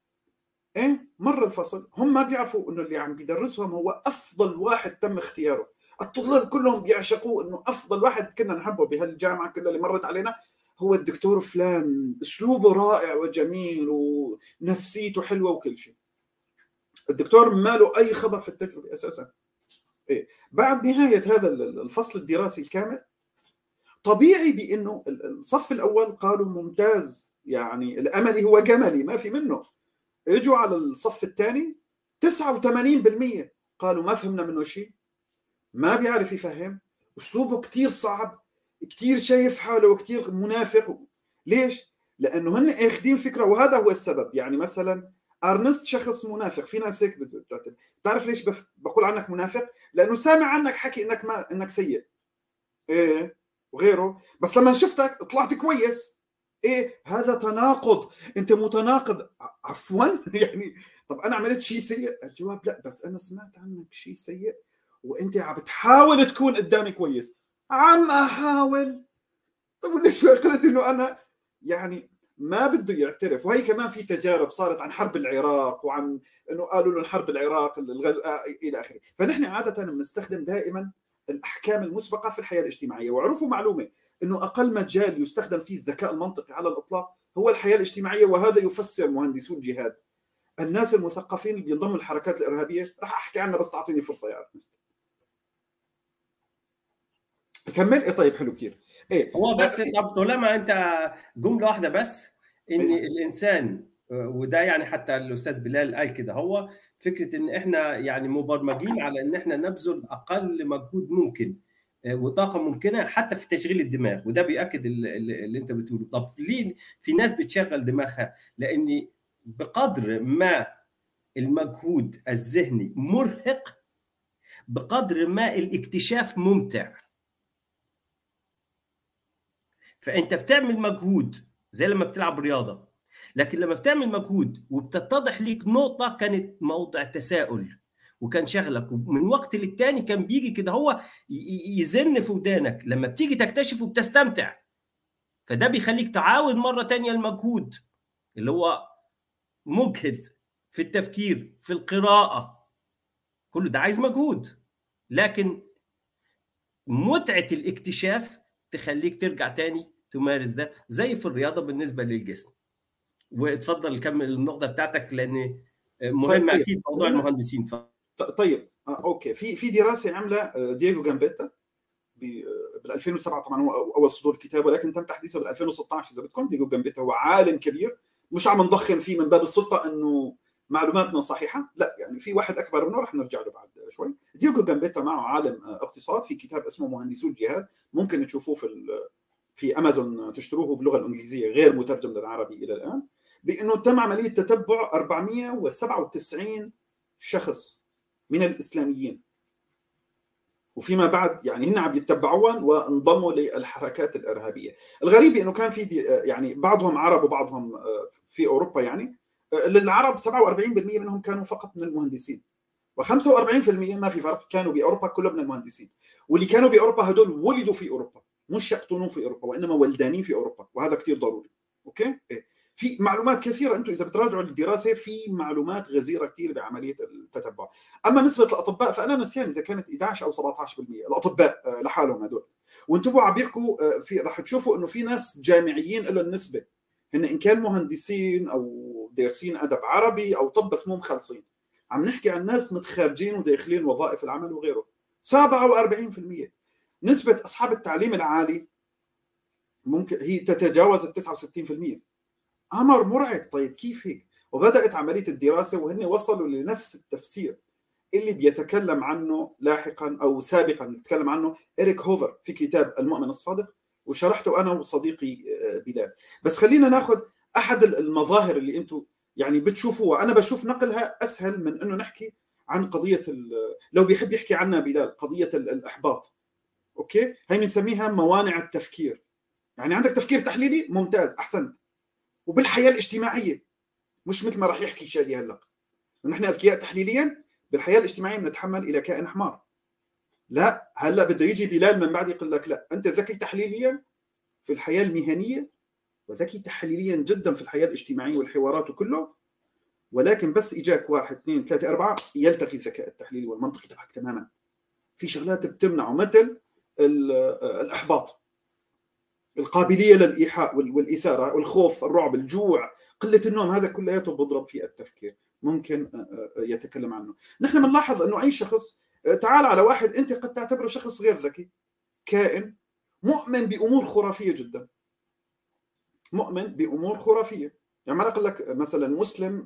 مر الفصل هم ما بيعرفوا انه اللي عم بيدرسهم هو افضل واحد تم اختياره. الطلاب كلهم بيعشقوه، انه افضل واحد كنا نحبه بهالجامعه كلها اللي مرت علينا هو الدكتور فلان، اسلوبه رائع وجميل ونفسيته حلوه وكل شيء. الدكتور ما له اي خبر في التجربه اساسا. بعد نهايه هذا الفصل الدراسي الكامل، طبيعي بانه الصف الاول قالوا ممتاز، يعني الاملي هو جملي ما في منه. اجوا على الصف الثاني 89% قالوا ما فهمنا منه شيء، ما بيعرف يفهم، اسلوبه كتير صعب، كتير شايف حاله وكتير منافق. ليش؟ لانه هن اخذين فكره، وهذا هو السبب. يعني مثلا ارنست شخص منافق، في ناس هيك بتعرف ليش بقول عنك منافق؟ لانه سامع عنك حكي انك سيء وغيره، بس لما شفتك طلعت كويس. هذا تناقض، انت متناقض. عفوا يعني طب انا عملت شيء سيء؟ الجواب لا، بس انا سمعت عنك شيء سيء وانت عم بتحاول تكون قدامي كويس. عم احاول. طب ليش قلت انه انا يعني ما بده يعترف؟ وهي كمان في تجارب صارت عن حرب العراق، وعن انه قالوا له حرب العراق الغزو الى اخره. فنحن عاده بنستخدم دائما الأحكام المسبقة في الحياة الاجتماعية. وعرفوا معلومة أنه أقل مجال يستخدم فيه الذكاء المنطقي على الإطلاق هو الحياة الاجتماعية، وهذا يفسر مهندسو الجهاد. الناس المثقفين اللي بينضموا للحركات الإرهابية راح أحكي عنها بس تعطيني فرصة يا أرنست. كمل. طيب حلو كتير. هو بس طب طالما أنت جملة واحدة بس، إن الإنسان وده يعني حتى الاستاذ بلال قال كده، هو فكره ان احنا يعني مبرمجين على ان احنا نبذل اقل مجهود ممكن وطاقه ممكنه حتى في تشغيل الدماغ، وده بياكد اللي انت بتقوله. طب ليه في ناس بتشغل دماغها؟ لان بقدر ما المجهود الذهني مرهق بقدر ما الاكتشاف ممتع. فانت بتعمل مجهود زي لما بتلعب رياضه، لكن لما بتعمل مجهود وبتتضح ليك نقطه كانت موضع تساؤل وكان شغلك، ومن وقت للتاني كان بيجي كده هو يزن في ودانك، لما بتيجي تكتشف وبتستمتع، فده بيخليك تعاود مره تانية المجهود اللي هو مجهد في التفكير في القراءه، كل ده عايز مجهود، لكن متعه الاكتشاف تخليك ترجع تاني تمارس ده، زي في الرياضه بالنسبه للجسم. واتفضل كمل النقطه بتاعتك لان مهم. طيب. اكيد موضوع المهندسين. طيب اوكي، في دراسه عملها دييغو جامبيتا بال 2007 طبعا، هو اول صدور كتاب، ولكن تم تحديثه بال 2016 اذا بدكم. دييغو جامبيتا هو عالم كبير، مش عم نضخم فيه من باب السلطه انه معلوماتنا صحيحه، لا يعني في واحد اكبر منه رح نرجع له بعد شوي. دييغو جامبيتا معه عالم اقتصاد، في كتاب اسمه مهندسو الجهاد، ممكن تشوفوه في امازون، تشتروه باللغه الانجليزيه غير مترجم للعربي الى الان، بانه تم عمليه تتبع 497 شخص من الاسلاميين، وفيما بعد يعني هن عم يتبعوهم وانضموا للحركات الارهابيه. الغريب انه كان في يعني بعضهم عرب وبعضهم في اوروبا، يعني للعرب 47% منهم كانوا فقط من المهندسين، و45% ما في فرق كانوا باوروبا كلهم من المهندسين، واللي كانوا باوروبا هدول ولدوا في اوروبا، مش يقطنون في اوروبا وانما ولدانين في اوروبا، وهذا كثير ضروري. اوكي، في معلومات كثيره، انتم اذا بتراجعوا الدراسه في معلومات غزيره كثير بعمليه التتبع. اما نسبه الاطباء فانا نسيان اذا كانت 11 او 17% الاطباء لحالهم هدول. وانتبهوا عم بيحكوا في، راح تشوفوا انه في ناس جامعيين لهم النسبه، هن ان كان مهندسين او دارسين ادب عربي او طب بس مو مخلصين. عم نحكي عن ناس متخرجين وداخلين وظائف العمل وغيره. 47%. نسبه اصحاب التعليم العالي ممكن هي تتجاوز ال 69%. امر مرعب. طيب كيف هيك؟ وبدات عمليه الدراسه وهن وصلوا لنفس التفسير اللي بيتكلم عنه لاحقا او سابقا بيتكلم عنه إريك هوفر في كتاب المؤمن الصادق، وشرحته انا وصديقي بلال. بس خلينا ناخذ احد المظاهر اللي انتم يعني بتشوفوها، انا بشوف نقلها اسهل من انه نحكي عن قضيه لو بيحب يحكي عنها بلال، قضيه الاحباط. اوكي، هي بنسميها موانع التفكير. يعني عندك تفكير تحليلي ممتاز، احسنت. وبالحياه الاجتماعيه مش مثل ما راح يحكي شادي هلا، نحن اذكياء تحليليا، بالحياه الاجتماعيه بنتحمل الى كائن حمار. لا، هلا بده يجي بلال من بعد يقول لك لا، انت ذكي تحليليا في الحياه المهنيه وذكي تحليليا جدا في الحياه الاجتماعيه والحوارات وكله، ولكن بس اجاك 1 2 3 4 يلتقي الذكاء التحليلي والمنطقي تبعك تماما. في شغلات بتمنعه مثل الاحباط، القابليه للايحاء والاثاره والخوف، الرعب، الجوع، قله النوم، هذا كلياته بضرب في التفكير، ممكن يتكلم عنه. نحن بنلاحظ انه اي شخص، تعال على واحد انت قد تعتبره شخص غير ذكي، كائن مؤمن بامور خرافيه جدا، مؤمن بامور خرافيه. يعني ما اقول لك مثلا مسلم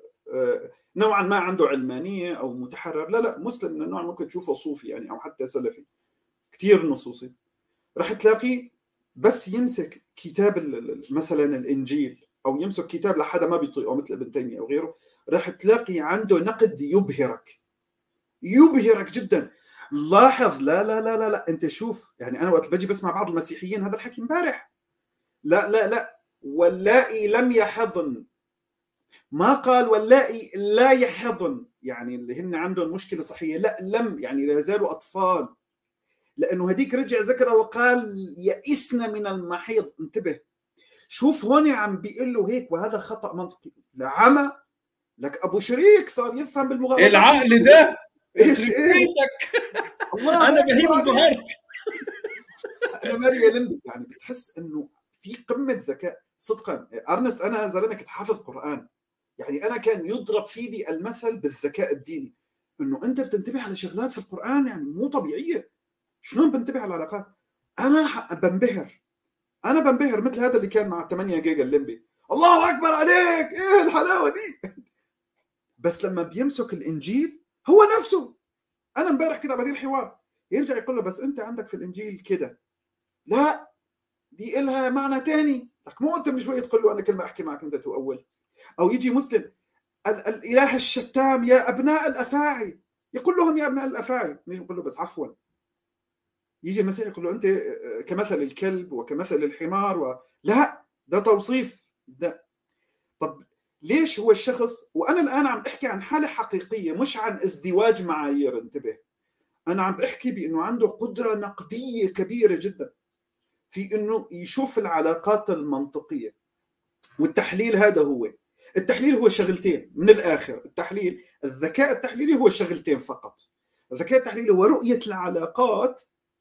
نوعا ما عنده علمانيه او متحرر، لا مسلم من النوع ممكن تشوفه صوفي يعني او حتى سلفي كثير نصوصي. راح تلاقي بس يمسك كتاب مثلا الانجيل او يمسك كتاب لحدا ما بيطيقه مثل ابن تيميه او غيره، راح تلاقي عنده نقد يبهرك جدا. لاحظ، لا انت شوف، يعني انا وقت بجي بسمع بعض المسيحيين هذا الحكي امبارح، لا واللائي لم يحضن، ما قال واللائي لا يحضن، يعني اللي هن عندهم مشكله صحيه، لا لم، يعني لا زالوا اطفال، لانه هديك رجع ذكره وقال يئسنا من المحيض. انتبه، شوف هون عم بيقول له هيك، وهذا خطا منطقي. لعمى لك ابو شريك صار يفهم بالمغالطات. العقل ده ايش الله انا بهيم انبهرت. انا مالي لمبي، يعني بتحس انه في قمه ذكاء صدقا. ارنست، انا زلمه كنت حافظ قران، يعني انا كان يضرب فيني المثل بالذكاء الديني، انه انت بتنتبه على شغلات في القران يعني مو طبيعيه. شلون بنتبه على العلاقات؟ انا بنبهر مثل هذا اللي كان مع 8 جيجا الليمبي. الله اكبر عليك، ايه الحلاوه دي. بس لما بيمسك الانجيل هو نفسه، انا امبارح كده بدير حوار، يرجع يقول له بس انت عندك في الانجيل كده، لا دي إلها معنى تاني. لك مو انت من شويه تقول له انا كلمه احكي معك انت تؤول. او يجي مسلم الاله الشتام يا ابناء الافاعي، يقول لهم يا ابناء الافاعي، يقول له بس عفوا. يجي المسيح يقول له انت كمثل الكلب وكمثل الحمار لا ده توصيف ده. طب ليش هو الشخص، وانا الان عم احكي عن حاله حقيقيه مش عن ازدواج معايير، انتبه، انا عم بحكي بانه عنده قدره نقديه كبيره جدا في انه يشوف العلاقات المنطقيه. والتحليل هذا هو التحليل، هو شغلتين من الاخر. التحليل، الذكاء التحليلي هو شغلتين فقط. الذكاء التحليلي هو رؤيه العلاقات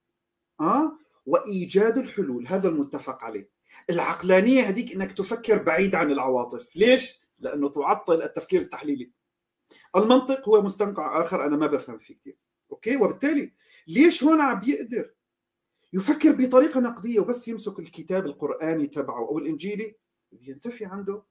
وايجاد الحلول، هذا المتفق عليه. العقلانيه هذيك انك تفكر بعيد عن العواطف. ليش؟ لانه تعطل التفكير التحليلي. المنطق هو مستنقع اخر انا ما بفهم فيه كثير، اوكي. وبالتالي ليش هون عم بيقدر يفكر بطريقه نقديه وبس يمسك الكتاب القراني تبعه او الانجيلي بينتفي عنده.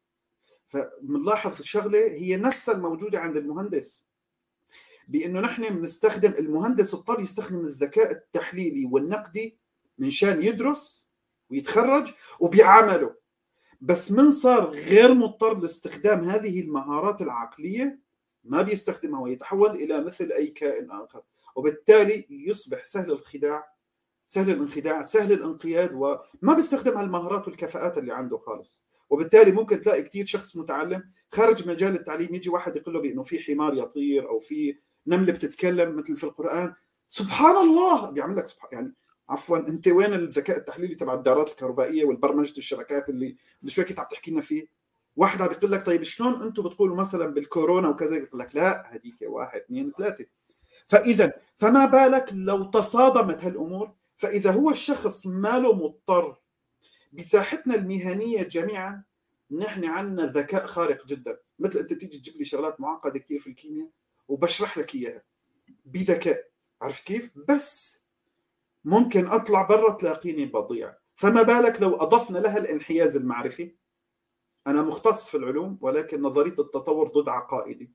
فبنلاحظ شغله هي نفسها الموجوده عند المهندس، بانه نحن بنستخدم، المهندس اضطر يستخدم الذكاء التحليلي والنقدي من شان يدرس ويتخرج وبيعامله، بس من صار غير مضطر لاستخدام هذه المهارات العقليه ما بيستخدمها ويتحول الى مثل اي كائن اخر، وبالتالي يصبح سهل الخداع، سهل الانخداع، سهل الانقياد، وما بيستخدم هالمهارات والكفاءات اللي عنده خالص. وبالتالي ممكن تلاقي كتير شخص متعلم خارج مجال التعليم يجي واحد يقول له بانه في حمار يطير او في نمله بتتكلم مثل في القران، سبحان الله بيعمل لك يعني عفوا انت وين الذكاء التحليلي تبع الدارات الكهربائيه والبرمجه الشبكات اللي شوي كنت عم تحكي لنا فيه؟ واحد عم بيقول لك طيب شلون انتم بتقولوا مثلا بالكورونا وكذا، يقول لك لا هذيك 1 2 3. فاذا فما بالك لو تصادمت هالامور. فاذا هو الشخص ماله مضطر، بساحتنا المهنيه جميعا نحن عندنا ذكاء خارق جدا. مثل انت تيجي تجيب لي شغلات معقده كثير في الكيمياء وبشرح لك اياها بذكاء، عرفت كيف؟ بس ممكن اطلع برا تلاقيني بضيع. فما بالك لو اضفنا لها الانحياز المعرفي. انا مختص في العلوم ولكن نظريه التطور ضد عقائدي،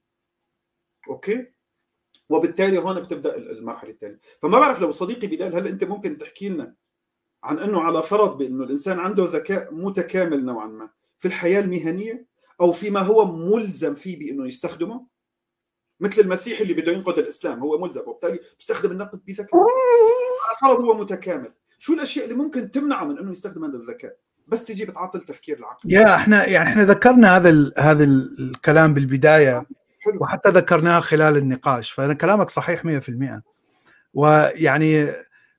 اوكي. وبالتالي هون بتبدا المرحله الثانيه. فما بعرف لو صديقي بلال، هل انت ممكن تحكي لنا عن انه على فرض بانه الانسان عنده ذكاء متكامل نوعا ما في الحياه المهنيه او فيما هو ملزم فيه بانه يستخدمه، مثل المسيحي اللي بده ينقذ الاسلام هو ملزم وبالتالي بيستخدم النقد بذكاء، على فرض هو متكامل، شو الاشياء اللي ممكن تمنعه من انه يستخدم هذا الذكاء بس تجي بتعطل تفكير العقل؟ احنا ذكرنا هذا الكلام بالبدايه، حلو. وحتى ذكرناه خلال النقاش، فانا كلامك صحيح 100%. ويعني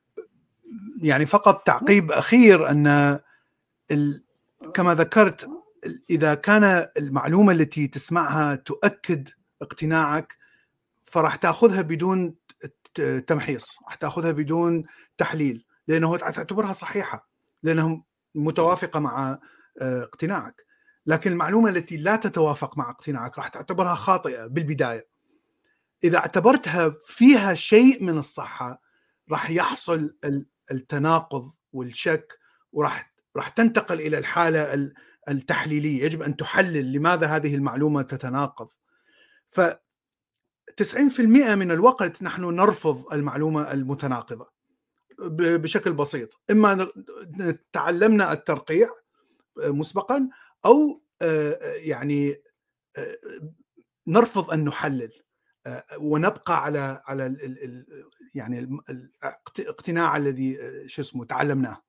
فقط تعقيب اخير ان كما ذكرت، اذا كان المعلومه التي تسمعها تؤكد اقتناعك فراح تاخذها بدون تمحيص، راح تاخذها بدون تحليل، لانه تعتبرها صحيحه لانها متوافقه مع اقتناعك. لكن المعلومه التي لا تتوافق مع اقتناعك راح تعتبرها خاطئه بالبدايه. اذا اعتبرتها فيها شيء من الصحه راح يحصل التناقض والشك، وراح تنتقل الى الحاله التحليليه. يجب ان تحلل لماذا هذه المعلومه تتناقض. ف 90% من الوقت نحن نرفض المعلومه المتناقضه بشكل بسيط، اما تعلمنا الترقيع مسبقا او يعني نرفض ان نحلل ونبقى على يعني الاقتناع الذي تعلمناه.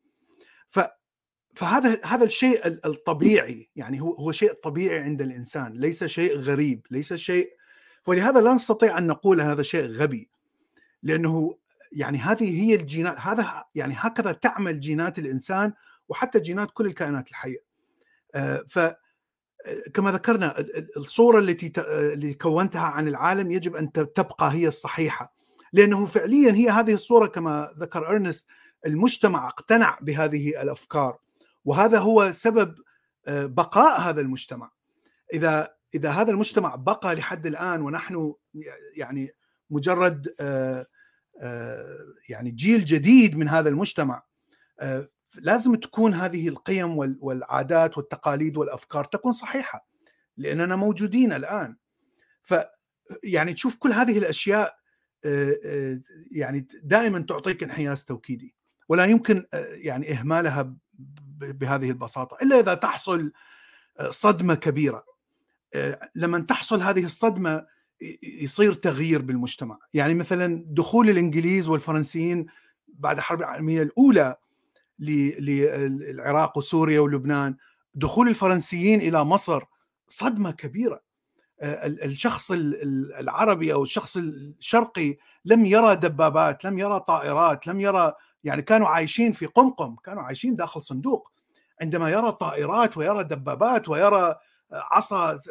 فهذا الشيء الطبيعي، يعني هو شيء طبيعي عند الانسان، ليس شيء غريب، ليس شيء. ولهذا لا نستطيع ان نقول هذا شيء غبي، لانه يعني هذه هي الجينات، هذا يعني هكذا تعمل جينات الانسان وحتى جينات كل الكائنات الحيه. فكما ذكرنا الصوره اللي كونتها عن العالم يجب ان تبقى هي الصحيحه، لانه فعليا هي هذه الصوره كما ذكر ارنست، المجتمع اقتنع بهذه الافكار، وهذا هو سبب بقاء هذا المجتمع. اذا هذا المجتمع بقى لحد الان ونحن يعني مجرد يعني جيل جديد من هذا المجتمع، لازم تكون هذه القيم والعادات والتقاليد والأفكار تكون صحيحة، لأننا موجودين الآن. يعني تشوف كل هذه الأشياء يعني دائما تعطيك انحياز توكيدي، ولا يمكن يعني إهمالها بهذه البساطة إلا إذا تحصل صدمة كبيرة. لما تحصل هذه الصدمة يصير تغيير بالمجتمع. يعني مثلا دخول الإنجليز والفرنسيين بعد الحرب العالمية الأولى للعراق وسوريا ولبنان، دخول الفرنسيين إلى مصر صدمة كبيرة. الشخص العربي أو الشخص الشرقي لم يرى دبابات، لم يرى طائرات، لم يرى، يعني كانوا عايشين في قمقم، كانوا عايشين داخل صندوق. عندما يرى طائرات ويرى دبابات ويرى عصا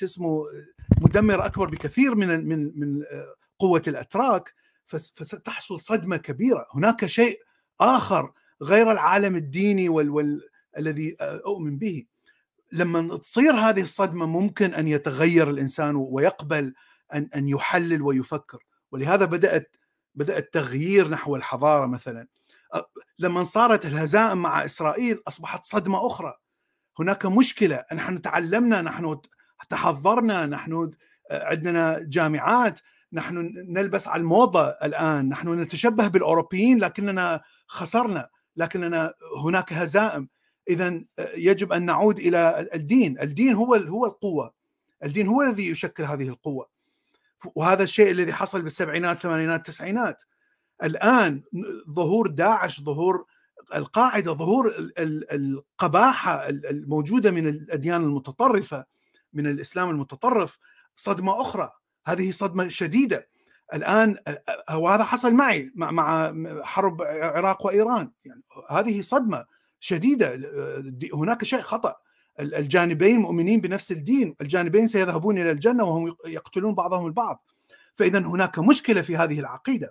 مدمر أكبر بكثير من قوة الأتراك، فستحصل صدمة كبيرة. هناك شيء آخر غير العالم الديني الذي أؤمن به. لما تصير هذه الصدمة ممكن أن يتغير الإنسان ويقبل أن يحلل ويفكر. ولهذا بدأت تغيير نحو الحضارة. مثلا لما صارت الهزائم مع إسرائيل أصبحت صدمة أخرى. هناك مشكلة، نحن تعلمنا، نحن تحضرنا، نحن عندنا جامعات، نحن نلبس على الموضة الآن، نحن نتشبه بالأوروبيين لكننا خسرنا، لكننا هناك هزائم. إذن يجب أن نعود إلى الدين. الدين هو القوة، الدين هو الذي يشكل هذه القوة. وهذا الشيء الذي حصل بالسبعينات الثمانينات التسعينات. الآن ظهور داعش، ظهور القاعدة، ظهور القباحة الموجودة من الأديان المتطرفة، من الإسلام المتطرف، صدمة أخرى. هذه صدمة شديدة الآن. وهذا حصل معي مع حرب العراق وإيران. يعني هذه صدمة شديدة. هناك شيء خطأ. الجانبين مؤمنين بنفس الدين، الجانبين سيذهبون إلى الجنة وهم يقتلون بعضهم البعض. فإذا هناك مشكلة في هذه العقيدة.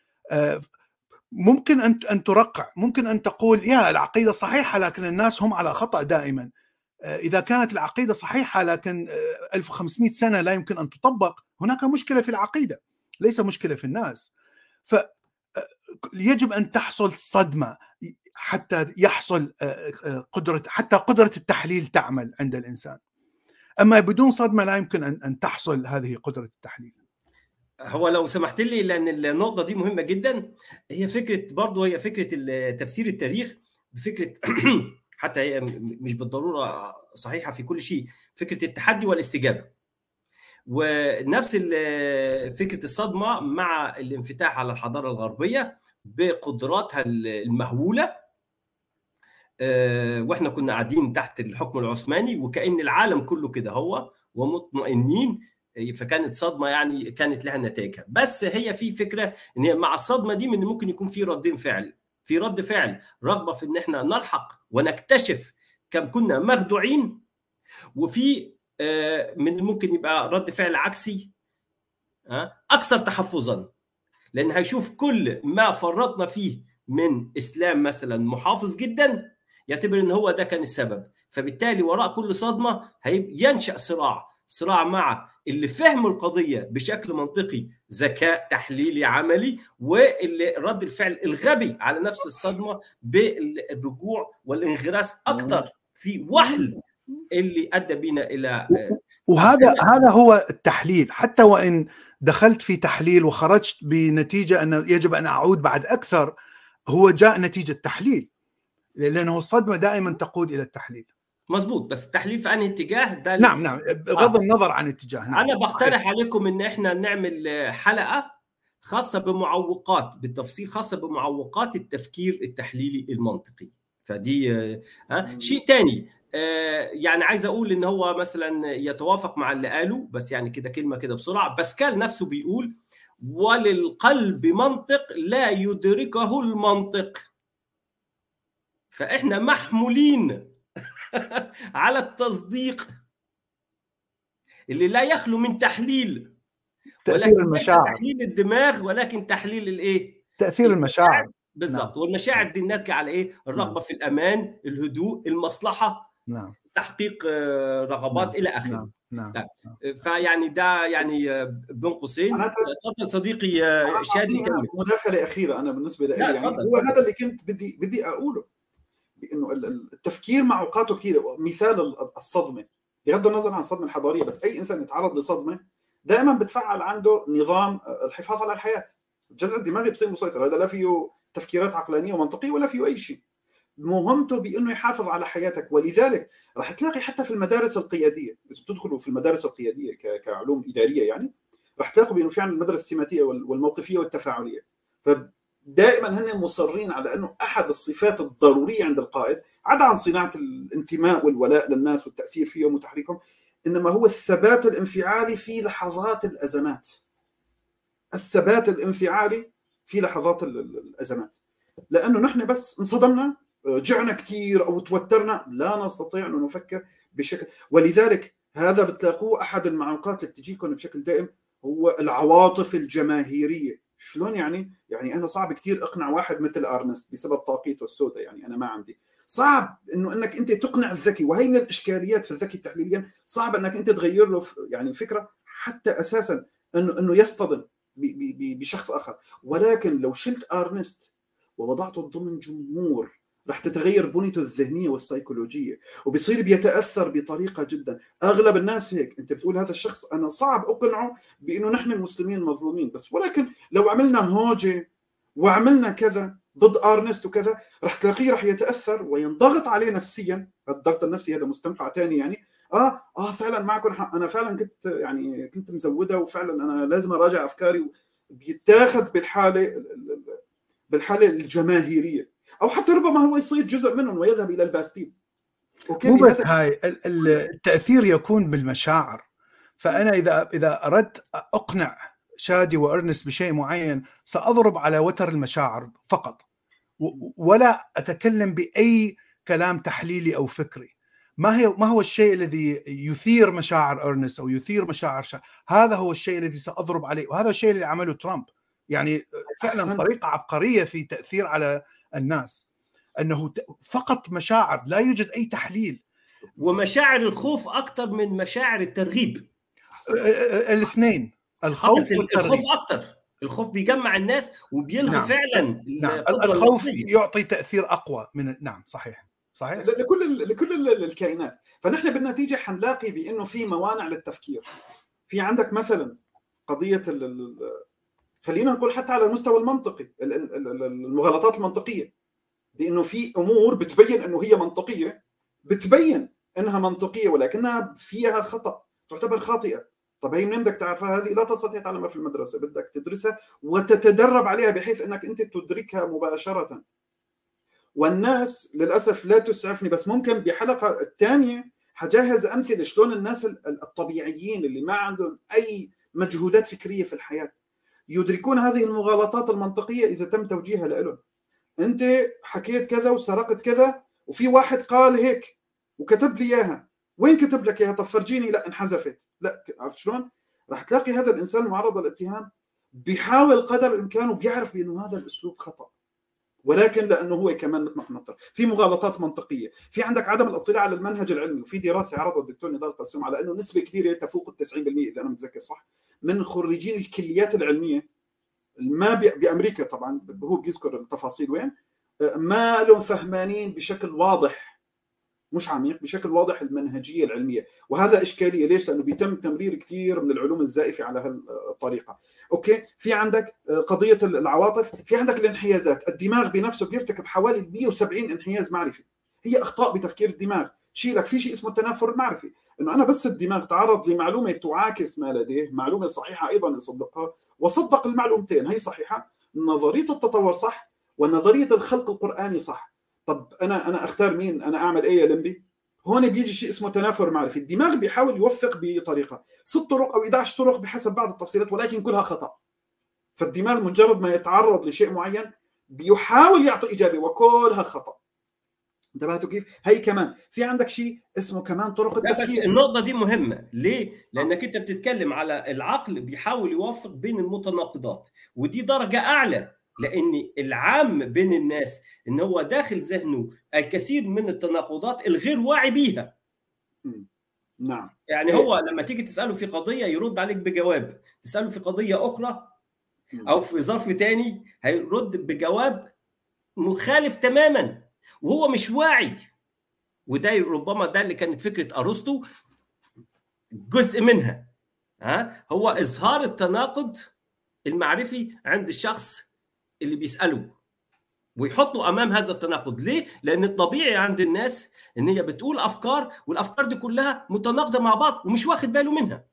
ممكن أن ترقع، ممكن أن تقول يا العقيدة صحيحة لكن الناس هم على خطأ دائما. إذا كانت العقيدة صحيحة لكن 1500 سنة لا يمكن أن تطبق، هناك مشكلة في العقيدة، ليس مشكلة في الناس. فيجب أن تحصل صدمة حتى يحصل قدرة التحليل تعمل عند الإنسان. أما بدون صدمة لا يمكن أن تحصل هذه قدرة التحليل. هو لو سمحت لي، لأن النقطة دي مهمة جدا، هي فكرة تفسير التاريخ بفكرة حتى هي مش بالضرورة صحيحة في كل شيء، فكرة التحدي والاستجابة. ونفس فكرة الصدمة مع الانفتاح على الحضارة الغربية بقدراتها المهولة. واحنا كنا قاعدين تحت الحكم العثماني وكأن العالم كله كده هو ومطمئنين، فكانت صدمة يعني كانت لها نتائجها. بس هي في فكرة ان هي مع الصدمة دي من ممكن يكون في رد فعل، رغبة في ان احنا نلحق ونكتشف كم كنا مخدوعين، وفي من ممكن يبقى رد فعل عكسي اكثر تحفظا، لان هيشوف كل ما فرطنا فيه من اسلام مثلا محافظ جدا، يعتبر ان هو ده كان السبب. فبالتالي وراء كل صدمه ينشأ صراع مع اللي فهموا القضيه بشكل منطقي، ذكاء تحليلي عملي، واللي رد الفعل الغبي على نفس الصدمه بالرجوع والانغراس اكثر في وحل اللي ادى بنا الى وهذا هو التحليل. حتى وان دخلت في تحليل وخرجت بنتيجه انه يجب ان اعود بعد اكثر، هو جاء نتيجه تحليل، لانه الصدمه دائما تقود الى التحليل. مظبوط. بس التحليل في انهي اتجاه ده؟ نعم بغض النظر عن اتجاه. نعم. انا بقترح عليكم ان احنا نعمل حلقه خاصه بمعوقات، بالتفصيل خاصه بمعوقات التفكير التحليلي المنطقي. فدي شيء تاني. يعني عايز اقول ان هو مثلا يتوافق مع اللي قاله، بس يعني كده كلمه كده بسرعه. باسكال نفسه بيقول وللقلب منطق لا يدركه المنطق. فاحنا محمولين على التصديق اللي لا يخلو من تحليل، تأثير المشاعر، تحليل الدماغ، ولكن تحليل الايه؟ تأثير المشاعر. بالضبط. نعم. والمشاعر دي ناتجه على ايه؟ الرغبه نعم. في الامان، الهدوء، المصلحه، نعم. تحقيق رغبات نعم. الى اخره. نعم. فيعني ده يعني بين قوسين. تفضل صديقي شادي. مداخله اخيره انا بالنسبه لي، يعني هو هذا اللي كنت بدي اقوله. بانه التفكير معوقاته كثيره. مثال الصدمه، بغض النظر عن الصدمه الحضاريه، بس اي انسان يتعرض لصدمه دائما بتفعل عنده نظام الحفاظ على الحياه، الجذع الدماغي بصير مسيطر. هذا لا فيه تفكيرات عقلانيه ومنطقيه ولا فيه اي شيء، مهمته بانه يحافظ على حياتك. ولذلك راح تلاقي حتى في المدارس القياديه، اذا بتدخلوا في المدارس القياديه كعلوم اداريه يعني، راح تلاقوا بانه في عندنا المدرسه السماتيه والموقفيه والتفاعليه. فدائما هن مصرين على انه احد الصفات الضروريه عند القائد، عدا عن صناعه الانتماء والولاء للناس والتاثير فيهم وتحريكهم، انما هو الثبات الانفعالي في لحظات الازمات. الثبات الانفعالي في لحظات الازمات، لانه نحن بس انصدمنا، جعنا كثير او توترنا، لا نستطيع ان نفكر بشكل. ولذلك هذا بتلاقوه احد المعوقات اللي بتجيكم بشكل دائم، هو العواطف الجماهيريه. شلون يعني انا صعب كثير اقنع واحد مثل ارنست بسبب طاقيته السوداء، يعني انا ما عندي، صعب انك انت تقنع الذكي، وهي من الاشكاليات في الذكي تحليليا، صعب انك انت تغير له يعني فكره حتى اساسا انه يصطدم بشخص اخر. ولكن لو شلت ارنست ووضعته ضمن جمهور، رح تتغير بنيته الذهنيه والسيكولوجيه، وبصير بيتاثر بطريقه جدا. اغلب الناس هيك، انت بتقول هذا الشخص انا صعب اقنعه بانه نحن المسلمين مظلومين، بس ولكن لو عملنا هوجه وعملنا كذا ضد ارنست وكذا، رح تلاقيه رح يتاثر وينضغط عليه نفسيا. الضغط النفسي هذا مستنقع ثاني يعني. فعلا معكم حق، انا فعلا كنت مزوده، وفعلا انا لازم اراجع افكاري. بيتاخذ بالحاله الجماهيريه، او حتى ربما هو يصير جزء منهم ويذهب الى الباستيل. مو بس هاي التاثير يكون بالمشاعر. فانا اذا اردت اقنع شادي وارنست بشيء معين، ساضرب على وتر المشاعر فقط، ولا اتكلم باي كلام تحليلي او فكري. ما هو الشيء الذي يثير مشاعر ارنست او يثير مشاعر هذا هو الشيء الذي ساضرب عليه. وهذا الشيء اللي عمله ترامب، يعني فعلا طريقه عبقريه في تاثير على الناس، انه فقط مشاعر، لا يوجد اي تحليل. ومشاعر الخوف اكثر من مشاعر الترغيب. الاثنين، الخوف والترغيب. الخوف اكثر، الخوف بيجمع الناس وبيلغي فعلا. الخوف يعطي تاثير اقوى من صحيح لكل الكائنات. فنحن بالنتيجه حنلاقي بانه في موانع للتفكير. في عندك مثلا قضيه خلينا نقول حتى على المستوى المنطقي، المغالطات المنطقيه، بانه في امور بتبين انه هي منطقيه، بتبين انها منطقيه ولكنها فيها خطا، تعتبر خاطئه. طب هي منين بدك تعرفها؟ هذه لا تستطيع تعلمها في المدرسه، بدك تدرسها وتتدرب عليها بحيث انك انت تدركها مباشره. والناس للاسف لا تسعفني، بس ممكن بحلقه الثانيه حجهز امثله شلون الناس الطبيعيين اللي ما عندهم اي مجهودات فكريه في الحياه يدركون هذه المغالطات المنطقيه اذا تم توجيهها لهم. انت حكيت كذا وسرقت كذا، وفي واحد قال هيك وكتب لي اياها، وين كتب لك اياها؟ طب فرجيني. لا انحذفت. لا، عرفت شلون؟ راح تلاقي هذا الانسان معرض للاتهام، بيحاول قدر الامكان وبيعرف بانه هذا الاسلوب خطا، ولكن لانه هو كمان مثل ما قلنا في مغالطات منطقيه. في عندك عدم الاطلاع على المنهج العلمي. وفي دراسه عرضها الدكتور نضال قاسم على انه نسبه كبيره تفوق ال 90% اذا انا متذكر صح من خريجين الكليات العلميه، ما بامريكا طبعا، هو بيذكر التفاصيل وين، ما لهم فهمانين بشكل واضح، مش عميق، بشكل واضح المنهجيه العلميه. وهذا اشكاليه. ليش؟ لانه بيتم تمرير كثير من العلوم الزائفه على هالطريقه. اوكي، في عندك قضيه العواطف، في عندك الانحيازات. الدماغ بنفسه بيرتكب حوالي 170 انحياز معرفي، هي اخطاء بتفكير الدماغ. شيلك في شيء اسمه التنافر المعرفي، انه انا بس الدماغ تعرض لمعلومه تعاكس ما لديه، معلومه صحيحه ايضا يصدقها، وصدق المعلومتين هي صحيحه، نظريه التطور صح ونظريه الخلق القراني صح. طب انا اختار مين؟ انا اعمل ايه يا لمبي؟ هون بيجي شيء اسمه تنافر معرفي. الدماغ بيحاول يوفق بطريقه 6 طرق او 11 طرق بحسب بعض التفصيلات، ولكن كلها خطا. فالدماغ مجرد ما يتعرض لشيء معين بيحاول يعطي اجابه وكلها خطا. انتبهتوا كيف؟ هي كمان في عندك شيء اسمه كمان طرق التفكير. بس النقطه دي مهمه. ليه؟ لانك انت بتتكلم على العقل بيحاول يوفق بين المتناقضات، ودي درجه اعلى، لان العام بين الناس ان هو داخل ذهنه الكثير من التناقضات الغير واعي بيها. نعم. يعني هو لما تيجي تساله في قضيه يرد عليك بجواب، تساله في قضيه اخرى او في ظرف تاني هيرد بجواب مخالف تماما. وهو مش واعي. وده ربما ده اللي كانت فكره ارسطو جزء منها. هو اظهار التناقض المعرفي عند الشخص اللي بيساله، ويحطوا امام هذا التناقض. ليه؟ لان الطبيعي عند الناس ان هي بتقول افكار، والافكار دي كلها متناقضه مع بعض ومش واخد باله منها.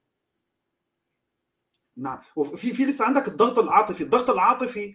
نعم. وفي لسه عندك الضغط العاطفي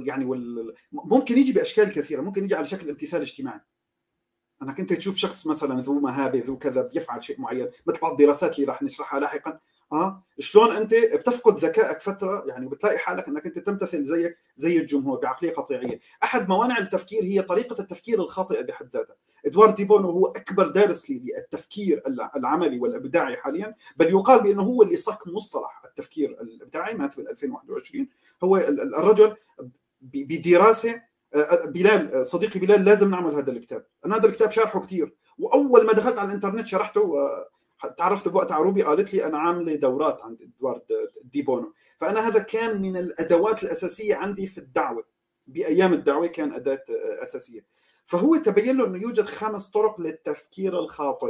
ممكن يجي باشكال كثيره، ممكن يجي على شكل امتثال اجتماعي. انك انت تشوف شخص مثلا ذو مهابه ذو كذا بيفعل شيء معين، مثل بعض الدراسات اللي راح نشرحها لاحقا، شلون انت بتفقد ذكائك فتره يعني، وبتلاقي حالك انك انت تمتثل زي الجمهور بعقليه قطيعيه. احد موانع التفكير هي طريقه التفكير الخاطئه بحد ذاتها. ادوارد دي بونو هو اكبر دارس للتفكير العملي والابداعي حاليا، بل يقال بانه هو اللي صك مصطلح التفكير الابداعي، مات بال 2021. هو الرجل بدراسه. بلال صديقي بلال لازم نعمل هذا الكتاب، انا هذا الكتاب شارحه كثير، واول ما دخلت على الانترنت شرحته، تعرفت بوقت عروبي قالت لي انا عامله دورات عند ادوارد دي بونو. فانا هذا كان من الادوات الاساسيه عندي في الدعوه، بايام الدعوه كان اداه اساسيه. فهو تبين له انه يوجد 5 طرق للتفكير الخاطئ،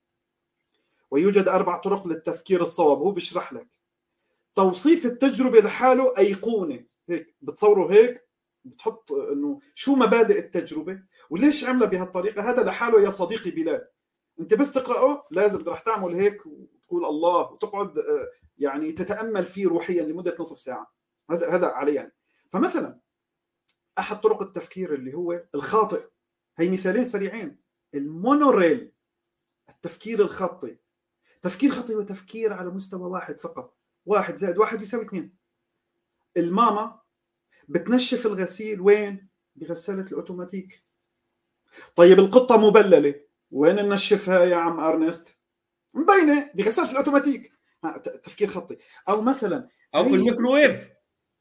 ويوجد 4 طرق للتفكير الصواب. هو بيشرح لك توصيف التجربه لحاله ايقونه، هيك بتصوره، هيك بتحط انه شو مبادئ التجربه وليش عملها بهالطريقه. هذا لحاله يا صديقي بلال انت بس تقراه لازم راح تعمل هيك وتقول الله، وتقعد يعني تتامل فيه روحيا لمده نصف ساعه. هذا علي يعني. فمثلا احد طرق التفكير اللي هو الخاطئ، هي مثالين سريعين. المونوريل، التفكير الخطي. تفكير خطي هو تفكير على مستوى واحد فقط، 1 زائد 1 يساوي 2. الماما بتنشف الغسيل وين؟ بغسالة الأوتوماتيك. طيب القطة مبللة، وين ننشفها يا عم أرنست؟ مبينة بغسالة الأوتوماتيك. تفكير خطي. أو مثلا أو في الميكروويف،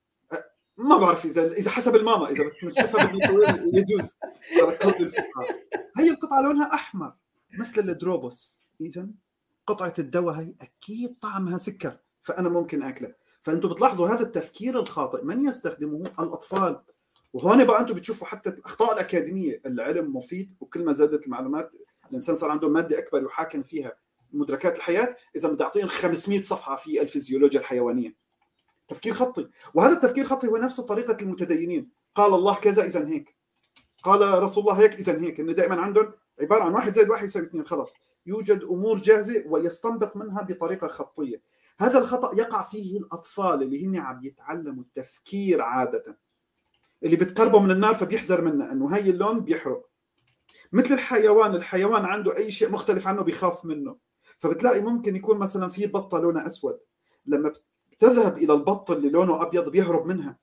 ما بعرف إذا حسب الماما، إذا بتنشفها بالميكروويف يجوز على قول الفقهاء. هي القطعة لونها أحمر مثل الدروبوس، إذن قطعة الدواء هي أكيد طعمها سكر، فأنا ممكن أكلها. فأنتم بتلاحظوا هذا التفكير الخاطئ من يستخدمه؟ الأطفال. وهون بقى أنتم بتشوفوا حتى الأخطاء الأكاديمية. العلم مفيد، وكل ما زادت المعلومات الإنسان صار عنده مادة أكبر يحاكم فيها مدركات الحياة. إذا بدي أعطيهم 500 صفحة في الفيزيولوجيا الحيوانية. تفكير خطي. وهذا التفكير الخطي هو نفسه طريقة المتدينين. قال الله كذا إذن هيك، قال رسول الله هيك إذن هيك. إنه دائما عندهم عبارة عن 1 زائد 1 يساوي 2 خلاص. يوجد أمور جاهزة ويستنبط منها بطريقة خطية. هذا الخطأ يقع فيه الأطفال اللي هن عم يتعلموا التفكير عادة، اللي بتقربوا من النار فبيحذر منها، أنه هاي اللون بيحرق. مثل الحيوان عنده أي شيء مختلف عنه بيخاف منه. فبتلاقي ممكن يكون مثلا في بطة لونها أسود، لما تذهب إلى البط اللي لونه أبيض بيهرب منها.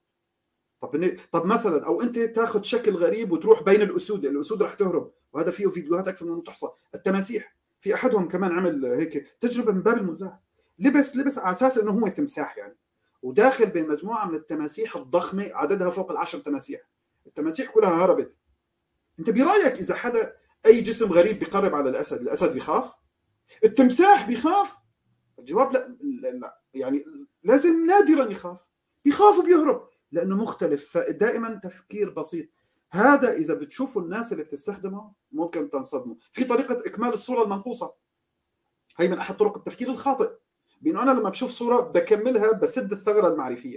طب مثلا أو أنت تاخذ شكل غريب وتروح بين الأسود رح تهرب. وهذا فيه فيديوهات أكثر من تحصى. التماسيح، في أحدهم كمان عمل هيك تجربة من باب المزاح، لبس على أساس أنه هو تمساح يعني، وداخل بين مجموعة من التماسيح الضخمة عددها فوق 10 تماسيح. التماسيح كلها هربت. أنت برأيك إذا حدا أي جسم غريب بيقرب على الأسد بيخاف؟ التمساح بيخاف؟ الجواب لا يعني لازم نادرا بيخاف وبيهرب لأنه مختلف. فدائما تفكير بسيط. هذا إذا بتشوفوا الناس اللي بتستخدمه ممكن تنصدموا. في طريقة إكمال الصورة المنقوصة، هي من أحد طرق التفكير الخاطئ، بأنه أنا لما بشوف صورة بكملها بسد الثغرة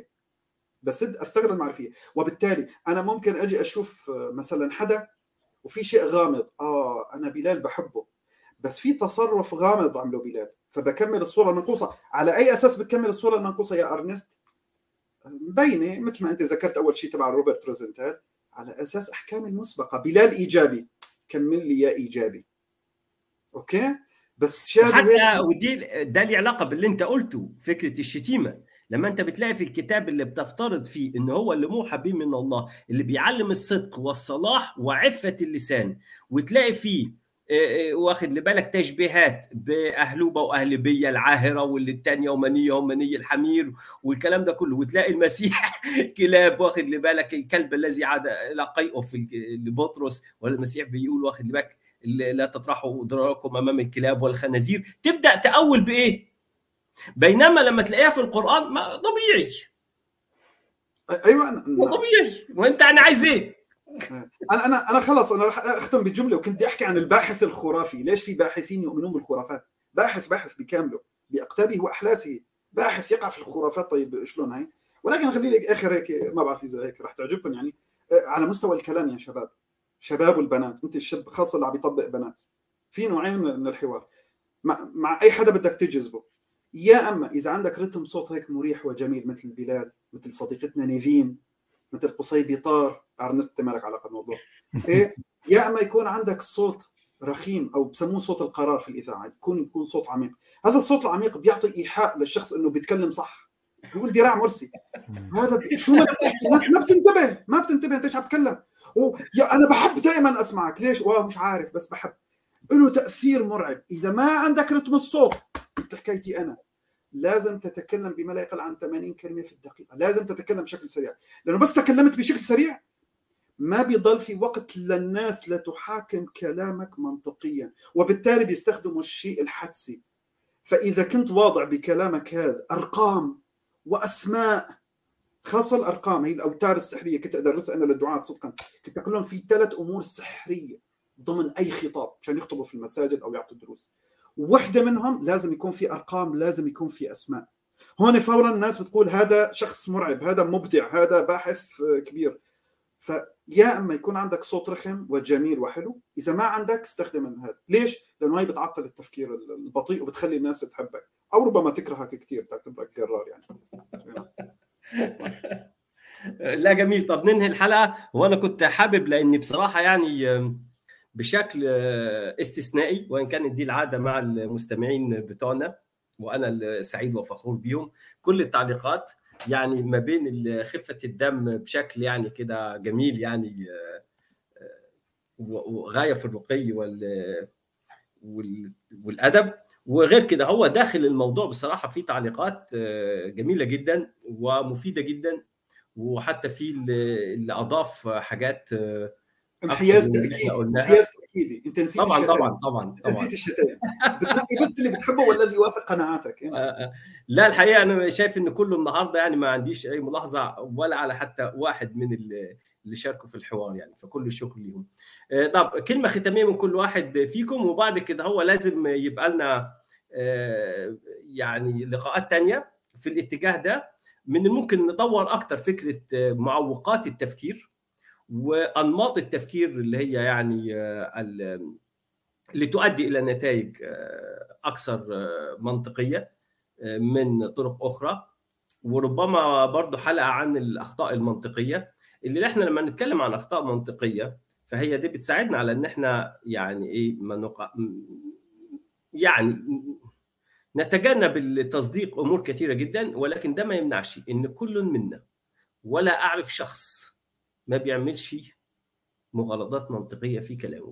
المعرفية. وبالتالي أنا ممكن أجي أشوف مثلا حدا وفي شيء غامض، أنا بلال بحبه، بس في تصرف غامض عمله بلال، فبكمل الصورة المنقوصة. على أي أساس بتكمل الصورة المنقوصة يا أرنست؟ مبينة مثل ما أنت ذكرت أول شيء تبع روبرت روزنتال، على أساس أحكام المسبقة. بلال إيجابي، كمل لي يا إيجابي. أوكي؟ بس حتى ودي ده لي علاقة باللي أنت قلته، فكرة الشتيمة. لما أنت بتلاقي في الكتاب اللي بتفترض فيه إن هو اللي موحى به من الله، اللي بيعلم الصدق والصلاح وعفة اللسان، وتلاقي فيه واخد لبالك تشبيهات بأهلوبة وأهلبية العاهرة، واللي الثانية ومنية ومنية الحمير والكلام ده كله، وتلاقي المسيح كلاب، واخد لبالك الكلب الذي عاد إلى قيئه في لبطرس، والمسيح بيقول واخد لبالك لا تطرحوا ضراركم أمام الكلاب والخنازير. تبدأ تأول بإيه؟ بينما لما تلاقيها في القرآن ما طبيعي. أيوة طبيعي. وأنت أنا عايز إيه؟ انا خلص انا راح اختم بجمله، وكنت بدي احكي عن الباحث الخرافي. ليش في باحثين يؤمنون بالخرافات؟ باحث بكامله باقطابه واحلاسه، باحث يقع في الخرافات. طيب شلون هاي؟ ولكن خلي لي اخر هيك، ما بعرف اذا هيك راح تعجبكم يعني. على مستوى الكلام يا شباب والبنات، انت الشاب خاصه اللي عم يطبق بنات، في نوعين من الحوار مع اي حدا بدك تجذبه. يا اما اذا عندك رتم صوت هيك مريح وجميل مثل بلال، مثل صديقتنا نيفين، مثل قصي بيطار، ارنست مالك علاقه بالموضوع ايه، يا اما يكون عندك صوت رخيم او بسموه صوت القرار في الاذاعه، يكون صوت عميق. هذا الصوت العميق بيعطي ايحاء للشخص انه بيتكلم صح، بيقول دراع مرسي. هذا شو ما بتحكي الناس ما بتنتبه انت ايش عم تتكلم. يا انا بحب دائما اسمعك، ليش؟ مش عارف بس بحب. له تاثير مرعب. اذا ما عندك رتم الصوت، حكايتي انا لازم تتكلم بما لا يقل عن 80 كلمه في الدقيقه، لازم تتكلم بشكل سريع، لانه بس تكلمت بشكل سريع ما بيضل في وقت للناس لتحاكم كلامك منطقيا، وبالتالي بيستخدموا الشيء الحدسي. فاذا كنت واضع بكلامك هذا ارقام واسماء، خاصه الارقام هي الاوتار السحريه، كنت ادرسها انا للدعاة صدقا، كنت اقول لهم في 3 امور سحريه ضمن اي خطاب عشان يخطبوا في المساجد او يعطوا دروس. واحدة منهم لازم يكون في أرقام، لازم يكون في أسماء. هون فورا الناس بتقول هذا شخص مرعب، هذا مبدع، هذا باحث كبير. فيا أما يكون عندك صوت رخم وجميل وحلو، إذا ما عندك استخدم هذا. ليش؟ لأنه هاي بتعطل التفكير البطيء وبتخلي الناس تحبك أو ربما تكرهك كتير، تعتبرك جرار يعني. لا جميل. طب ننهي الحلقة، وأنا كنت حابب لأني بصراحة يعني بشكل استثنائي، وإن كانت دي العادة مع المستمعين بتوعنا وأنا سعيد وفخور بيهم، كل التعليقات يعني ما بين خفة الدم بشكل يعني كده جميل يعني، وغاية في الرقي والأدب. وغير كده هو داخل الموضوع بصراحة في تعليقات جميلة جدا ومفيدة جدا، وحتى في اللي أضاف حاجات انحياز تأكيدي. انت نسيت طبعا انت نسيت الشتايم. بتنقي بس اللي بتحبه والذي يوافق قناعاتك. لا الحقيقه انا شايف ان كله النهارده يعني ما عنديش اي ملاحظه ولا على حتى واحد من اللي شاركوا في الحوار يعني، فكل الشكر ليهم. طب كلمه ختاميه من كل واحد فيكم، وبعد كده هو لازم يبقى لنا يعني لقاءات تانية في الاتجاه ده. من الممكن نطور اكتر فكره معوقات التفكير وانماط التفكير اللي هي يعني اللي تؤدي الى نتائج اكثر منطقيه من طرق اخرى، وربما برضو حلقه عن الاخطاء المنطقيه، اللي احنا لما نتكلم عن اخطاء منطقيه فهي دي بتساعدنا على ان احنا يعني ايه يعني نتجنب التصديق امور كثيره جدا. ولكن ده ما يمنعش ان كل منا ولا اعرف شخص ما بيعملش مغالطات منطقيه في كلامه.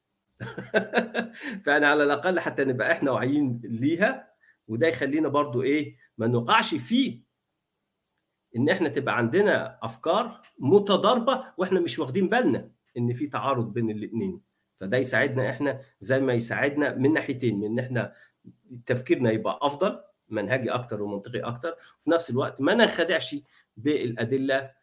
فانا على الاقل حتى نبقى احنا واعيين ليها، وده يخلينا برضو ايه ما نوقعش فيه ان احنا تبقى عندنا افكار متضاربه واحنا مش واخدين بالنا ان في تعارض بين الاثنين. فده يساعدنا احنا زي ما يساعدنا من ناحيتين، من ان احنا تفكيرنا يبقى افضل، منهجي اكتر ومنطقي اكتر، وفي نفس الوقت ما ننخدعش بالادله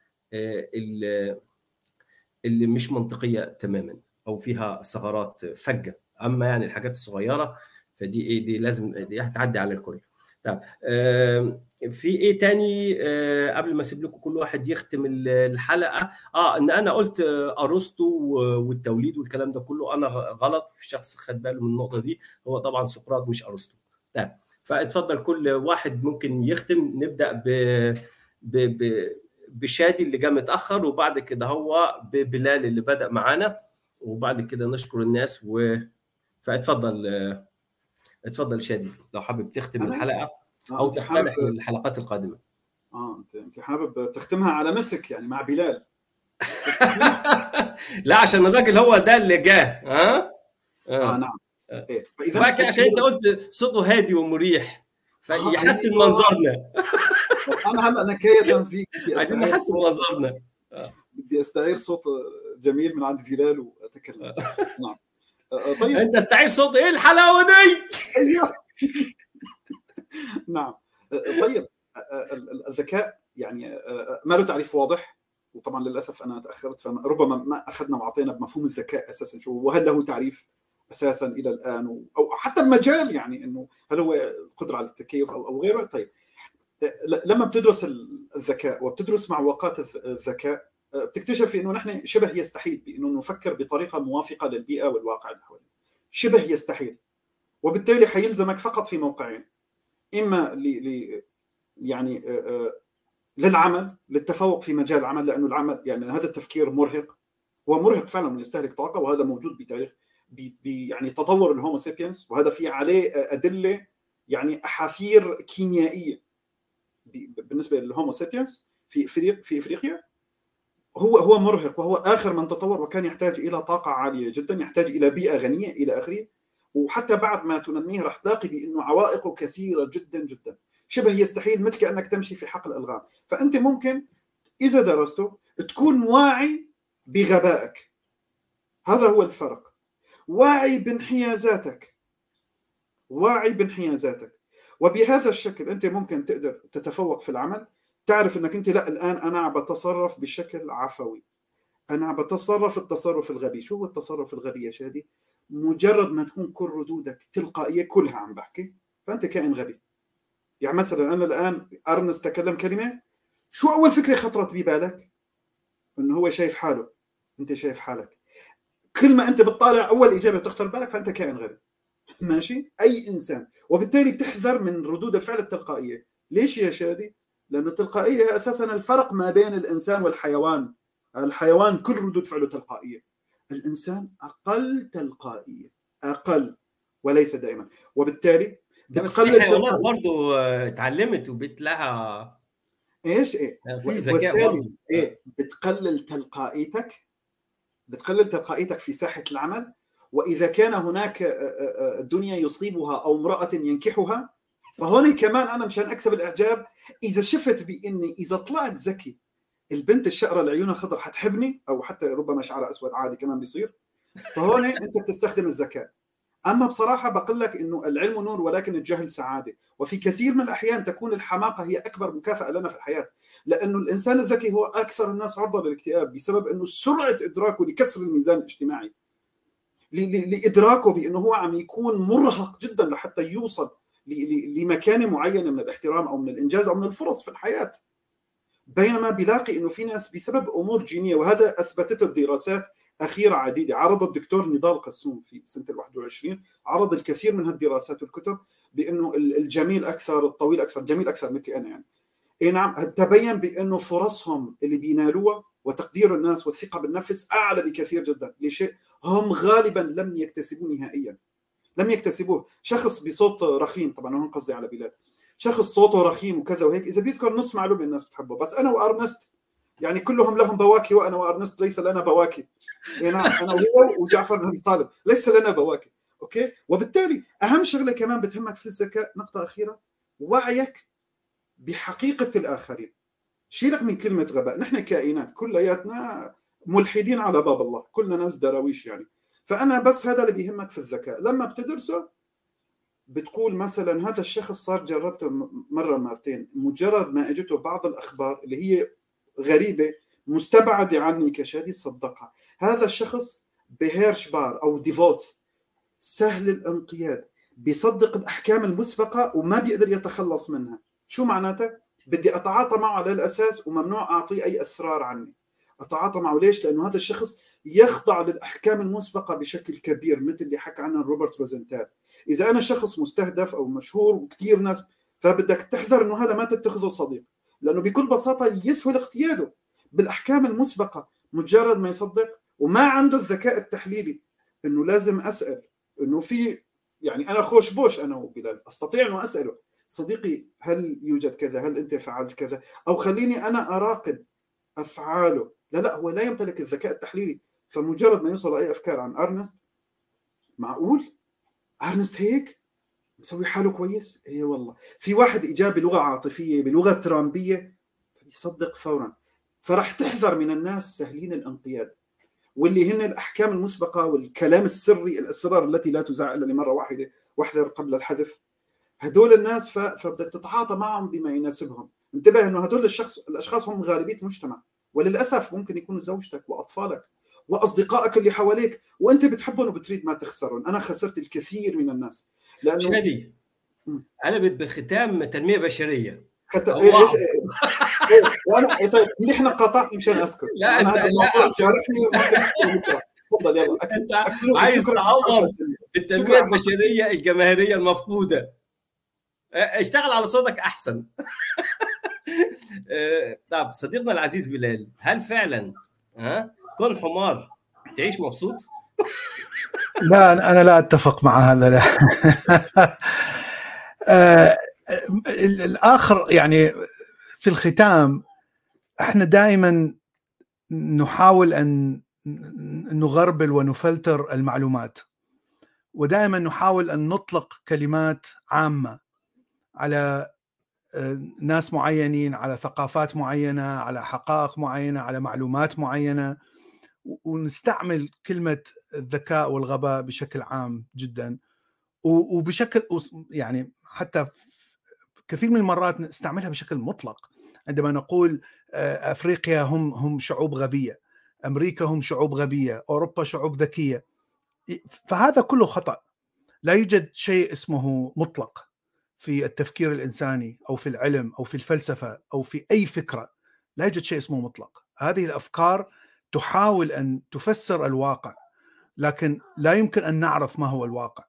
اللي مش منطقيه تماما او فيها ثغرات فجه. اما يعني الحاجات الصغيره فدي ايه، دي لازم دي هتعدي على الكل. طب في ايه تاني قبل ما اسيب لكم كل واحد يختم الحلقه؟ ان انا قلت ارسطو والتوليد والكلام ده كله انا غلط، في شخص خد باله من النقطه دي، هو طبعا سقراط مش ارسطو. طيب فاتفضل كل واحد ممكن يختم. نبدا بشادي اللي جاء متاخر، وبعد كده هو ببلال اللي بدا معانا، وبعد كده نشكر الناس اتفضل شادي لو حابب تختم الحلقه او تقترح الحلقات القادمه. انت حابب تختمها على مسك يعني مع بلال؟ لا عشان الراجل هو ده اللي جاه. نعم. فاذا عشان انت قلت صوته هادي ومريح فيحسن منظرنا. انا هلا نكايه فيك عايزين نحسن منظرنا. بدي استعير صوت جميل من عند بلال واتكلم. نعم. طيب انت استعير صوت ايه الحلاوه دي؟ ايوه. نعم. طيب الذكاء يعني ما له تعريف واضح، وطبعا للاسف انا تاخرت، فربما ما اخذنا وعطينا بمفهوم الذكاء اساسا شو، وهل له تعريف اساسا الى الان، او حتى بمجال يعني انه هل هو القدره على التكيف او غيره. طيب لما بتدرس الذكاء وبتدرس معوقات الذكاء بتكتشف انه نحن شبه يستحيل بانه نفكر بطريقه موافقه للبيئه والواقع اللي حوالينا، شبه يستحيل. وبالتالي حيلزمك فقط في موقعين، اما يعني للعمل، للتفوق في مجال العمل، لانه العمل يعني هذا التفكير مرهق، هو مرهق فعلا ويستهلك طاقه، وهذا موجود بتاريخ يعني تطور الهومو سابينس، وهذا في عليه ادله يعني احافير كيميائيه بالنسبه للهومو سابينس في افريقيا. هو مرهق، وهو اخر من تطور، وكان يحتاج الى طاقه عاليه جدا، يحتاج الى بيئه غنيه الى اخره. وحتى بعد ما تنميه راح تلاقي بانه عوائقه كثيره جدا جدا، شبه يستحيل، مثل كانك تمشي في حقل الالغام. فانت ممكن اذا درسته تكون واعي بغبائك، هذا هو الفرق. واعي بانحيازاتك، واعي بانحيازاتك، وبهذا الشكل انت ممكن تقدر تتفوق في العمل. تعرف انك انت لا، الان انا عم بتصرف بشكل عفوي، انا عم بتصرف التصرف الغبي. شو هو التصرف الغبي يا شادي؟ مجرد ما تكون كل ردودك تلقائيه، كلها عم بحكي، فانت كائن غبي. يعني مثلا انا الان ارنست تكلم كلمه، شو اول فكره خطرت ببالك؟ انه هو شايف حاله، انت شايف حالك. كل ما انت بتطالع اول اجابه بتخطر بالك، فانت كائن غبي. ماشي؟ اي انسان. وبالتالي بتحذر من ردود الفعل التلقائيه. ليش يا شادي؟ لانه التلقائيه اساسا الفرق ما بين الانسان والحيوان. الحيوان كل ردود فعله تلقائيه، الانسان اقل تلقائيه، اقل وليس دائما. وبالتالي بتقلل الحيوانات برضه اتعلمت وبقت لها ايش في ذكاء برضه. بتقلل تلقائيتك، بتقلل تلقائيتك في ساحه العمل. واذا كان هناك دنيا يصيبها او امراه ينكحها، فهون كمان انا مشان اكسب الاعجاب، اذا شفت باني اذا طلعت ذكي، البنت الشقره اللي عيونها خضر حتحبني، او حتى ربما شعرها اسود عادي كمان بيصير، فهون انت بتستخدم الذكاء. اما بصراحه بقول لك انه العلم نور ولكن الجهل سعاده، وفي كثير من الاحيان تكون الحماقه هي اكبر مكافاه لنا في الحياه، لانه الانسان الذكي هو اكثر الناس عرضه للاكتئاب بسبب انه سرعه ادراكه لكسر الميزان الاجتماعي، لادراكه بانه هو عم يكون مرهق جدا لحتى يوصل لمكانه معينه من الاحترام او من الانجاز او من الفرص في الحياه. بينما بيلاقي انه في ناس بسبب امور جينيه، وهذا اثبتته الدراسات اخيره عديده، عرض الدكتور نضال قسوم في سنه 21 عرض الكثير من هالدراسات والكتب بانه الجميل اكثر، الطويل اكثر، الجميل اكثر مثلي انا يعني. اي نعم، تبين بانه فرصهم اللي بينالوها وتقدير الناس والثقه بالنفس اعلى بكثير جدا لشيء هم غالبا لم يكتسبوه نهائيا، لم يكتسبوه. شخص بصوت رخيم، طبعا هون قصدي على بلال، شخص صوته رخيم وكذا وهيك، اذا بيذكر نص معلومه الناس بتحبه. بس انا وارنست يعني كلهم لهم بواكي، وانا وارنست ليس لنا بواكي. اي نعم، انا وهو وجعفر بن ابي طالب ليس لنا بواكي. اوكي. وبالتالي اهم شغله كمان بتهمك في الذكاء، نقطه اخيره، وعيك بحقيقه الاخرين. شيلك من كلمه غباء، نحن كائنات كلياتنا ملحدين على باب الله، كلنا ناس دراويش يعني. فانا بس هذا اللي بيهمك في الذكاء. لما بتدرسه بتقول مثلا هذا الشخص صار جربته مره مرتين، مجرد ما اجته بعض الاخبار اللي هي غريبه مستبعده عني كشادي صدقها. هذا الشخص بهيرش بار او ديفوت، سهل الانقياد، بيصدق الاحكام المسبقه وما بيقدر يتخلص منها. شو معناته؟ بدي اتعاطى معه على الاساس وممنوع اعطيه اي اسرار عني. اتعاطى معه ليش؟ لانه هذا الشخص يخضع للاحكام المسبقه بشكل كبير، مثل اللي حكى عنه روبرت روزنتال. اذا انا شخص مستهدف او مشهور وكثير ناس، فبدك تحذر انه هذا ما تتخذه صديق، لانه بكل بساطه يسهل اقتياده بالاحكام المسبقه مجرد ما يصدق، وما عنده الذكاء التحليلي انه لازم اسال، انه في يعني انا خوش بوش انا وبلال استطيع انه اساله صديقي هل يوجد كذا، هل انت فعلت كذا، او خليني انا اراقب افعاله. لا هو لا يمتلك الذكاء التحليلي. فمجرد ما يوصل اي افكار عن ارنست، معقول ارنست هيك مسوي حاله كويس؟ ايه والله. في واحد اجى بلغه عاطفيه بلغه ترامبيه، فيصدق فورا. فراح تحذر من الناس سهلين الانقياد، واللي هن الاحكام المسبقه والكلام السري، الاسرار التي لا تذاع الا لمره واحده، واحذر قبل الحذف. هدول الناس فبدك تتعاطى معهم بما يناسبهم. انتبه انه هدول الاشخاص هم غالبيه المجتمع، وللاسف ممكن يكونوا زوجتك واطفالك واصدقائك اللي حواليك، وانت بتحبهم وبتريد ما تخسرهم. انا خسرت الكثير من الناس لانه شادي قلبت بختام تنميه بشريه. وانا طيب ليه احنا قاطعتني مشان اسكت؟ لا انا انت هذا الموضوع تعرفني وممكن احكي بكره. تفضل يلا. انت عايز تعوض التنميه البشريه الجماهيريه المفقوده. اشتغل على صوتك احسن. طب صديقنا العزيز بلال، هل فعلا كل حمار تعيش مبسوط؟ لا انا لا اتفق مع هذا. لا. الاخر يعني في الختام احنا دائما نحاول ان نغربل ونفلتر المعلومات، ودائما نحاول ان نطلق كلمات عامه على ناس معينين، على ثقافات معينه، على حقائق معينه، على معلومات معينه، ونستعمل كلمه الذكاء والغباء بشكل عام جدا، وبشكل يعني حتى كثير من المرات نستعملها بشكل مطلق. عندما نقول افريقيا هم شعوب غبيه، امريكا هم شعوب غبيه، اوروبا شعوب ذكيه، فهذا كله خطأ. لا يوجد شيء اسمه مطلق في التفكير الانساني او في العلم او في الفلسفه او في اي فكره. لا يوجد شيء اسمه مطلق. هذه الافكار تحاول ان تفسر الواقع، لكن لا يمكن ان نعرف ما هو الواقع،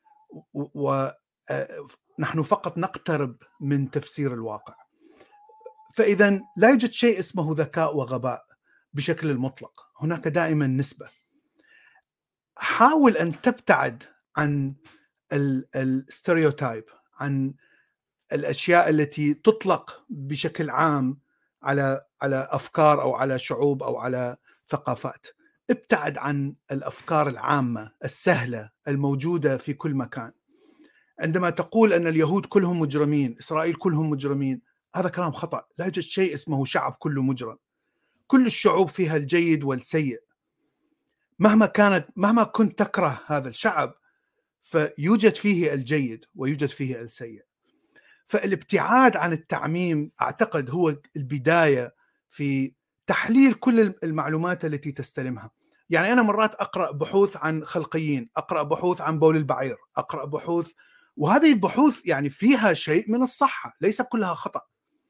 ونحن فقط نقترب من تفسير الواقع. فإذا لا يوجد شيء اسمه ذكاء وغباء بشكل المطلق، هناك دائما نسبة. حاول أن تبتعد عن الستيريوتايب، عن الأشياء التي تطلق بشكل عام على أفكار أو على شعوب أو على ثقافات. ابتعد عن الأفكار العامة السهلة الموجودة في كل مكان. عندما تقول أن اليهود كلهم مجرمين، إسرائيل كلهم مجرمين، هذا كلام خطأ. لا يوجد شيء اسمه شعب كله مجرم. كل الشعوب فيها الجيد والسيء. مهما كنت تكره هذا الشعب، فيوجد فيه الجيد ويوجد فيه السيء. فالابتعاد عن التعميم أعتقد هو البداية في تحليل كل المعلومات التي تستلمها. يعني أنا مرات أقرأ بحوث عن خلقيين، أقرأ بحوث عن بول البعير، أقرأ بحوث، وهذه البحوث يعني فيها شيء من الصحة، ليس كلها خطأ.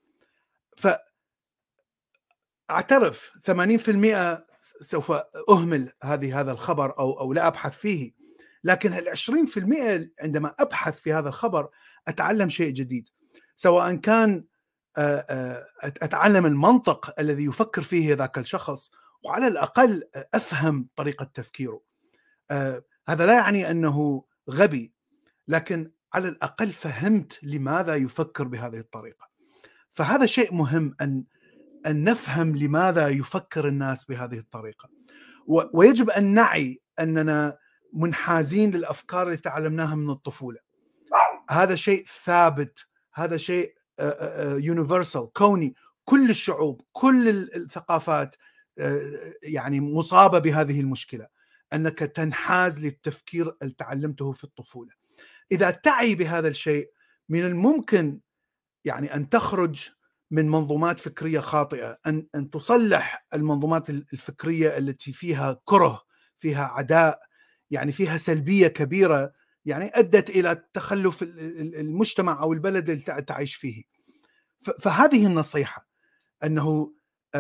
فأعترف 80% سوف أهمل هذا الخبر أو لا أبحث فيه، لكن 20% عندما أبحث في هذا الخبر أتعلم شيء جديد، سواء كان أتعلم المنطق الذي يفكر فيه ذاك الشخص، وعلى الأقل أفهم طريقة تفكيره. هذا لا يعني أنه غبي، لكن على الأقل فهمت لماذا يفكر بهذه الطريقة. فهذا شيء مهم أن نفهم لماذا يفكر الناس بهذه الطريقة، ويجب أن نعي أننا منحازين للأفكار اللي تعلمناها من الطفولة. هذا شيء ثابت، هذا شيء يونيفرسال، كوني. كل الشعوب، كل الثقافات يعني مصابة بهذه المشكلة، أنك تنحاز للتفكير اللي تعلمته في الطفولة. إذا تعي بهذا الشيء، من الممكن يعني أن تخرج من منظومات فكرية خاطئة، أن تصلح المنظومات الفكرية التي فيها كره، فيها عداء، يعني فيها سلبية كبيرة، يعني أدت إلى تخلف المجتمع أو البلد اللي تعيش فيه. فهذه النصيحة، أنه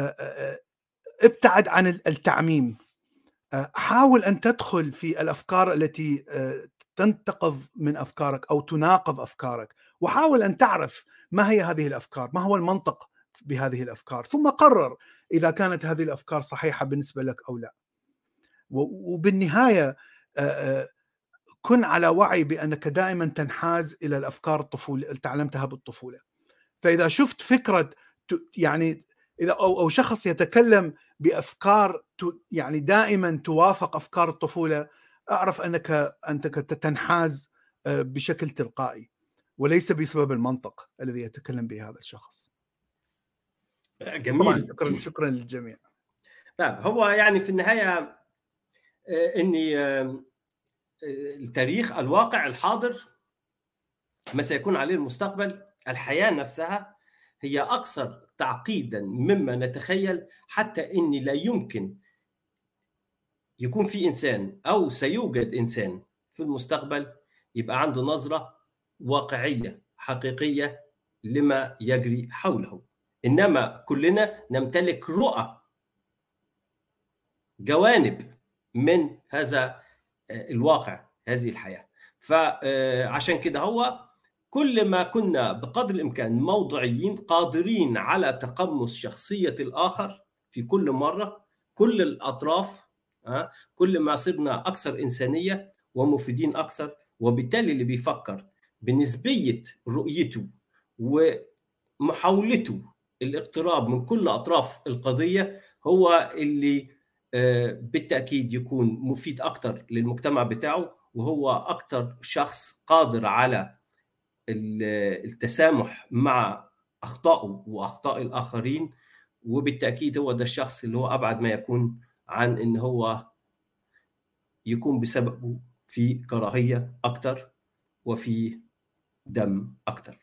ابتعد عن التعميم. حاول أن تدخل في الأفكار التي تنتقض من أفكارك أو تناقض أفكارك، وحاول أن تعرف ما هي هذه الأفكار، ما هو المنطق بهذه الأفكار، ثم قرر إذا كانت هذه الأفكار صحيحة بالنسبة لك أو لا. وبالنهاية كن على وعي بأنك دائما تنحاز إلى الأفكار الطفولة اللي تعلمتها بالطفولة. فإذا شفت فكرة يعني إذا أو شخص يتكلم بأفكار يعني دائما توافق أفكار الطفولة، أعرف أنك تنحاز بشكل تلقائي وليس بسبب المنطق الذي يتكلم به هذا الشخص. جميل. طبعا شكرا للجميع. طيب هو يعني في النهاية إني التاريخ، الواقع، الحاضر، ما سيكون عليه المستقبل، الحياة نفسها هي أكثر تعقيدا مما نتخيل، حتى ان لا يمكن يكون في انسان او سيوجد انسان في المستقبل يبقى عنده نظرة واقعية حقيقية لما يجري حوله، انما كلنا نمتلك رؤى، جوانب من هذا الواقع، هذه الحياة. فعشان كده هو كل ما كنا بقدر الإمكان موضوعيين، قادرين على تقمص شخصية الآخر في كل مرة، كل الأطراف، كل ما صرنا أكثر إنسانية ومفيدين أكثر. وبالتالي اللي بيفكر بنسبية رؤيته ومحاولته الاقتراب من كل أطراف القضية هو اللي بالتأكيد يكون مفيد أكثر للمجتمع بتاعه، وهو أكثر شخص قادر على التسامح مع أخطائه وأخطاء الآخرين. وبالتأكيد هو ده الشخص اللي هو أبعد ما يكون عن إن هو يكون بسببه في كراهية أكثر وفي دم أكثر.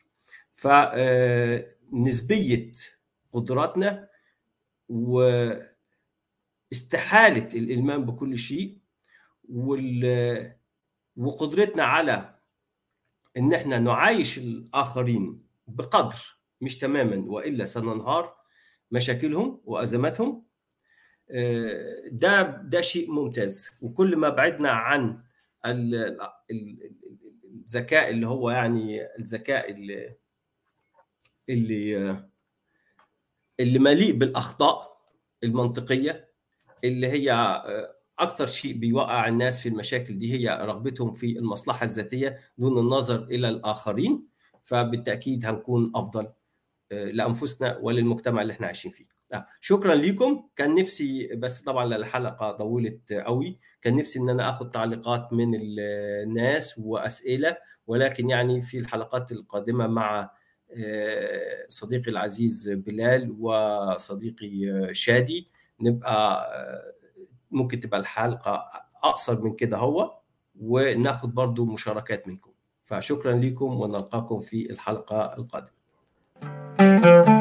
فنسبية قدراتنا واستحالة الإلمام بكل شيء وقدرتنا على إن احنا نعايش الآخرين بقدر مش تماما، وإلا سننهار مشاكلهم وأزماتهم. ده شيء ممتاز. وكل ما بعدنا عن الذكاء اللي هو يعني الذكاء اللي مليء بالأخطاء المنطقية، اللي هي أكثر شيء بيوقع الناس في المشاكل دي هي رغبتهم في المصلحة الذاتية دون النظر إلى الآخرين، فبالتأكيد هنكون أفضل لأنفسنا وللمجتمع اللي احنا عايشين فيه. شكرا لكم. كان نفسي، بس طبعا الحلقة طولت قوي، كان نفسي ان انا اخذ تعليقات من الناس وأسئلة، ولكن يعني في الحلقات القادمة مع صديقي العزيز بلال وصديقي شادي نبقى ممكن تبقى الحلقة أقصر من كده هو، وناخذ برضو مشاركات منكم. فشكرا لكم ونلقاكم في الحلقة القادمة.